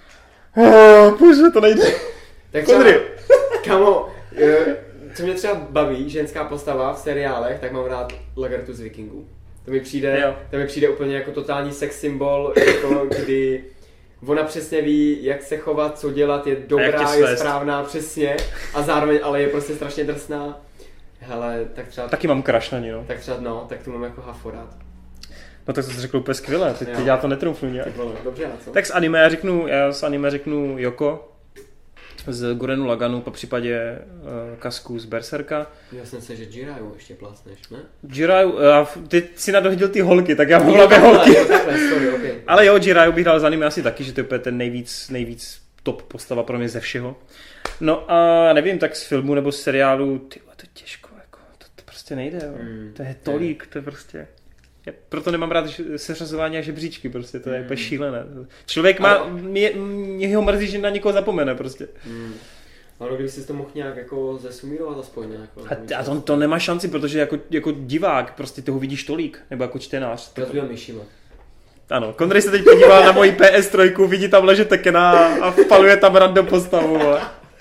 Oh, bože, to nejde. Tak třeba, kamo, co mě třeba baví, ženská postava v seriálech, tak mám rád Lagertu z Vikingů. To mi přijde, to mi přijde úplně jako totální sex symbol, jako kdy ona přesně ví, jak se chovat, co dělat, je dobrá, je správná, přesně, a zároveň ale je prostě strašně drsná. Hele, tak třeba... Taky mám crush na ní, no. Tak třeba, no, tak tu mám jako haforát. No tak to jsi řekl úplně skvěle, teď, teď já to netroufnu nějak. Dobře, a co? Tak z anime já řeknu, já z anime řeknu Yoko z Gurrenu Laganu, po případě uh, Kasku z Berserka. Já jsem se, že Jiraiu ještě plásneš, ne? Jiraiu, uh, ty si nadohodil ty holky, tak já mám hlavě holky. Takhle, sorry, okay. Ale jo, Jiraiu bych dal z anime asi taky, že to je ten nejvíc, nejvíc top postava pro mě ze všeho. No a nevím, tak z filmu nebo z seriálu, ty to je těžko, jako, to, to prostě nejde, jo. Mm, to je tolik, to je prostě... Já proto nemám rád seřazování a žebříčky, prostě, to je mm. úplně šílené. Člověk má, ale... mě, mě ho mrzí, že na někoho zapomene, prostě. Mm. Ale kdyby jsi to mohl nějak jako zesumírovat aspoň nějak. A, a to, to nemá šanci, protože jako, jako divák, prostě toho vidíš tolik, nebo jako čtenář. Já to myšima. Ano, Kondrej se teď podíval na moji P S tři, vidí tam ležet Tekena a vpaluje tam random postavu, vole.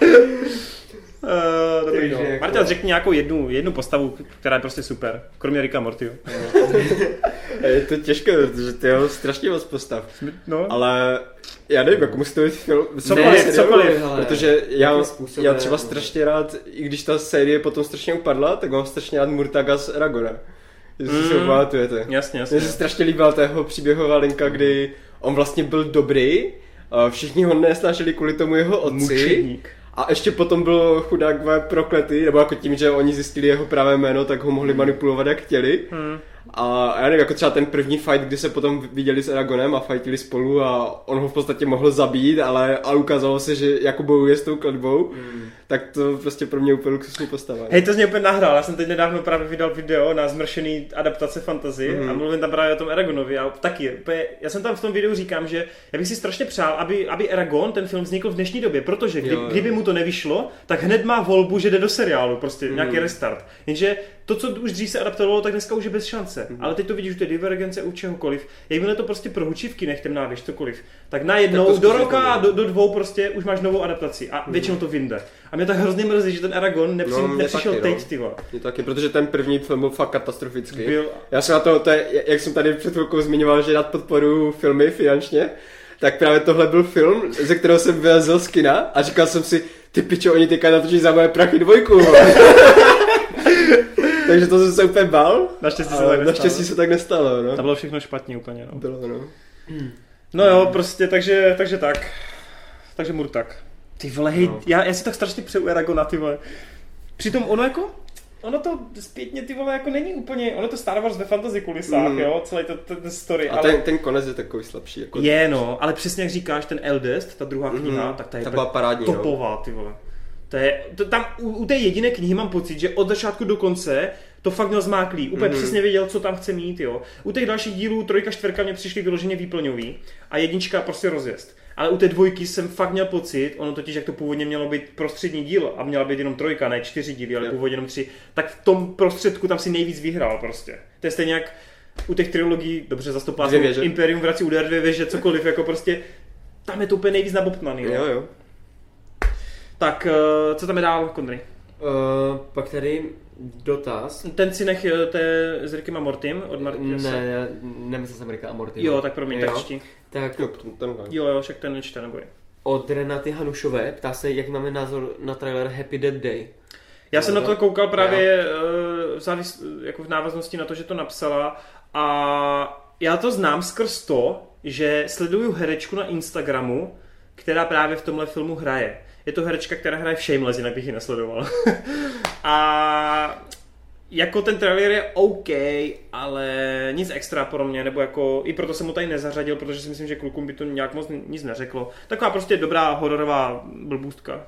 Uh, dobrý, no. Jako... Marťas, řekni nějakou jednu, jednu postavu, která je prostě super, kromě Ricka Mortyho. Je to těžké, protože ty jo, strašně moc postav. No. Ale já nevím, jako musí to být film. Cokoliv, ne, cokoliv. Protože já, já třeba strašně rád, i když ta série potom strašně upadla, tak mám strašně rád Murtaga z Aragorna. Jestli mm. si ho pamatujete. Jasně, jasně. Mně se strašně líbila ta jeho příběhová linka, kdy on vlastně byl dobrý, všichni ho nesnášeli kvůli tomu jeho otci. Mučedník. A ještě potom byl chudák prokletý, nebo jako tím, že oni zjistili jeho pravé jméno, tak ho mohli manipulovat jak chtěli. Hmm. A já nevím, jako třeba ten první fight, kdy se potom viděli s Eragonem a fightili spolu a on ho v podstatě mohl zabít, ale a ukázalo se, že jako bojuje s tou kletbou, hmm. tak to prostě pro mě úplně luxusní postava. Hej, to z něj úplně nahrál, já jsem teď nedávno právě vydal video na zmršený adaptace fantasy hmm. a mluvím tam právě o tom Eragonovi a taky, já jsem tam v tom videu říkám, že já bych si strašně přál, aby, aby Eragon, ten film vznikl v dnešní době, protože kdy, jo, jo. kdyby mu to nevyšlo, tak hned má volbu, že jde do seriálu, prostě hmm. nějaký restart. Jenže to, co už dřív se adaptovalo, tak dneska už je bez šance. Mm-hmm. Ale teď to vidíš, že to je divergence u čehokoliv. Jakmile to prostě prohučí v kinech, temná věž, cokoliv, tak najednou tak do roka, do, do dvou prostě už máš novou adaptaci a mm-hmm. většinou to vyjde. A mě tak hrozně mrzí, že ten Eragon nepři, no, nepřišel taky, teď, no. ty vole. Mě taky, protože ten první film byl fakt katastrofický. Byl... Já jsem na to, to je, jak jsem tady před chvilkou zmiňoval, že rád podporu filmy finančně, tak právě tohle byl film, ze kterého jsem vylezl z kina a říkal jsem si, ty pičo, oni teďka natočí Za moje prachy dvojku. Takže to jsem se úplně bál. Naštěstí se tak nestalo. Naštěstí se tak nestalo, no. To bylo všechno špatně úplně, no. Bylo, no. No jo, prostě, takže, takže tak. Takže Murtag. Ty vole, hej, no. já, já si tak strašně přeju Eragona, ty vole. Přitom ono jako, ono to zpětně ty vole jako není úplně, ono to Star Wars ve fantasy kulisách, mm. jo, celý to, ten story. A ale... ten, ten konec je takový slabší. Jako je no, ale přesně jak říkáš, ten Eldest, ta druhá kniha, mm. tak ta je ta byla parádní, topová, ty vole. To je, to, tam u, u té jediné knihy mám pocit, že od začátku do konce to fakt měl zmáklý, úplně mm. přesně věděl, co tam chce mít, jo. U těch dalších dílů trojka, čtvrka mě přišly vyloženě výplňový a jednička prostě rozjezd. Ale u té dvojky jsem fakt měl pocit, ono totiž, jak to původně mělo být prostřední díl a měla být jenom trojka, ne čtyři díly, ale původně jenom tři, tak v tom prostředku tam si nejvíc vyhrál prostě. To je stejně jak u těch trilogií, dobře zastupá Imperium vrací úder, dvě věže, cokoliv, jako prostě tam je to úplně nejvíc nabobtnaný. Jo, jo. Tak, co tam je dál, Kondry? Uh, pak tady dotaz. Ten si nech té z Rickem a Mortym od Martinese. Ne, já nemyslel jsem Ricka a Morty. Jo, tak promiň, tak čti. Tak, jo, ten, jo, jo, však ten nečte, neboj. Od Renaty Hanušové ptá se, jak máme názor na trailer Happy Death Day. Já jsem na to koukal právě uh, závis, jako v návaznosti na to, že to napsala a já to znám skrz to, že sleduju herečku na Instagramu, která právě v tomhle filmu hraje. Je to herečka, která hraje v Shameless, jinak bych ji nesledoval. A jako ten trailer je OK, ale nic extra pro mě, nebo jako, i proto jsem mu tady nezařadil, protože si myslím, že klukům by to nějak moc nic neřeklo. Taková prostě dobrá hororová blbůstka.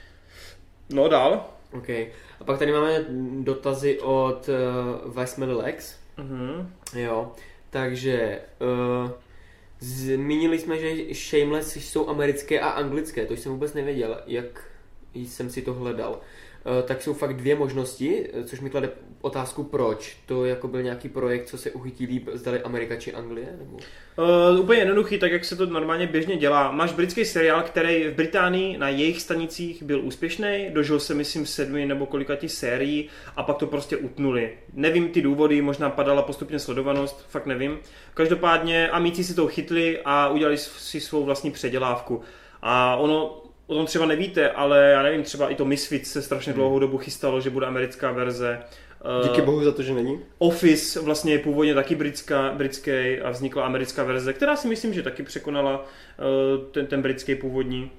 No, dál. OK. A pak tady máme dotazy od uh, Weissmel Lex. Uh-huh. Jo, takže... Uh, Zmínili jsme, že Shameless jsou americké a anglické, to jsem vůbec nevěděl, jak jsem si to hledal. Uh, tak jsou fakt dvě možnosti, což mi klade otázku proč. To jako byl nějaký projekt, co se uchytí líp, zdali Amerika či Anglie? Nebo? Uh, úplně jednoduchý, tak jak se to normálně běžně dělá. Máš britský seriál, který v Británii na jejich stanicích byl úspěšný, dožil se myslím sedmi nebo kolikati sérií a pak to prostě utnuli. Nevím ty důvody, možná padala postupně sledovanost, fakt nevím. Každopádně Amici si to chytli a udělali si svou vlastní předělávku. A ono, o tom třeba nevíte, ale já nevím, třeba i to Misfits se strašně dlouhou dobu chystalo, že bude americká verze. Díky bohu za to, že není. Office vlastně je původně taky britská, britský a vznikla americká verze, která si myslím, že taky překonala uh, ten, ten britský původní.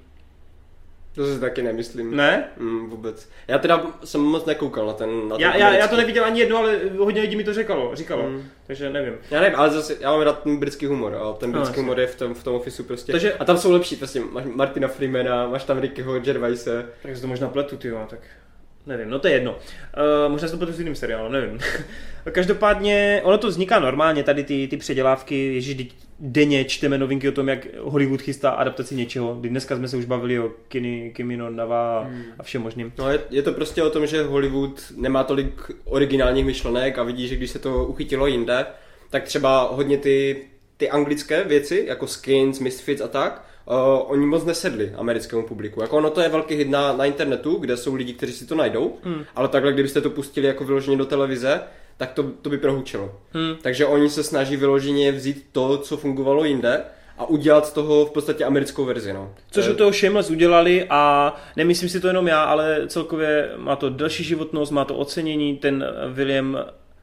To si taky nemyslím. Ne? Mm, vůbec. Já teda jsem moc nekoukal na ten, na ten já, já, já to neviděl ani jedno, ale hodně lidí mi to říkalo, říkalo mm. takže nevím. Já nevím, ale zase já mám rád ten britský humor a ten britský no, humor je v tom, v tom Officeu prostě. Takže, a tam jsou lepší, prostě máš Martina Freemana, máš tam Rickyho Gervaise. Takže to možná pletu, tyjo, tak... Nevím, no to je jedno. Uh, možná se to pletu s jiným seriálem, nevím. Každopádně, ono to vzniká normálně, tady ty, ty předělávky, ježiš, denně čteme novinky o tom, jak Hollywood chystá adaptaci něčeho. Dneska jsme se už bavili o Kimi, Kimino, Nava hmm. a všem možným. No je, je to prostě o tom, že Hollywood nemá tolik originálních myšlenek a vidí, že když se to uchytilo jinde, tak třeba hodně ty, ty anglické věci, jako Skins, Misfits a tak, Uh, oni moc nesedli americkému publiku. Jako ono to je velký hit na, na internetu, kde jsou lidi, kteří si to najdou, hmm. ale takhle, kdybyste to pustili jako vyloženě do televize, tak to, to by prohučilo. Hmm. Takže oni se snaží vyloženě vzít to, co fungovalo jinde a udělat z toho v podstatě americkou verzi. No. Což u toho Shameless udělali a nemyslím si to jenom já, ale celkově má to delší životnost, má to ocenění, ten William...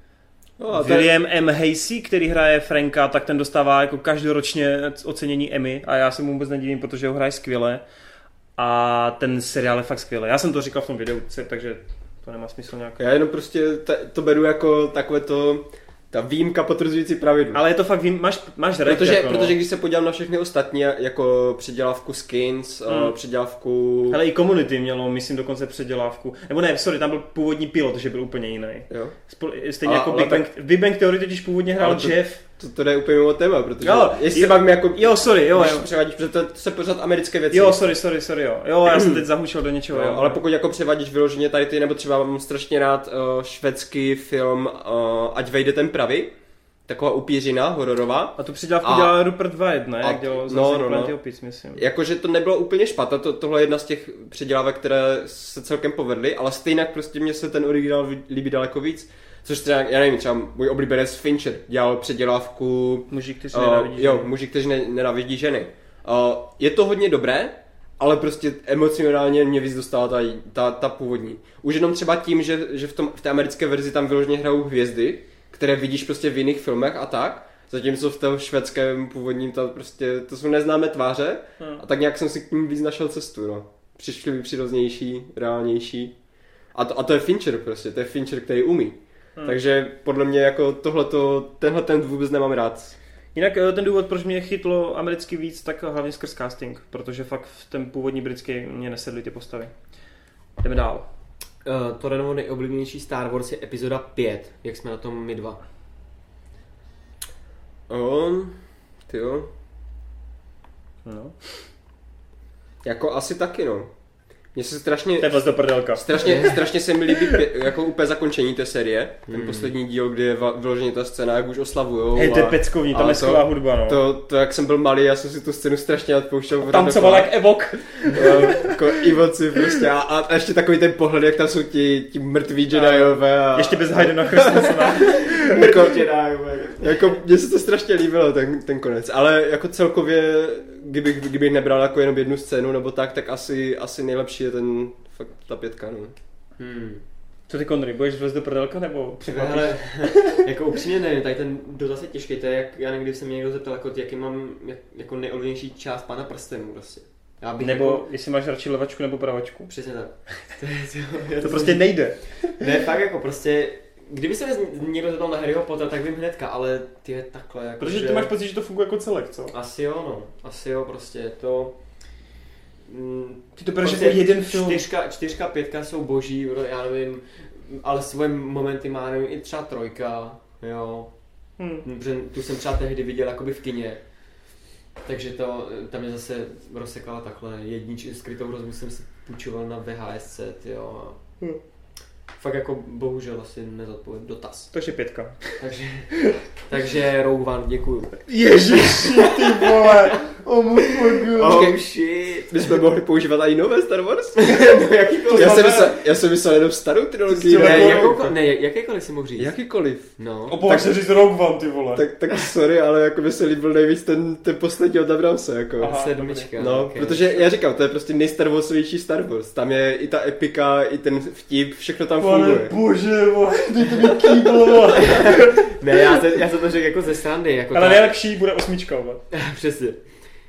No, William ten... M. Hasey, který hraje Franka, tak ten dostává jako každoročně ocenění Emmy a já se mu vůbec nedivím, protože ho hraje skvěle a ten seriál je fakt skvělý. Já jsem to říkal v tom videu, takže to nemá smysl nějak. Já jenom prostě t- to beru jako takové to... Ta výjimka potvrzující pravidlo. Ale je to fakt vým, máš, máš rek, protože, jako, no. protože když se podívám na všechny ostatní, jako předělávku Skins, hmm. předělávku... Ale i Community mělo, myslím, dokonce předělávku. Nebo ne, sorry, tam byl původní pilot, že byl úplně jiný. Jo. Spol- stejně a, jako Big Bang, tak... Big Bang Theory totiž původně hrál to, Jeff. To, to, to jde úplně mimo téma, protože jo, jestli se bavíme jako... Jo, sorry, jo, jo. Převádíš, protože to, to se pořád americké věci. Jo, sorry, sorry, sorry, jo. Jo, já jsem teď zahučil do něčeho. Jo, jo, ale pokud jako převádíš vyloženě tady ty, nebo třeba mám strašně rád uh, švédský film uh, Ať vejde ten pravý. Taková upířina, hororová. A tu předělávku dělal Rupert Wyatt, ne? Jak dělal no, no, no. Opic, myslím. Jakože to nebylo úplně špatné, to, tohle je jedna z těch předělávek, které se celkem povedly, ale stejně prostě mně se ten originál líbí daleko víc. Což třeba, já nevím, třeba můj oblíbenec Fincher dělal předělávku... Muži, kteří uh, nenávidí ženy. Jo, muži, kteří ne, nenávidí ženy. Uh, je to hodně dobré, ale prostě emocionálně mě víc dostala ta, ta, ta původní. Už jenom třeba tím, že, že v, tom, v té americké verzi tam vyloženě hrajou hvězdy, které vidíš prostě v jiných filmech a tak, zatímco v tom švédském původním to prostě, to jsou neznámé tváře hmm. a tak nějak jsem si k ním víc našel cestu, no. Přišli mi přirozenější, reálnější. A to, a to je Fincher prostě, to je Fincher, který umí. Hmm. Takže podle mě jako tohleto, tenhle ten vůbec nemám rád. Jinak ten důvod, proč mě chytlo americky víc, tak hlavně skrz casting, protože fakt v ten původní britský mě nesedly ty postavy. Jdeme dál. Uh, Torenovo nejoblíbenější Star Wars je epizoda pět, jak jsme na tom my dva. Um, tyjo. No. Jako asi taky, no. Mně se strašně... To je vlastně prdelka. Strašně, strašně se mi líbí jako úplně zakončení té série. Ten hmm. poslední díl, kdy je vyloženě ta scéna, jak už oslavujou. Hej, to je peckovní, tam je skvělá hudba, no. To, to, jak jsem byl malý, já jsem si tu scénu strašně odpouštěl. Tancoval jak Evok. Jako Evoci prostě. A, a ještě takový ten pohled, jak tam jsou ti, ti mrtví Jediové. A... Ještě bez Haydena Christensena. jako, jako, mně se to strašně líbilo, ten, ten konec. Ale jako celkově, kdybych, kdybych nebral jako jenom jednu scénu nebo tak, tak asi, asi nejlepší je ten, fakt ta pětka, no. Hmm. Co ty, Konry, budeš vlez do prdelka, nebo překvapíš? Ale jako upřímně nevím, tady ten dotaz je těžký, to je jak, já někdy se mě někdo zeptal, jako, jaký mám jak, jako nejoblíbenější část Pána prstenů prostě. Já bych nebo jako... jestli máš radši levačku nebo pravačku. Přesně tak. to, je, to, to prostě nejde. Ne, fakt jako prostě, kdyby se někdo zeptal na Harryho Pottera, tak vím hnedka, ale ty je takhle jako, protože ty že... máš pocit, že to funguje jako celek, co? Asi jo, no. Asi jo, prostě to... Ty to bereš prostě jako jeden film. Čtyřka, čtyřka, pětka jsou boží, já nevím, ale svoje momenty má, nevím, i třeba trojka, jo. Hmm. Protože tu jsem třeba tehdy viděl jakoby v kině. Takže to, tam je zase rozsekala takhle jednič, skrytou rozmu jsem si půjčoval na V H S C, jo. Hmm. Fakt jako bohužel asi nezodpověd dotaz. Takže pětka. Takže, takže Rogue One, děkuju. Ježiši, ty vole, oh můj bohu. Oh shit. My jsme mohli používat i nové Star Wars? no, jakýkoliv. Já jsem, myslel, já jsem myslel jenom starou trilogii. Ne, jakoukoliv, ne, jakýkoliv si mohl říct. Jakýkoliv. No. Opovaž se říct Rogue One, ty vole. Tak, tak sorry, ale jako by se líbil nejvíc ten, ten poslední od Abramse, jako. Aha, sedmička. No, okay. Protože já říkám, to je prostě nejstar Warsovější Star Wars. Tam je i ta epika, i ten vtip, všechno tam funguje. Pane bože, vole, ty to mi kýblo. Ne, já, se, já jsem to řekl jako ze srandy. Jako ale ta... nejlepší bude osmička, vole. Přesně. Uh,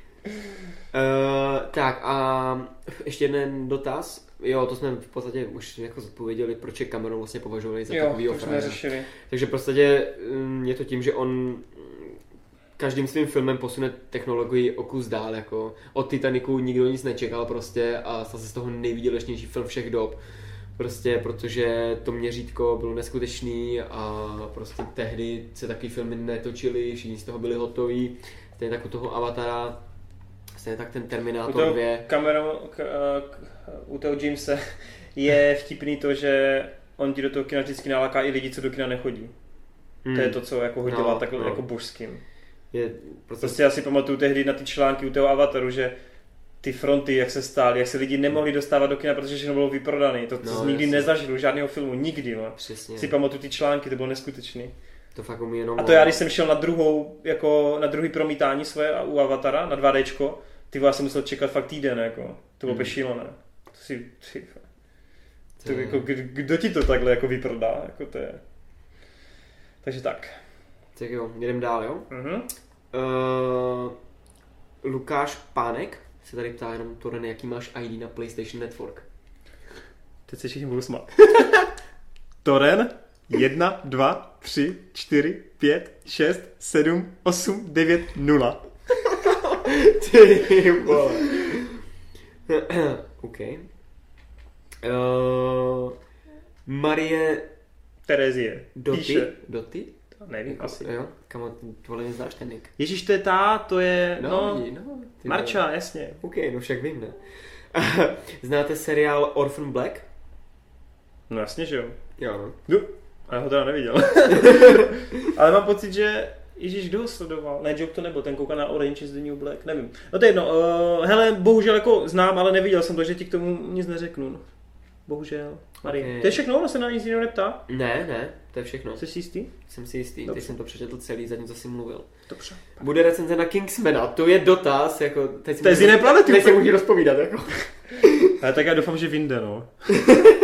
tak a ještě jeden dotaz. Jo, to jsme v podstatě už jako zodpověděli, proč je Cameron vlastně považovali za takovýho frajera. Takže v podstatě je to tím, že on každým svým filmem posune technologii o kus dál. Jako od Titanicu nikdo nic nečekal prostě a stal se z toho nejvýdělečnější film všech dob. Prostě protože to měřítko bylo neskutečný a prostě tehdy se taky filmy netočily, všichni z toho byli hotoví. Stejně tak u toho Avatara, stejně tak ten Terminator dva. Cameron, k, k, u toho Jamese je vtipný to, že on ti do toho kina vždycky naláká i lidi, co do kina nechodí. Hmm. To je to, co jako ho dělá no, takhle no. jako božským. Je, prostě... prostě já si pamatuju tehdy na ty články u toho Avataru, že ty fronty, jak se stály, jak se lidi nemohli dostávat do kina, protože všechno bylo vyprodané. To, to no, nikdy nezažil, žádného filmu, nikdy. No. Přesně. Si pamatuju ty články, to bylo neskutečný. To fakt umí jenom... A to já, když jsem šel na druhou, jako na druhý promítání své u Avatara, na dva déčko, ty já jsem musel čekat fakt týden, jako. To bylo mm. šílené. To si... Ty, to, to jako, kdo ti to takhle jako vyprodá, jako to je... Takže tak. Tak jo, jdem dál, jo? Uh-huh. Uh, Lukáš Pánek se tady ptá jenom, Toren, jaký máš I D na PlayStation Network? Teď se všichni budu smát. Toren, jedna, dva, tři, čtyři, pět, šest, sedm, osm, devět, nula. Ty vole. OK. Uh, Marie Terezie. Doty? Doty? Nevím, jako, asi. Jo, kamo, tohle neznáš ten nick. Ježíš, to je ta, to je, no, no, no Marča, ne. Jasně. OK, no však vím, ne. Znáte seriál Orphan Black? No jasně, že jo. Jo. No. A já ho teda neviděl. Ale mám pocit, že Ježíš, kdo ho sledoval? Ne, Joke to nebyl, ten kouká na Orange is the New Black, nevím. No to je jedno, uh, hele, bohužel jako znám, ale neviděl jsem to, že ti k tomu nic neřeknu. No. Bohužel. Marie. Okay. To je všechno? Ona se na nic jiného neptá? Ne, ne, to je všechno. Jsi si jistý? Jsem si jistý, teď jsem to přečetl celý, za něco si mluvil. Dobře. Bude recenze na Kingsmana, to je dotaz, jako... Teď to je z jiné planety. Teď se můžu rozpovídat, jako. Ale tak já doufám, že vyjde, no. uh,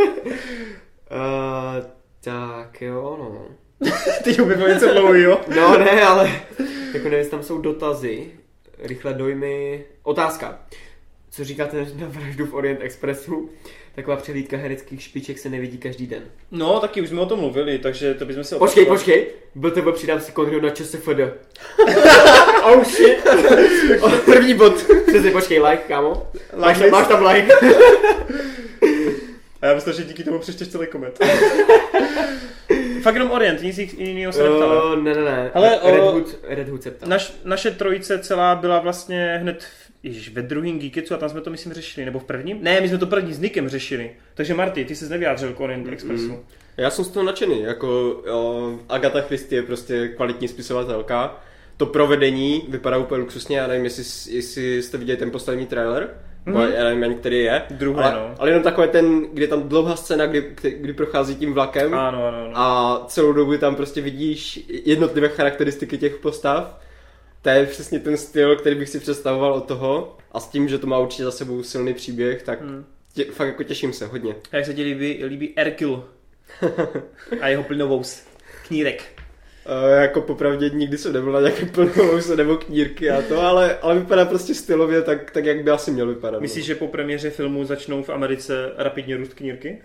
tak jo, no. Teď uběhlo něco dlouhýho. No ne, ale jako nevím, tam jsou dotazy, rychle dojmy. Otázka. co říkáte na vraždu v Orient Expressu? Taková přehlídka hereckých špiček se nevidí každý den. No, taky už jsme o tom mluvili, takže to bychom se Počkej, opakovali. počkej, byl tebe přidám si Conryho na ČSFD. Oh shit. První bod. Přesně, počkej, like, kámo. Like máš, tam, máš tam like. A já myslím, že díky tomu přečteš celý koment. Fakt jenom Orient, nic jiného se neptala. Uh, ne, ne, ne. Ale, Red, Hood, Red Hood se ptá. Naš, naše trojice celá byla vlastně hned v, ježiš, ve druhým Geeketsu a tam jsme to myslím řešili, nebo v prvním? Ne, my jsme to první s Nikem řešili. Takže Marty, ty jsi nevyjádřil k Orient Expressu. Mm. Já jsem z toho nadšený, jako o, Agatha Christie je prostě kvalitní spisovatelka. To provedení vypadá úplně luxusně, já nevím, jestli, jestli jste viděli ten poslední trailer. Mm-hmm. Já nevím ani, který je, Druhé, ale, no. ale jenom takový ten, kde je tam dlouhá scéna, kdy, kdy prochází tím vlakem ano, ano, ano. a celou dobu tam prostě vidíš jednotlivé charakteristiky těch postav. To je přesně ten styl, který bych si představoval od toho a s tím, že to má určitě za sebou silný příběh, tak mm. tě, fakt jako těším se hodně. Jak se ti líbí, líbí Hercule a jeho plynovous knírek? Uh, jako popravdě nikdy jsem nebyl na nějaké plnovouse nebo knírky a to, ale, ale vypadá prostě stylově tak, tak, jak by asi měl vypadat. Myslíš, že po premiéře filmu začnou v Americe rapidně růst knírky?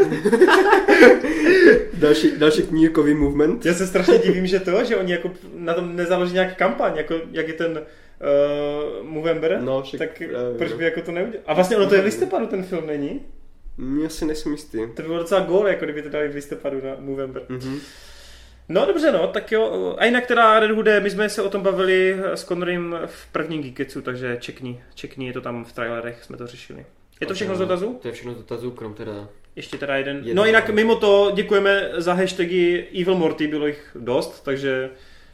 další, další knírkový movement. Já se strašně divím, že to, že oni jako na tom nezaloží nějaký kampaň, jako jak je ten uh, Movember, no, však, tak uh, proč by jako to neudělal? A vlastně ono to je v listopadu ten film, není? Já si nejsem jistý. To by bylo docela gól, jako kdyby to dali v listopadu na Movember. Mm-hmm. No dobře, no, tak jo. A jinak teda Red Hoode, my jsme se o tom bavili s Conrym v prvním Geeketsu, takže čekni, čekni, je to tam v trailerech, jsme to řešili. Je to všechno z dotazů? To je všechno z dotazů, krom teda... Ještě teda jeden. jeden no jinak mimo to děkujeme za hashtagy Evil Morty, bylo jich dost, takže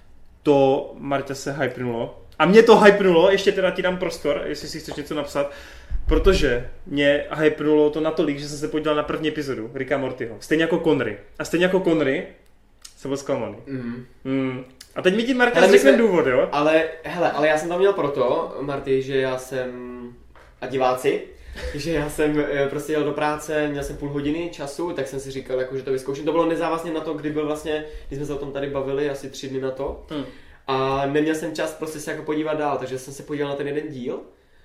to Marta se hypnulo. A mě to hypnulo, ještě teda ti dám prostor, jestli si chceš něco napsat. Protože mě hypnulo to natolik, že jsem se podíval na první epizodu Ricka Mortyho. Stejně jako Conry. A stejně jako Conry jsem byl zklamaný. Mm. Mm. A teď mi ti Marta řekne jsme... důvod, jo? Ale, hele, ale já jsem tam měl proto, Marty, že já jsem, a diváci, že já jsem prostě jel do práce, měl jsem půl hodiny času, tak jsem si říkal, jako, že to vyzkouším. To bylo nezávazně na to, kdy byl vlastně, když jsme se o tom tady bavili, asi tři dny na to. Mm. A neměl jsem čas prostě se jako podívat dál, takže jsem se podíval na ten jeden díl.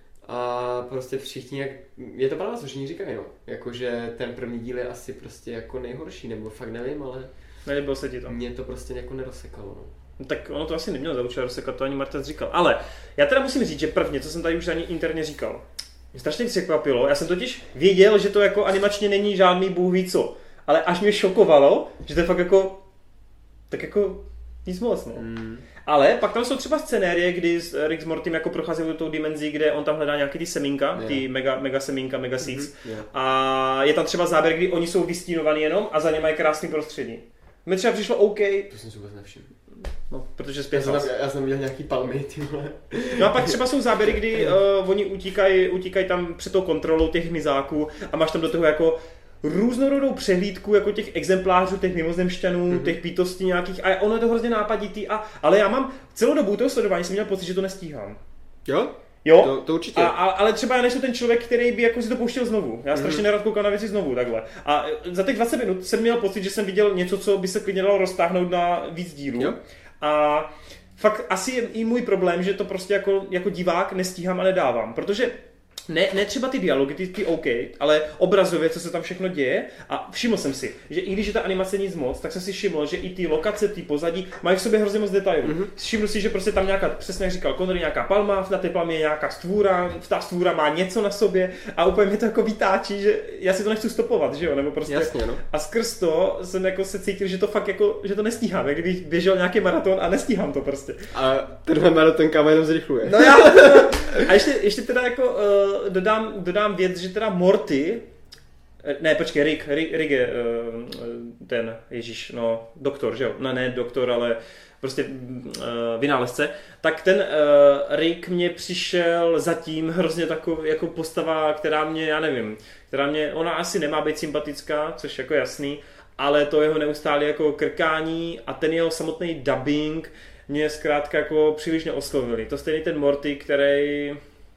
A prostě všichni, jak... je to pravda, co všichni říkají, no. Jakože ten první díl je asi prostě jako nejhorší, nebo fakt nevím, ale... Nelíbilo se ti to? Mě to prostě jako nerozsekalo, no. No tak ono to asi nemělo za účel rozsekat, to ani Marta říkal. Ale já teda musím říct, že prvně, co jsem tady už ani interně říkal, mě strašně překvapilo, já jsem totiž věděl, že to jako animačně není žádný bůh ví co, ale až mě šokovalo, že to je fakt jako, tak jako nic moc, no. Mm. Ale pak tam jsou třeba scenérie, kdy Rick s Mortym jako procházejí do tou dimenzí, kde on tam hledá nějaký ty semínka, yeah. ty mega, mega semínka, mega seeds. Mm-hmm. Yeah. A je tam třeba záběr, kdy oni jsou vystínovaní jenom a za ně mají krásný prostředí. Mně třeba přišlo OK. To jsem si vůbec nevšiml. No, protože zpět. Já, já jsem viděl nějaký palmy, tyhle. No a pak třeba jsou záběry, kdy uh, oni utíkají, utíkají tam před tou kontrolou těch hmyzáků a máš tam do toho jako různorodou přehlídku jako těch exemplářů, těch mimozemšťanů, mm-hmm. těch bytostí nějakých a ono je to hrozně nápaditý, a, ale já mám celou dobu toho sledování jsem měl pocit, že to nestíhám. Jo? Jo, to, to určitě. A, a, ale třeba já nejsem ten člověk, který by jako si to pouštěl znovu. Já strašně mm-hmm. nerad koukal na věci znovu takhle. A za těch dvacet minut jsem měl pocit, že jsem viděl něco, co by se klidně dalo roztáhnout na víc dílů. Jo? A fakt asi je i můj problém, že to prostě jako, jako divák nestíhám a nedávám, protože Ne, ne třeba ty dialogy, ty, ty OK, ale obrazově, co se tam všechno děje, a všiml jsem si, že i když je ta animace nic moc, tak jsem si všiml, že i ty lokace, ty pozadí mají v sobě hrozně moc detailů. Mm-hmm. Všiml si, že prostě tam nějaká, přesně jak říkal Conry, nějaká palma, na té palmě je nějaká stvůra, ta stvůra má něco na sobě a úplně mě to jako vytáčí, že já si to nechci stopovat, že jo, nebo prostě. Jasně, no. A skrz to jsem jako se cítil, že to fakt jako, že to nestíhám, jak kdybych běžel nějaký maraton a nestíhám to prostě. A tenhle maraton kam jenom zrychluje. No já, a ještě, ještě teda jako uh, dodám, dodám věc, že teda Morty, ne počkej, Rick, Rick, Rick je uh, ten, ježíš, no, doktor, že jo, no ne doktor, ale prostě uh, vynálezce, tak ten uh, Rick mě přišel zatím hrozně takový jako postava, která mě, já nevím, která mě, ona asi nemá být sympatická, což jako jasný, ale to jeho neustále jako krkání a ten jeho samotný dubbing mě zkrátka jako příliš neoslovili. To stejný ten Morty, který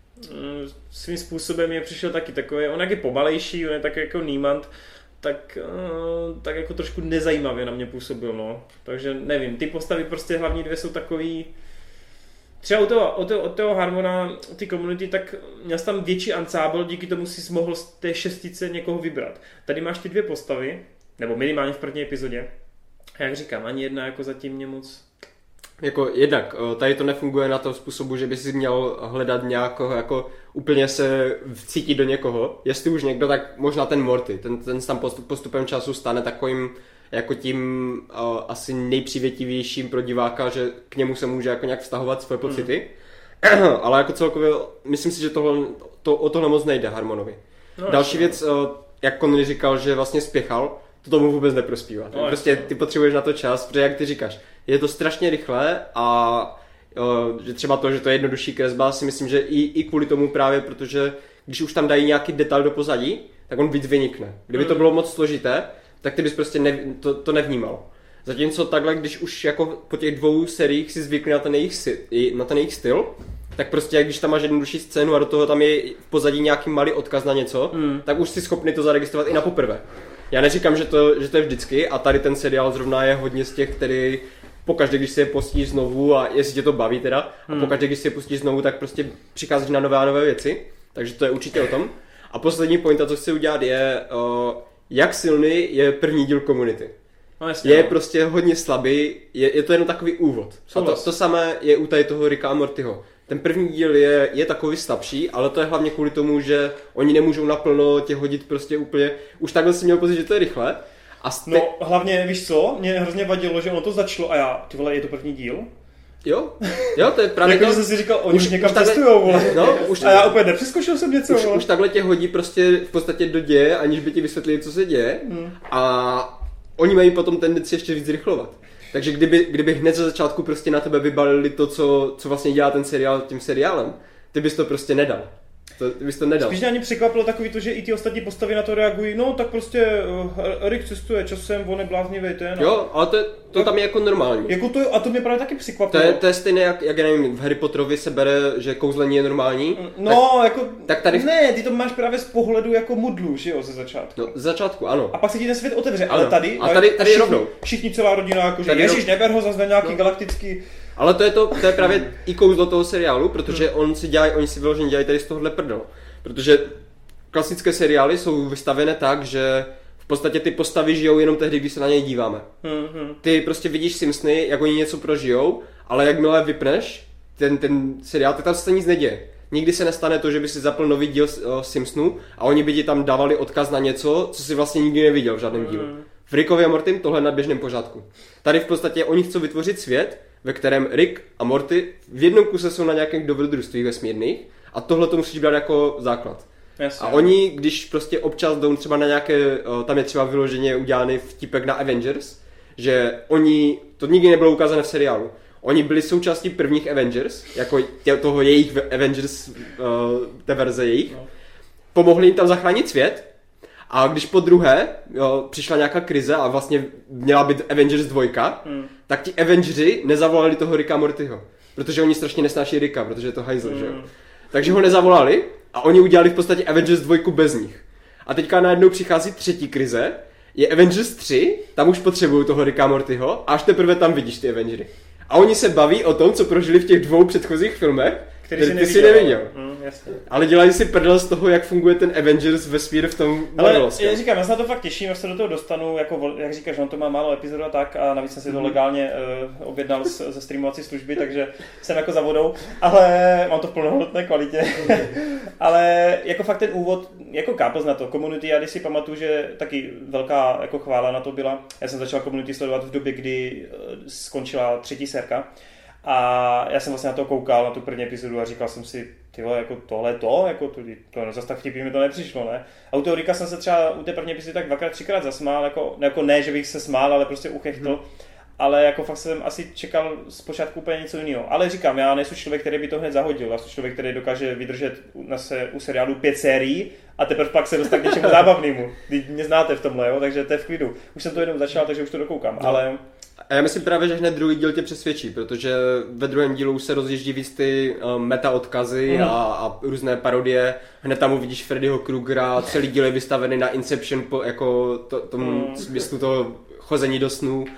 svým způsobem je přišel taky takový, on jak je pomalejší, on je tak jako Niemand, tak, tak jako trošku nezajímavě na mě působil, no. Takže nevím, ty postavy prostě hlavní dvě jsou takový, třeba u toho, od toho, od toho Harmona, ty komunity, tak měl jsi tam větší ansábl, díky tomu si mohl z té šestice někoho vybrat. Tady máš ty dvě postavy, nebo minimálně v první epizodě. A jak říkám, ani jedna jako zatím mě moc... Jako jednak, tady to nefunguje na tom způsobu, že by si měl hledat nějakého, jako úplně se vcítit do někoho. Jestli už někdo, tak možná ten Morty. Ten, ten se tam postupem času stane takovým jako tím uh, asi nejpřívětivějším pro diváka, že k němu se může jako nějak vztahovat svoje pocity. Mm. Ale jako celkově, myslím si, že tohle, to, o tohle moc nejde Harmonovi. No, Další věc, uh, jak Connery říkal, že vlastně spěchal, to tomu vůbec neprospívá. No, prostě ty potřebuješ na to čas, protože jak ty říkáš, je to strašně rychle a uh, že třeba to, že to je jednodušší kresba, si myslím, že i, i kvůli tomu právě, protože když už tam dají nějaký detail do pozadí, tak on víc vynikne. Kdyby to bylo moc složité, tak ty bys prostě ne, to, to nevnímal. Zatímco takhle, když už jako po těch dvou seriích si zvykli na ten jejich, na ten jejich styl, tak prostě když tam máš jednodušší scénu a do toho tam je v pozadí nějaký malý odkaz na něco, mm. tak už jsi schopný to zaregistrovat i na poprvé. Já neříkám, že to, že to je vždycky a tady ten seriál zrovna je hodně z těch, který pokaždé, když si je pustíš znovu a jestli tě to baví teda, hmm. a pokaždé, když si je pustíš znovu, tak prostě přicházíš na nové a nové věci, takže to je určitě o tom. A poslední pointa, co chci udělat je, uh, jak silný je první díl Community. No jasně, je no. prostě hodně slabý, je, je to jenom takový úvod. A to, to samé je u tady toho Ricka a Mortyho. Ten první díl je, je takový slabší, ale to je hlavně kvůli tomu, že oni nemůžou naplno tě hodit prostě úplně, už takhle si měl pocit, že to je rychle. A ste... No hlavně, víš co, mě hrozně vadilo, že ono to začalo a já, ty vole, je to první díl? Jo, jo, to je právě jako, to. Že jsem si říkal, oni už někam takhle... cestujou, vole. No, už a já úplně nepřeskočil jsem něco, už, vole. Už takhle tě hodí prostě v podstatě do děje, aniž by ti vysvětlili, co se děje. Hmm. A oni mají potom tendenci ještě víc rychlovat. Takže kdyby, kdyby hned ze začátku prostě na tebe vybalili to, co, co vlastně dělá ten seriál tím seriálem, ty bys to prostě nedal. To, ty bys to nedal. Spíš mě ani překvapilo takový to, že i ty ostatní postavy na to reagují, no tak prostě uh, Rick cestuje časem, on je bláznivý ten. No. Jo, ale to, to no, tam je jako normální. Jako to, a to mě právě taky překvapilo. To je, to je stejné, jak, jak nevím, v Harry Potterovi se bere, že kouzlení je normální. No, tak, jako, tak tady... ne, ty to máš právě z pohledu jako mudlu, že jo, ze začátku. No, z začátku, ano. A pak se ti ten svět otevře, ano. ale tady, a tady, tady všichni, rovnou. Všichni celá rodina, jako, že ježiš, neber ho zase na nějaký no. galaktický... Ale to je, to, to je právě i kouzlo toho seriálu, protože hmm. on si dělají, oni si vyloženě dělají tady z tohohle prdel. Protože klasické seriály jsou vystavené tak, že v podstatě ty postavy žijou jenom tehdy, když se na něj díváme. Hmm. Ty prostě vidíš Simpsony, jak oni něco prožijou, ale jakmile vypneš ten, ten seriál, tak tam se nic neděje. Nikdy se nestane to, že by si zapl nový díl uh, Simpsonů a oni by ti tam dávali odkaz na něco, co si vlastně nikdy neviděl v žádném dílu. Hmm. V Rickovi a Mortym tohle na běžném pořádku. Tady v podstatě oni chcou vytvořit svět, ve kterém Rick a Morty v jednom kuse jsou na nějakých dobrodružstvích vesmírných a tohle to musíš brát jako základ. Jasně. A oni, když prostě občas jdou třeba na nějaké, tam je třeba vyloženě udělaný vtipek na Avengers, že oni, to nikdy nebylo ukázané v seriálu, oni byli součástí prvních Avengers, jako tě, toho jejich Avengers, té verze jejich, no. Pomohli jim tam zachránit svět. A když po druhé jo, přišla nějaká krize a vlastně měla být Avengers dva, hmm. tak ti Avengeri nezavolali toho Ricka Mortyho. Protože oni strašně nesnáší Ricka, protože je to hajzl, hmm. že jo. Takže ho nezavolali a oni udělali v podstatě Avengers dva bez nich. A teďka najednou přichází třetí krize, je Avengers tři, tam už potřebují toho Ricka Mortyho a až teprve tam vidíš ty Avengery. A oni se baví o tom, co prožili v těch dvou předchozích filmech, který ty si si neviděl. Mm, jasně. Ale dělají si prdel z toho, jak funguje ten Avengers vesmír v tom Marvelovském. Ale já říkám, já se na to fakt těším, až se do toho dostanu, jako, jak říkáš, on to má málo epizod a tak a navíc jsem si to mm. legálně uh, objednal z, ze streamovací služby, takže jsem jako za vodou, ale mám to v plnohodnotné kvalitě. Ale jako fakt ten úvod, jako kápl na to, Community, já když si pamatuju, že taky velká jako chvála na to byla, já jsem začal Community sledovat v době, kdy uh, skončila třetí sérka. A já jsem vlastně na to koukal, na tu první epizodu a říkal jsem si, tyhle, jako tohle to, jako to, to zase tak vtipně mi to nepřišlo, ne? A u toho Ricka jsem se třeba u té první epizody tak dvakrát, třikrát zasmál, jako, jako ne, že bych se smál, ale prostě uchechtl. Hmm. Ale jako fakt jsem asi čekal zpočátku úplně něco jiného. Ale říkám, já nejsem člověk, který by to hned zahodil. Já jsem člověk, který dokáže vydržet na se, u seriálu pět sérií a teprve pak se dostat k něčemu zábavnému. Vy mě znáte v tomhle, jo? Takže to je v klidu. Už jsem to jenom začal, takže už to dokoukám. No. Ale... A já myslím právě, že hned druhý díl tě přesvědčí, protože ve druhém dílu už se rozjíždí víc ty um, meta odkazy mm. a, a různé parodie. Hned tam uvidíš Freddyho Krugera, celý díl je vystavený na Inception, po, jako to, tomu mm. smyslu toho chození do snů.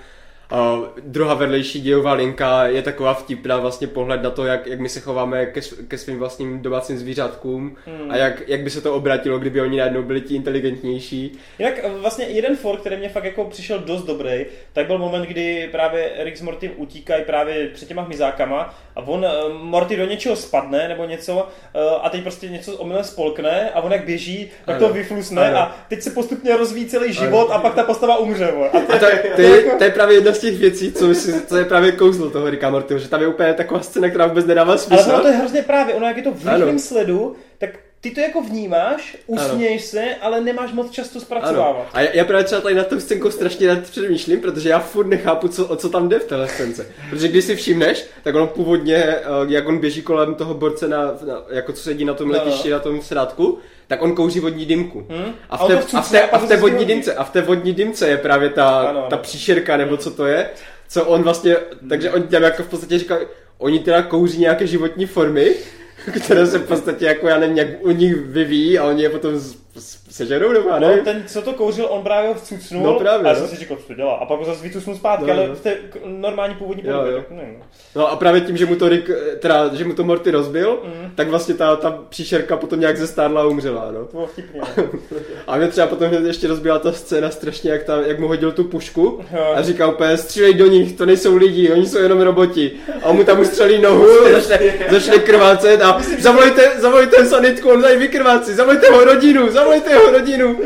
Uh, druhá vedlejší dějová linka je taková vtipná vlastně pohled na to, jak, jak my se chováme ke, ke svým vlastním domácím zvířatkům hmm. a jak, jak by se to obratilo, kdyby oni najednou byli ti inteligentnější. Jinak vlastně jeden for, který mě fakt jako přišel dost dobrý, tak byl moment, kdy právě Rick s Mortym utíkají právě před těma hmyzákama a on, Morty do něčeho spadne nebo něco a teď prostě něco omylem spolkne a on jak běží, tak ano. to vyflusne ano. a teď se postupně rozvíjí celý život ano. a pak ta postava umře. A to, a to, to, je, to je právě jedna z těch věcí, co, myslím, co je právě kouzlo toho Ricka Mortyho, že tam je úplně taková scéna, která vůbec nedává smysl. Ale to je hrozně právě, ono jak je to v rychlém sledu, tak ty to jako vnímáš, usměješ se, ale nemáš moc času zpracovávat. Ano. A já, já právě třeba tady na tom scénku strašně rád přemýšlím, protože já furt nechápu, co, o co tam jde v téhle scénce. Protože když si všimneš, tak ono původně, jak on běží kolem toho borce, na, na, jako co sedí na tom letišti, no. na tom sedátku, tak on kouří vodní dymku. Hmm? A, v té, a, v té, a v té vodní dymce, a v té vodní dymce je právě ta, ano, ta příšerka, nebo co to je, co on vlastně, takže on tam jako v podstatě říká, oni teda kouří nějaké životní formy, které se v podstatě jako, já nevím, jak u nich vyvíjí a oni je potom sežerou, nebo já nevím. No, ten, co to kouřil, on právě ho vcucnul no, právě, a já no. jsem si říkal, co to dělá. A pak ho zase vycucnul zpátky, no, ale no. v té normální původní podobě. Jo, jo. No a právě tím, že mu to Rick, teda, že mu to Morty rozbil, mm. tak vlastně ta, ta příšerka potom nějak zestárla a umřela, no. To bylo vtipně. A mě třeba potom ještě rozbila ta scéna strašně, jak, ta, jak mu hodil tu pušku jo. a říká úplně, střílej do nich, to nejsou lidi, oni jsou jenom roboti. A on mu tam ustřelí nohu, začne, začne krvácet a zavolejte, zavolejte sanitku, on tady vykrvácí, zavolejte ho rodinu, zavolejte jeho rodinu.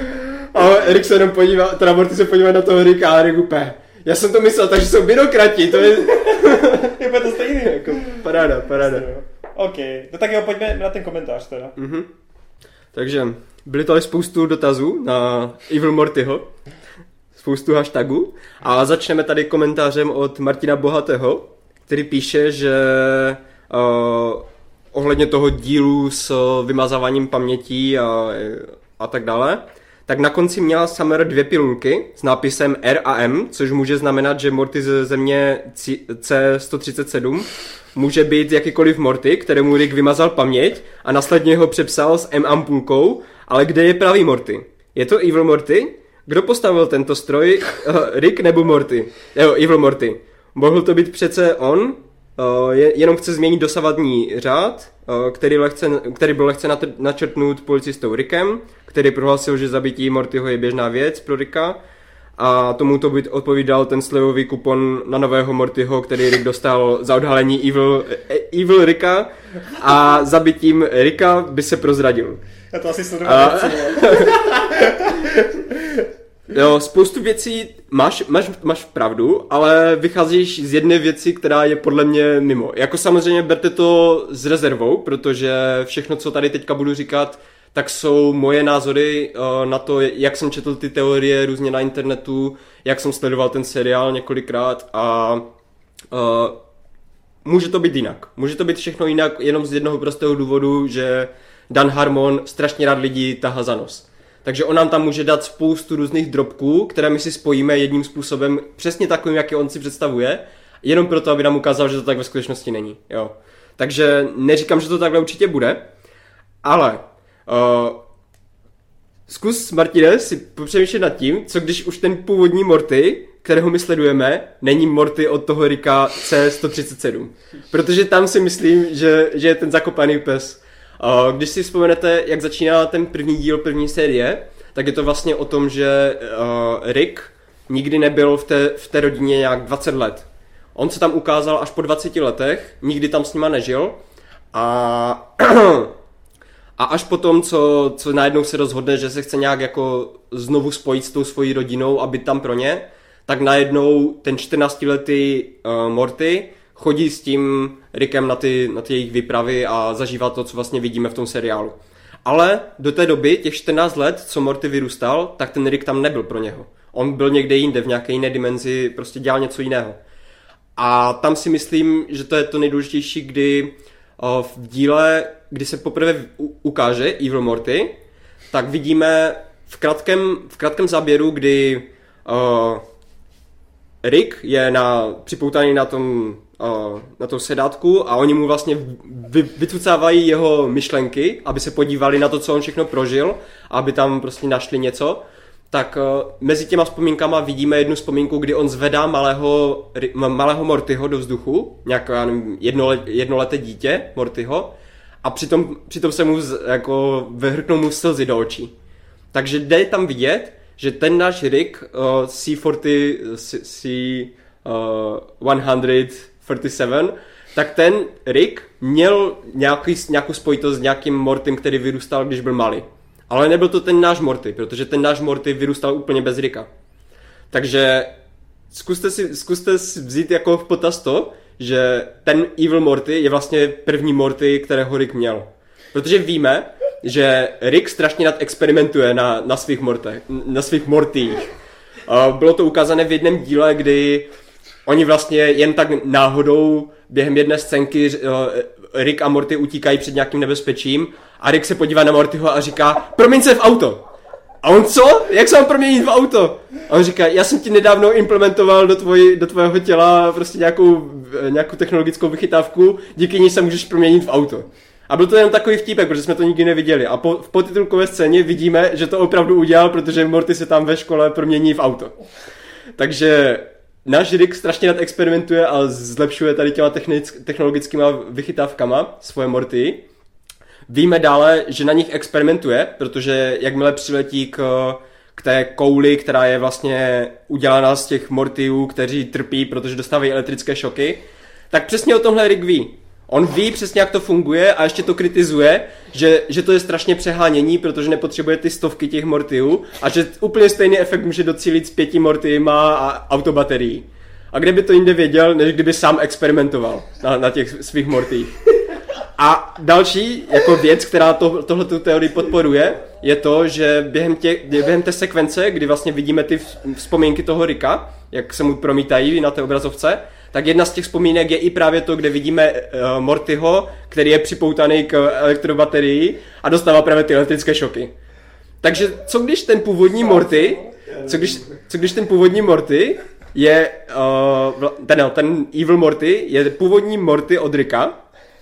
A Rick se jenom podívá, teda Morty se podívá na toho Ricka a Rick úplně, já jsem to myslel, takže jsou byrokrati, to je... je to stejný. Jako, paráda, paráda. OK, no tak jo, pojďme na ten komentář teda. Mm-hmm. Takže, byly to ale spoustu dotazů na Evil Mortyho, spoustu hashtagů a začneme tady komentářem od Martina Bohatého, který píše, že uh, ohledně toho dílu s vymazáváním pamětí a, a tak dále, tak na konci měla Summer dvě pilulky s nápisem R a M, což může znamenat, že Morty ze země C sto třicet sedm může být jakýkoliv Morty, kterému Rick vymazal paměť a následně ho přepsal s M ampulkou, ale kde je pravý Morty? Je to Evil Morty? Kdo postavil tento stroj? Rick nebo Morty? Jo, Evil Morty. Mohl to být přece on? Je, jenom chce změnit dosavadní řád, který, lehce, který byl lehce načrtnut policistou Rickem, který prohlásil, že zabití Mortyho je běžná věc pro Ricka a tomu to by odpovídal ten slevový kupon na nového Mortyho, který Rick dostal za odhalení Evil, Evil Ricka a zabitím Ricka by se prozradil. Já to asi sledoval. Jo, spoustu věcí máš, máš, máš pravdu, ale vycházíš z jedné věci, která je podle mě mimo. Jako samozřejmě berte to s rezervou, protože všechno, co tady teďka budu říkat, tak jsou moje názory uh, na to, jak jsem četl ty teorie různě na internetu, jak jsem sledoval ten seriál několikrát a uh, může to být jinak. Může to být všechno jinak jenom z jednoho prostého důvodu, že Dan Harmon strašně rád lidi tahá za nos. Takže on nám tam může dát spoustu různých drobků, které my si spojíme jedním způsobem, přesně takovým, jaký on si představuje, jenom proto, aby nám ukázal, že to tak ve skutečnosti není. Jo. Takže neříkám, že to takhle určitě bude, ale uh, zkus, Martine, si popřemýšlet nad tím, co když už ten původní Morty, kterého my sledujeme, není Morty od toho Ricka C sto třicet sedm. Protože tam si myslím, že, že je ten zakopaný pes. Když si vzpomenete, jak začíná ten první díl první série, tak je to vlastně o tom, že Rick nikdy nebyl v té, v té rodině nějak dvacet let. On se tam ukázal až po dvaceti letech, nikdy tam s nima nežil a, a až potom, co, co najednou se rozhodne, že se chce nějak jako znovu spojit s tou svojí rodinou a být tam pro ně, tak najednou ten čtrnáctiletý uh, Morty chodí s tím Rickem na ty, na ty jejich výpravy a zažívá to, co vlastně vidíme v tom seriálu. Ale do té doby, těch čtrnáct let, co Morty vyrůstal, tak ten Rick tam nebyl pro něho. On byl někde jinde, v nějaké jiné dimenzi, prostě dělal něco jiného. A tam si myslím, že to je to nejdůležitější, kdy o, v díle, kdy se poprvé ukáže Evil Morty, tak vidíme v krátkém, v krátkém záběru, kdy o, Rick je na, připoutaný na tom na tom sedátku a oni mu vlastně vy, vytucávají jeho myšlenky, aby se podívali na to, co on všechno prožil, aby tam prostě našli něco, tak uh, mezi těma vzpomínkama vidíme jednu vzpomínku, kdy on zvedá malého, malého Mortyho do vzduchu, nějaké, já nevím, jednolet, jednoleté dítě Mortyho, a přitom, přitom se mu z, jako vyhrknou mu slzy do očí. Takže jde tam vidět, že ten náš Rick uh, C čtyřicet, C uh, sto třicet sedm, tak ten Rick měl nějaký, nějakou spojitost s nějakým Mortym, který vyrůstal, když byl malý. Ale nebyl to ten náš Morty, protože ten náš Morty vyrůstal úplně bez Ricka. Takže zkuste si, zkuste si vzít jako v potaz to, že ten Evil Morty je vlastně první Morty, kterého Rick měl. Protože víme, že Rick strašně nadexperimentuje na, na svých Mortech, na svých Mortích. Bylo to ukázané v jednom díle, kdy oni vlastně jen tak náhodou během jedné scénky Rick a Morty utíkají před nějakým nebezpečím a Rick se podívá na Mortyho a říká: proměň se v auto. A on: co? Jak se mám proměnit v auto? A on říká: já jsem ti nedávno implementoval do, tvoj, do tvého těla prostě nějakou, nějakou technologickou vychytávku, díky ní se můžeš proměnit v auto. A byl to jen takový vtípek, protože jsme to nikdy neviděli. A po, v podtitulkové scéně vidíme, že to opravdu udělal, protože Morty se tam ve škole promění v auto. Takže náš Rick strašně nadexperimentuje a zlepšuje tady těma technologickými vychytávkama svoje Morty. Víme dále, že na nich experimentuje, protože jakmile přiletí k, k té kouli, která je vlastně udělaná z těch Mortyů, kteří trpí, protože dostávají elektrické šoky, tak přesně o tomhle Rick ví. On ví přesně, jak to funguje a ještě to kritizuje, že, že to je strašně přehánění, protože nepotřebuje ty stovky těch Mortyů a že úplně stejný efekt může docílit s pěti Mortyma a autobaterií. A kde by to jinde věděl, než kdyby sám experimentoval na, na těch svých Mortích. A další jako věc, která to, tohletu teorii podporuje, je to, že během, tě, během té sekvence, kdy vlastně vidíme ty vzpomínky toho Ricka, jak se mu promítají na té obrazovce, tak jedna z těch vzpomínek je i právě to, kde vidíme uh, Mortyho, který je připoutaný k elektrobaterii a dostává právě ty elektrické šoky. Takže co když ten původní Morty, co když, co když ten původní Morty je, uh, ten, ten Evil Morty je původní Morty od Ricka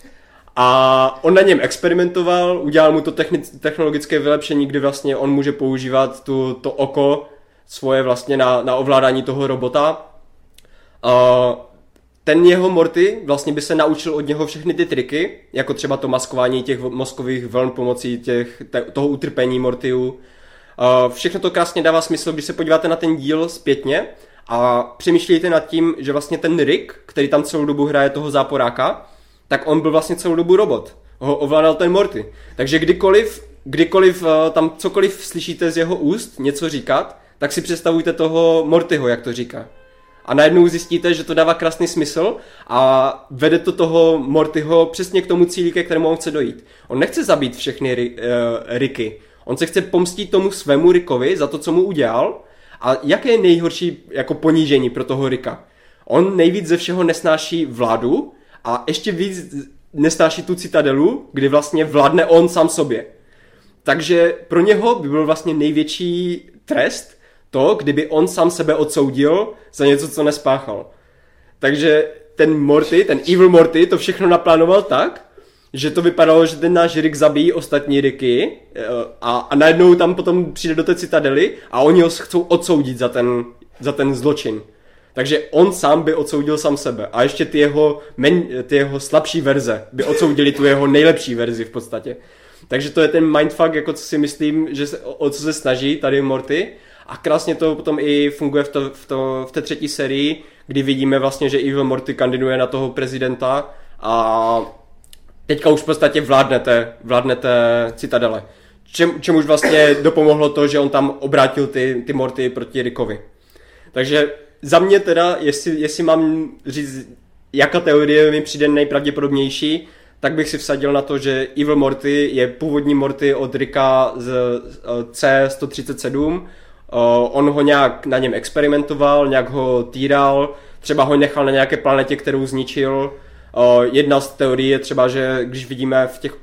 a on na něm experimentoval, udělal mu to technic, technologické vylepšení, kdy vlastně on může používat tu, to oko svoje vlastně na, na ovládání toho robota. Uh, ten jeho Morty vlastně by se naučil od něho všechny ty triky, jako třeba to maskování těch mozkových vln pomocí těch, te, toho utrpení Mortyů. Uh, všechno to krásně dává smysl, když se podíváte na ten díl zpětně a přemýšlíte nad tím, že vlastně ten Rick, který tam celou dobu hraje toho záporáka, tak on byl vlastně celou dobu robot. Ho ovládal ten Morty. Takže kdykoliv, kdykoliv uh, tam cokoliv slyšíte z jeho úst něco říkat, tak si představujte toho Mortyho, jak to říká. A najednou zjistíte, že to dává krásný smysl a vede to toho Mortyho přesně k tomu cíli, ke kterému on chce dojít. On nechce zabít všechny ry, uh, Ricky. On se chce pomstít tomu svému Rickovi za to, co mu udělal. A jaké je nejhorší jako ponížení pro toho Ricka? On nejvíc ze všeho nesnáší vládu a ještě víc nesnáší tu citadelu, kdy vlastně vládne on sám sobě. Takže pro něho by byl vlastně největší trest to, kdyby on sám sebe odsoudil za něco, co nespáchal. Takže ten Morty, ten Evil Morty to všechno naplánoval tak, že to vypadalo, že ten náš Rick zabíjí ostatní Ricky a, a najednou tam potom přijde do té citadely a oni ho chcou odsoudit za ten, za ten zločin. Takže on sám by odsoudil sám sebe a ještě ty jeho, men, ty jeho slabší verze by odsoudili tu jeho nejlepší verzi v podstatě. Takže to je ten mindfuck, jako co si myslím, že se, o, o co se snaží tady Morty. A krásně to potom i funguje v, to, v, to, v té třetí sérii, kdy vidíme vlastně, že Evil Morty kandiduje na toho prezidenta a teďka už v podstatě vládnete, vládnete citadele. Čem, čemuž vlastně dopomohlo to, že on tam obrátil ty, ty Morty proti Rickovi. Takže za mě teda, jestli, jestli mám říct, jaká teorie mi přijde nejpravděpodobnější, tak bych si vsadil na to, že Evil Morty je původní Morty od Ricka z C sto třicet sedm. On ho nějak na něm experimentoval, nějak ho týral, třeba ho nechal na nějaké planetě, kterou zničil. Jedna z teorií je třeba, že když vidíme v těch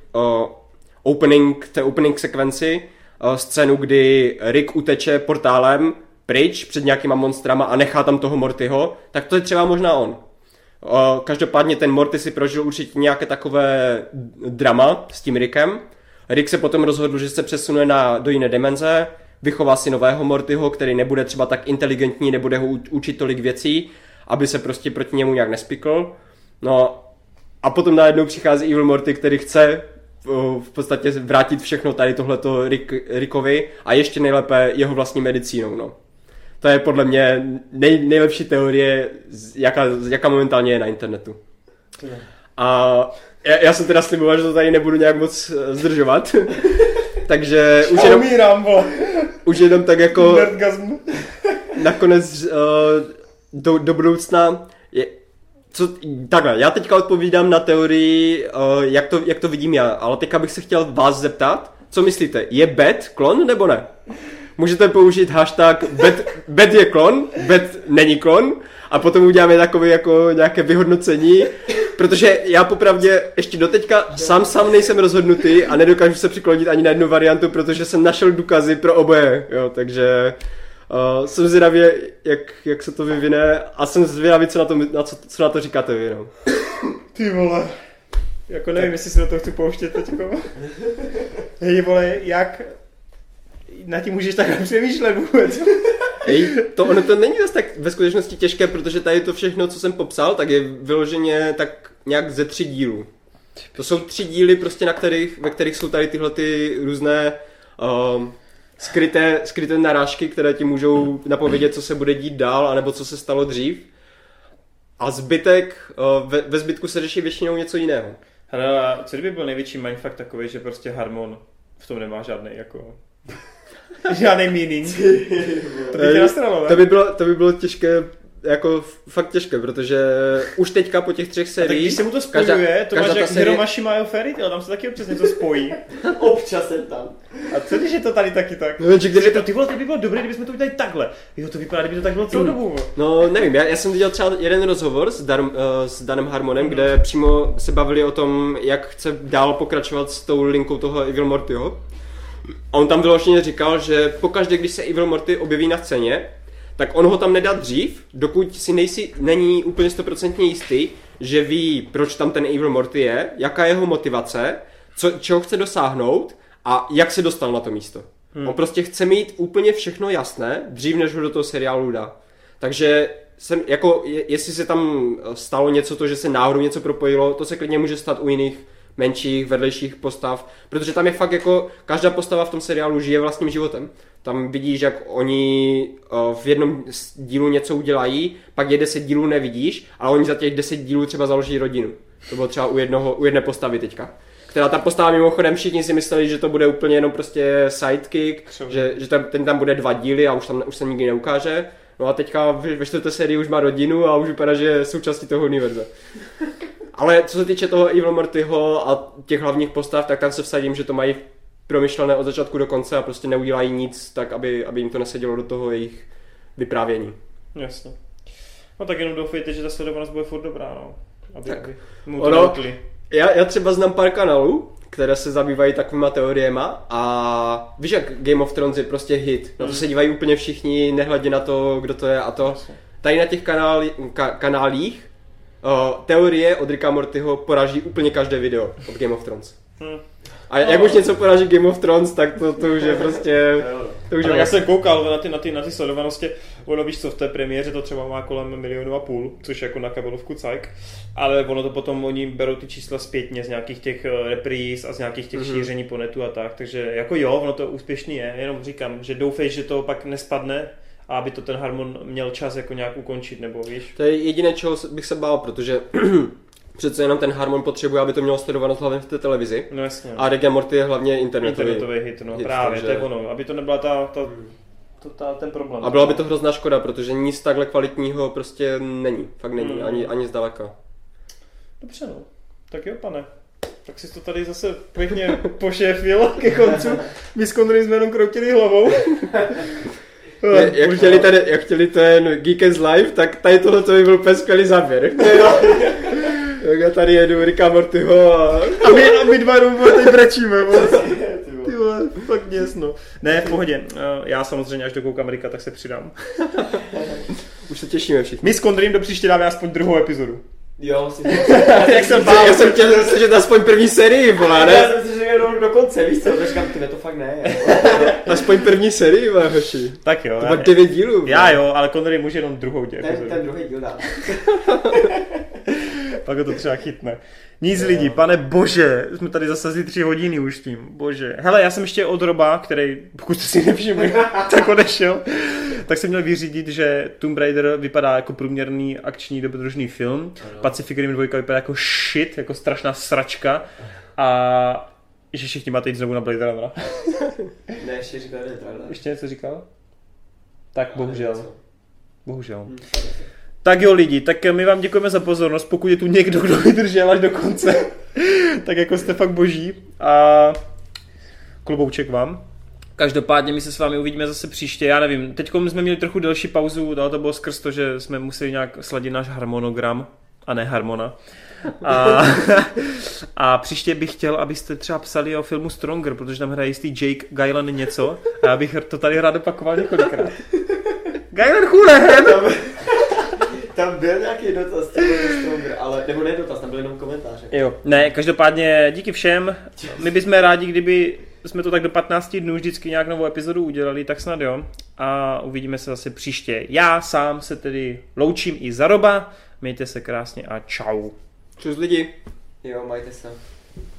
opening, té opening sekvenci scénu, kdy Rick uteče portálem pryč před nějakýma monstrama a nechá tam toho Mortyho, tak to je třeba možná on. Každopádně ten Morty si prožil určitě nějaké takové drama s tím Rickem. Rick se potom rozhodl, že se přesune na, do jiné dimenze, vychová si nového Mortyho, který nebude třeba tak inteligentní, nebude ho učit tolik věcí, aby se prostě proti němu nějak nespikl. No a potom najednou přichází Evil Morty, který chce v podstatě vrátit všechno tady tohleto Rick, Rickovi a ještě nejlépe jeho vlastní medicínou, no. To je podle mě nej, nejlepší teorie, jaká, jaká momentálně je na internetu. A já, já jsem teda sliboval, že to tady nebudu nějak moc zdržovat. Takže už jenom, umírám, už jenom tak jako nakonec uh, do, do budoucna je, co, takhle, já teďka odpovídám na teorii, uh, jak, to, jak to vidím já, ale teďka bych se chtěl vás zeptat, co myslíte, je Bat klon nebo ne? Můžete použít hashtag Bat, Bat je klon, Bat není klon a potom uděláme takové jako nějaké vyhodnocení, protože já popravdě ještě doteďka sám sám nejsem rozhodnutý a nedokážu se přiklonit ani na jednu variantu, protože jsem našel důkazy pro oboje, jo, takže uh, jsem zvědavý, jak, jak se to vyvine a jsem zvědavý, co na to, na co, co na to říkáte vy, no. Ty vole, jako nevím, tak. Jestli se na to chci pouštět teďko. Hej vole, jak na tím můžeš takhle přemýšlet vůbec? Ej, to ono to není zase tak ve skutečnosti těžké, protože tady to všechno, co jsem popsal, tak je vyloženě tak nějak ze tří dílů. To jsou tři díly prostě, na kterých, ve kterých jsou tady tyhle ty různé um, skryté, skryté narážky, které ti můžou napovědět, co se bude dít dál, anebo co se stalo dřív. A zbytek, uh, ve, ve zbytku se řeší většinou něco jiného. Hele, a co kdyby byl největší mindfuck takový, že prostě Harmon v tom nemá žádný jako... žádný meaning. To by tě nastralo, ne? To by bylo, to by bylo těžké, jako fakt těžké, protože už teďka po těch třech sériích... A tak když se mu to spojuje, to máš jak série... Hero Mashima a Fairy Tail, tam se taky občas něco spojí. Občas jsem tam. A co když je to tady taky tak? No, že když to, ty vole, to by bylo dobré, kdybychom to udělali takhle. Jo, to vypadá, kdyby to tak bylo celou dobu. No, nevím, já, já jsem viděl třeba jeden rozhovor s, Dan, uh, s Danem Harmonem, mm. kde přímo se bavili o tom, jak chce dál pokračovat s tou linkou toho Evil Mortyho. A on tam vyloženě říkal, že pokaždé, když se Evil Morty objeví na scéně, tak on ho tam nedá dřív, dokud si nejsi, není úplně stoprocentně jistý, že ví, proč tam ten Evil Morty je, jaká je jeho motivace, co, čeho chce dosáhnout a jak se dostal na to místo. Hmm. On prostě chce mít úplně všechno jasné, dřív než ho do toho seriálu dá. Takže jsem, jako, je, jestli se tam stalo něco, to, že se náhodou něco propojilo, to se klidně může stát u jiných menších, vedlejších postav, protože tam je fakt jako, každá postava v tom seriálu žije vlastním životem. Tam vidíš, jak oni v jednom dílu něco udělají, pak je deset dílů nevidíš, ale oni za těch deset dílů třeba založí rodinu. To bylo třeba u, jednoho, u jedné postavy teďka. Která ta postava mimochodem všichni si mysleli, že to bude úplně jenom prostě sidekick, že, že tam, ten tam bude dva díly a už, tam, už se nikdy neukáže. No a teďka ve čtvrté sérii už má rodinu a už vypadá, že je součástí toho univerza. Ale co se týče toho Evil Mortyho a těch hlavních postav, tak tam se vsadím, že to mají promyšlené od začátku do konce a prostě neudělají nic tak, aby, aby jim to nesedělo do toho jejich vyprávění. Jasně. No tak jenom doufejte, že ta sledovanost bude furt dobrá, no. Aby, tak. aby ono, já, já třeba znám pár kanálů, které se zabývají takovýma teoriema a víš, jak Game of Thrones je prostě hit. Na to se dívají úplně všichni, nehledě na to, kdo to je a to. Jasně. Tady na těch kanáli, ka, kanálích Uh, teorie od Ricka Mortyho poráží úplně každé video od Game of Thrones. Hmm. A jak no. už něco poráží Game of Thrones, tak to, to už je prostě... To už je já jsem koukal na ty, na ty, na ty sledovanosti, ono víš co, v té premiéře to třeba má kolem milionu a půl, což jako na kabelovku cajk, ale ono to potom, oni berou ty čísla zpětně z nějakých těch repríz a z nějakých těch mm-hmm. šíření po netu a tak, takže jako jo, ono to úspěšný je, jenom říkám, že doufej, že to pak nespadne, a aby to ten Harmon měl čas jako nějak ukončit, nebo víš? To je jediné, čeho bych se bál, protože přece jenom ten Harmon potřebuje, aby to mělo sledovanost hlavně v té televizi. No jasně. A Rick and Morty je hlavně internetový, internetový hit, no hit, právě, takže... to je ono, aby to nebyla ta, ta, to, ta, ten problém. A byla by to hrozná škoda, protože nic takhle kvalitního prostě není, fakt není, hmm. ani, ani zdaleka. Dobře no, tak jo pane. Tak si to tady zase pěkně pošéfil ke koncu. My s Konrym jsme jenom kroutili hlavou. Je, jak, chtěli ten, jak chtěli ten Geekends Live, tak tady tohle to by byl úplně skvělý záběr. Tak já tady jedu Ricka Mortyho a... A my, a my dva rumbo teď brečíme. Ty vole, fakt děsno. Ne, v pohodě. Já samozřejmě, až dokoukám Ricka, tak se přidám. Už se těšíme všichni. My s Konrym do příště dáme aspoň druhou epizodu. Jo, si jak jsem bál. Já jsem chtěl slyšet aspoň první sérii, vole, ne? Já jsem si řekl, jenom do konce, víš co, to říkám, tyhle to fakt ne. Aspoň první sérii má hoši. Tak jo. To má devět dílů. Já jo, ale Connery může jenom druhou dělat. Ten, ten druhý díl dá. Pak ho to třeba chytne. Nic no. Lidi, pane bože, jsme tady zasazili tři hodiny už tím, bože. Hele, já jsem ještě od Roba, který, pokud jste si nevšimli, tak odešel, tak jsem měl vyřídit, že Tomb Raider vypadá jako průměrný akční dobrodružný film, no. Pacific Rim dva vypadá jako shit, jako strašná sračka a že všichni máte jít znovu na Blade Runnera. Ne, ještě říkal jeden trailer. Ještě něco říkal? Tak bohužel. Bohužel. Hmm. Tak jo lidi, tak my vám děkujeme za pozornost, pokud je tu někdo, kdo vydržel až do konce, tak jako jste fakt boží a klobouček vám. Každopádně my se s vámi uvidíme zase příště, já nevím, teď jsme měli trochu delší pauzu, ale to bylo skrz to, že jsme museli nějak sladit náš harmonogram, a ne harmona. A, a příště bych chtěl, abyste třeba psali o filmu Stronger, protože tam hraje jistý Jake Gyllenhaal něco a já bych to tady rád opakoval několikrát. Gyllenhaal! Tam byl nějaký dotaz, Stronger, ale, nebo ne dotaz, tam byl jenom komentáře. Jo, ne, každopádně díky všem, my bychom rádi, kdyby jsme to tak do patnácti dnů vždycky nějak novou epizodu udělali, tak snad jo. A uvidíme se zase příště. Já sám se tedy loučím i za Roba, mějte se krásně a čau. Čus lidi. Jo, majte se.